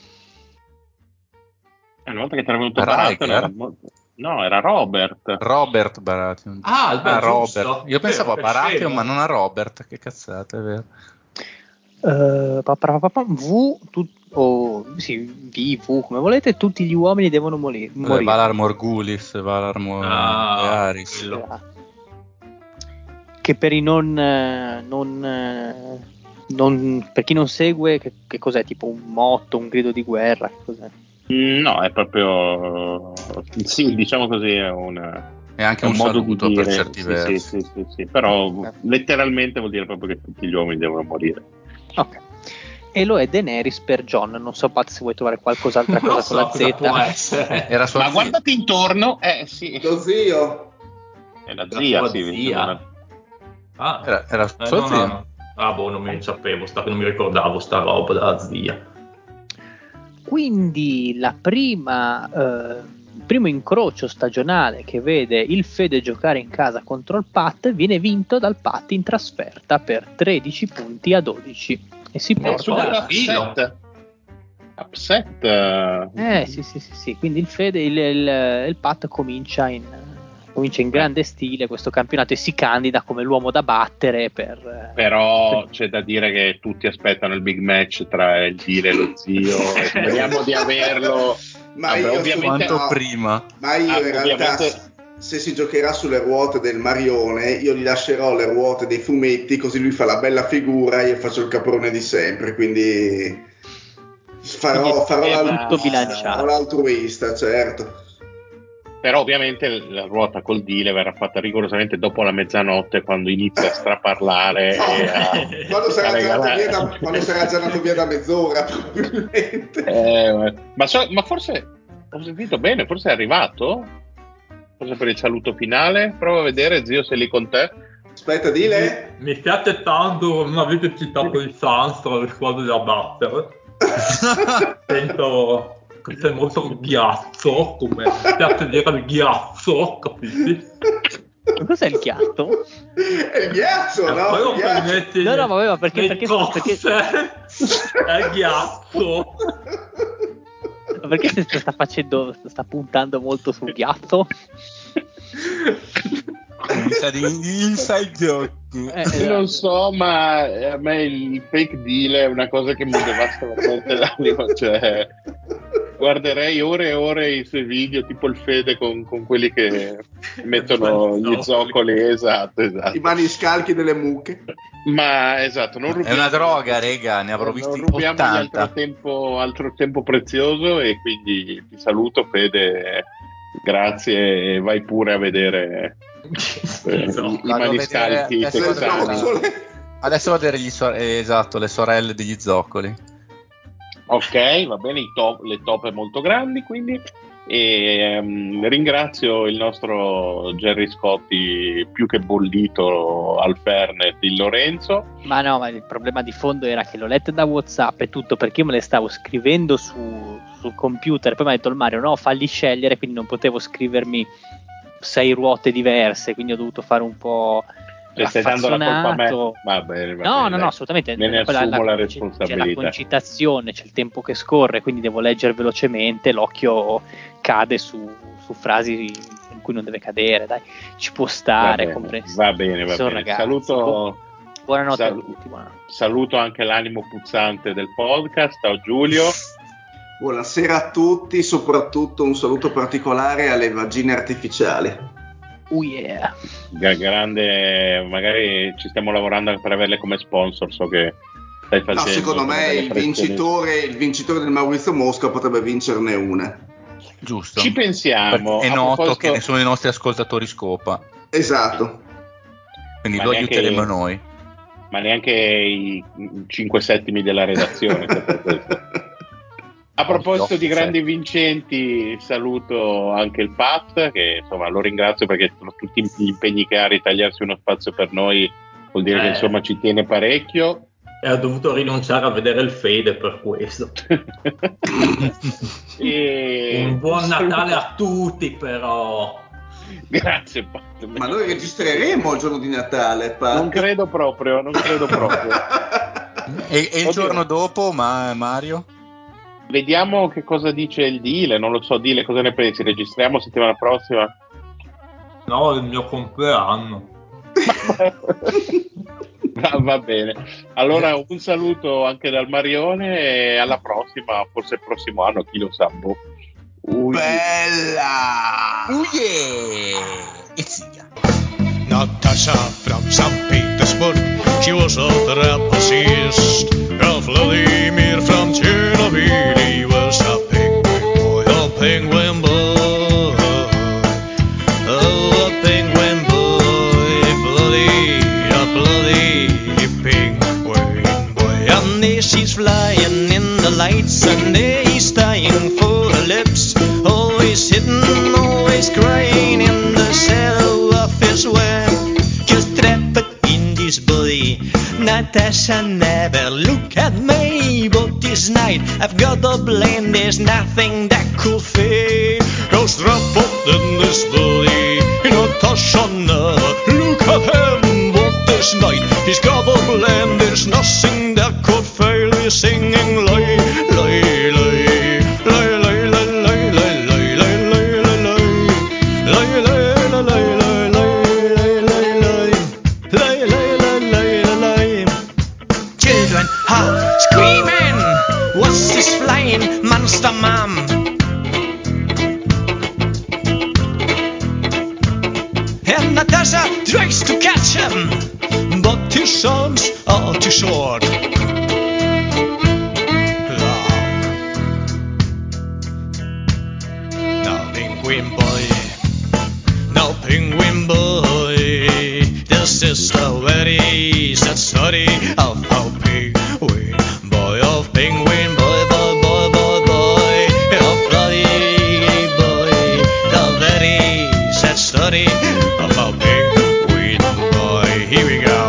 Una volta che ti era venuto Baratheon era molto... No, era Robert. Robert Baratheon. Ah, beh, ah giusto. Robert. Io pensavo Vero, a Baratheon, scemo. ma non a Robert. Che cazzata, è vero. Uh, pa, pa, pa, pa, v, tu, oh, sì, V, V, come volete, tutti gli uomini devono moli- morire. Valar Morghulis, Valar Morghulis. Ah, che per i non, eh, non, eh, non per chi non segue, che, che cos'è? Tipo un motto, un grido di guerra? Che cos'è? No, è proprio sì, diciamo così, è una È anche è un, un modo saluto di dire, per certi sì, versi. sì, sì, sì, sì, però eh. letteralmente vuol dire proprio che tutti gli uomini devono morire. Ok. E lo è Daenerys per Jon. Non so, Pat, se vuoi trovare qualcos'altra cosa so, con la Z. può essere. Era sua Ma zia. guardati intorno, eh sì. Lo zio. È la La zia, sua sì. zia. Una... Ah, Era, era eh, sua no, zia. no. Ah, boh, non mi sapevo, sta, non mi ricordavo sta roba della zia. Quindi la prima, eh, il primo incrocio stagionale che vede il Fede giocare in casa contro il Pat viene vinto dal Pat in trasferta per tredici punti a dodici e si Eh, porta super a filo. upset. Upset. eh. eh sì sì sì sì quindi il Fede il, il, il Pat comincia in comincia in grande stile questo campionato e si candida come l'uomo da battere per Però c'è da dire che tutti aspettano il big match tra il Dile e lo zio e speriamo di averlo. Ma Vabbè, io ovviamente quanto no, prima. ma io Ah, in realtà ovviamente... se si giocherà sulle ruote del Marione io gli lascerò le ruote dei fumetti, così lui fa la bella figura e io faccio il caprone di sempre, quindi farò, farò, Eh, l'altruista, tutto bilanciato. farò l'altruista, certo. Però ovviamente la ruota col Dile verrà fatta rigorosamente dopo la mezzanotte, quando inizia a straparlare No, e a, quando, sarà a già andato regalare. via da, quando sarà già andato via da mezz'ora probabilmente. Eh, ma, so, ma forse ho sentito bene, forse è arrivato? Forse per il saluto finale? Prova a vedere, zio, se è lì con te. Aspetta, Dile. Mi, mi piace tanto, non avete citato il Sans tra le squadre da battere. Sento che c'è molto ghiaccio, come mi piace dire il ghiaccio, capisci? Ma cos'è il ghiaccio? È il ghiaccio, no? Quello Il per ghiaccio. metti No, no, vabbè, ma perché- nei perché- cocktail è il ghiaccio. Ma perché si sta facendo sta puntando molto sul ghiaccio? Inside joke. Eh, Non so, ma a me il fake deal è una cosa che mi devasta veramente l'anima, cioè guarderei ore e ore i suoi video, tipo il Fede con, con quelli che mettono gli zoccoli, esatto, esatto. I maniscalchi delle mucche. Ma esatto, non rubiamo, È una droga, rega, ne avrò eh, visti non rubiamogli altro ottanta. tempo, altro tempo prezioso, e quindi ti saluto, Fede, grazie, e vai pure a vedere eh, i, i Vado a maniscalchi vedere- adesso vado a texani. vedere- Adesso vado a vedere gli sor- eh, esatto, le sorelle degli zoccoli. Ok, va bene, i top, le tope molto grandi, quindi e, um, ringrazio il nostro Gerry Scotti più che bollito al Fernet, il Lorenzo. ma no, ma il problema di fondo era che l'ho letta da WhatsApp e tutto, perché io me le stavo scrivendo su, sul computer, poi mi ha detto il Mario no, falli scegliere, quindi non potevo scrivermi sei ruote diverse, quindi ho dovuto fare un po' Cioè, stai dando la colpa a me? raffazzonato. Va bene, va No, bene, no, dai. no, assolutamente. Me ne Poi assumo la, c'è la responsabilità. concitazione, c'è il tempo che scorre, quindi devo leggere velocemente, l'occhio cade su, su frasi in cui non deve cadere, dai, ci può stare, Va bene, comprensi- va bene, va sono bene. ragazzi. Saluto, Bu- buonanotte sal- a tutti. Buonanotte. saluto anche l'animo puzzante del podcast. Ciao Giulio. Buonasera a tutti, soprattutto un saluto particolare alle vagine artificiali. Oh yeah. Gra- grande, magari ci stiamo lavorando per averle come sponsor. So che stai facendo. No, secondo insomma, me delle il pressioni. vincitore, il vincitore del Maurizio Mosca potrebbe vincerne una. Giusto. Ci pensiamo. Perché è A noto proposito- che nessuno dei nostri ascoltatori scopa, Esatto. quindi Ma lo neanche- aiuteremo noi. ma neanche i cinque settimi della redazione. per questo. A proposito di grandi vincenti, saluto anche il Pat, che insomma lo ringrazio perché sono tutti gli impegni che ha a ritagliarsi uno spazio per noi, vuol dire Eh. che insomma ci tiene parecchio. E ho dovuto rinunciare a vedere il Fede per questo. E Un buon saluto- Natale a tutti, però. Grazie Pat. Ma noi registreremo il giorno di Natale, Pat. Non credo proprio, non credo proprio. E, e il Oddio. giorno dopo, ma, Mario? Vediamo che cosa dice il Dile, non lo so, Dile, cosa ne pensi? Registriamo settimana prossima? No, il mio compleanno. Va, va bene. Allora un saluto anche dal Marione e alla prossima, forse il prossimo anno, chi lo sa. Boh. Ui. Bella! Oh yeah! It's yeah. Natasha from Saint Petersburg, she was a trapezist. Ralph Vladimir from Chernobyl, he was a penguin boy, a penguin boy. Oh, a penguin boy, bloody, a bloody penguin boy. And there she's flying in the lights, and there he's dying for her lips. Always hidden, always crying in the shadow of his web. Just trapped in this body. Natasha, never look at me. But this night I've got a blame, there's nothing that could fade. Cause trapped in this body. Natasha, never look at him. But this night he's got a blame, there's nothing that could fail. He's singing lay, lay, lay, lay, lay, lay, lay, lay, lay, lay, lay, lay. Children are screaming, what's this flying monster, mom? And Natasha tries to catch him, but his arms are too short. Now penguin boy, now penguin boy, this is the very sad story of our penguin boy, of penguin boy, boy, boy, boy, boy, of bloody boy, the very sad story of our penguin boy. Here we go.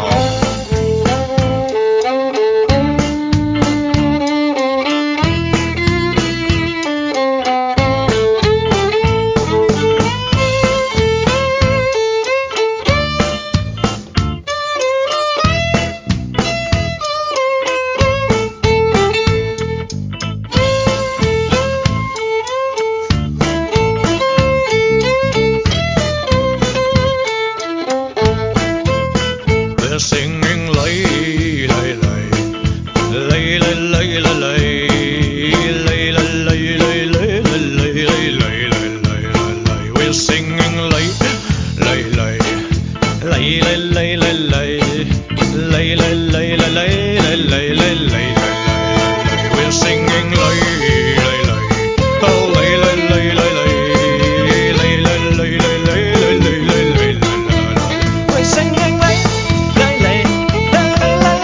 They're singing lay, lay, lay, lay, lay, lay, lay, lay, lay, lay, lay, lay, lay, lay, lay, lay, lay, lay. We're singing lay, lay, lay, lay, lay, lay, lay, lay, lay, lay, lay, lay, lay, lay, lay, lay. We're singing lay, lay, lay, oh lay, lay, lay, lay, lay, lay, lay, lay, lay, lay, lay, lay, lay, lay. We're singing lay, lay, lay, lay, lay,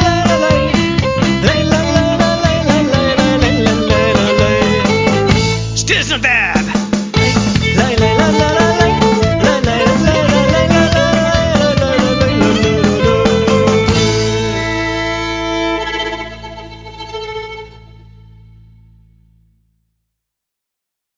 lay, lay, lay, lay, lay, lay, lay, lay, lay, lay, lay, lay. Still not there.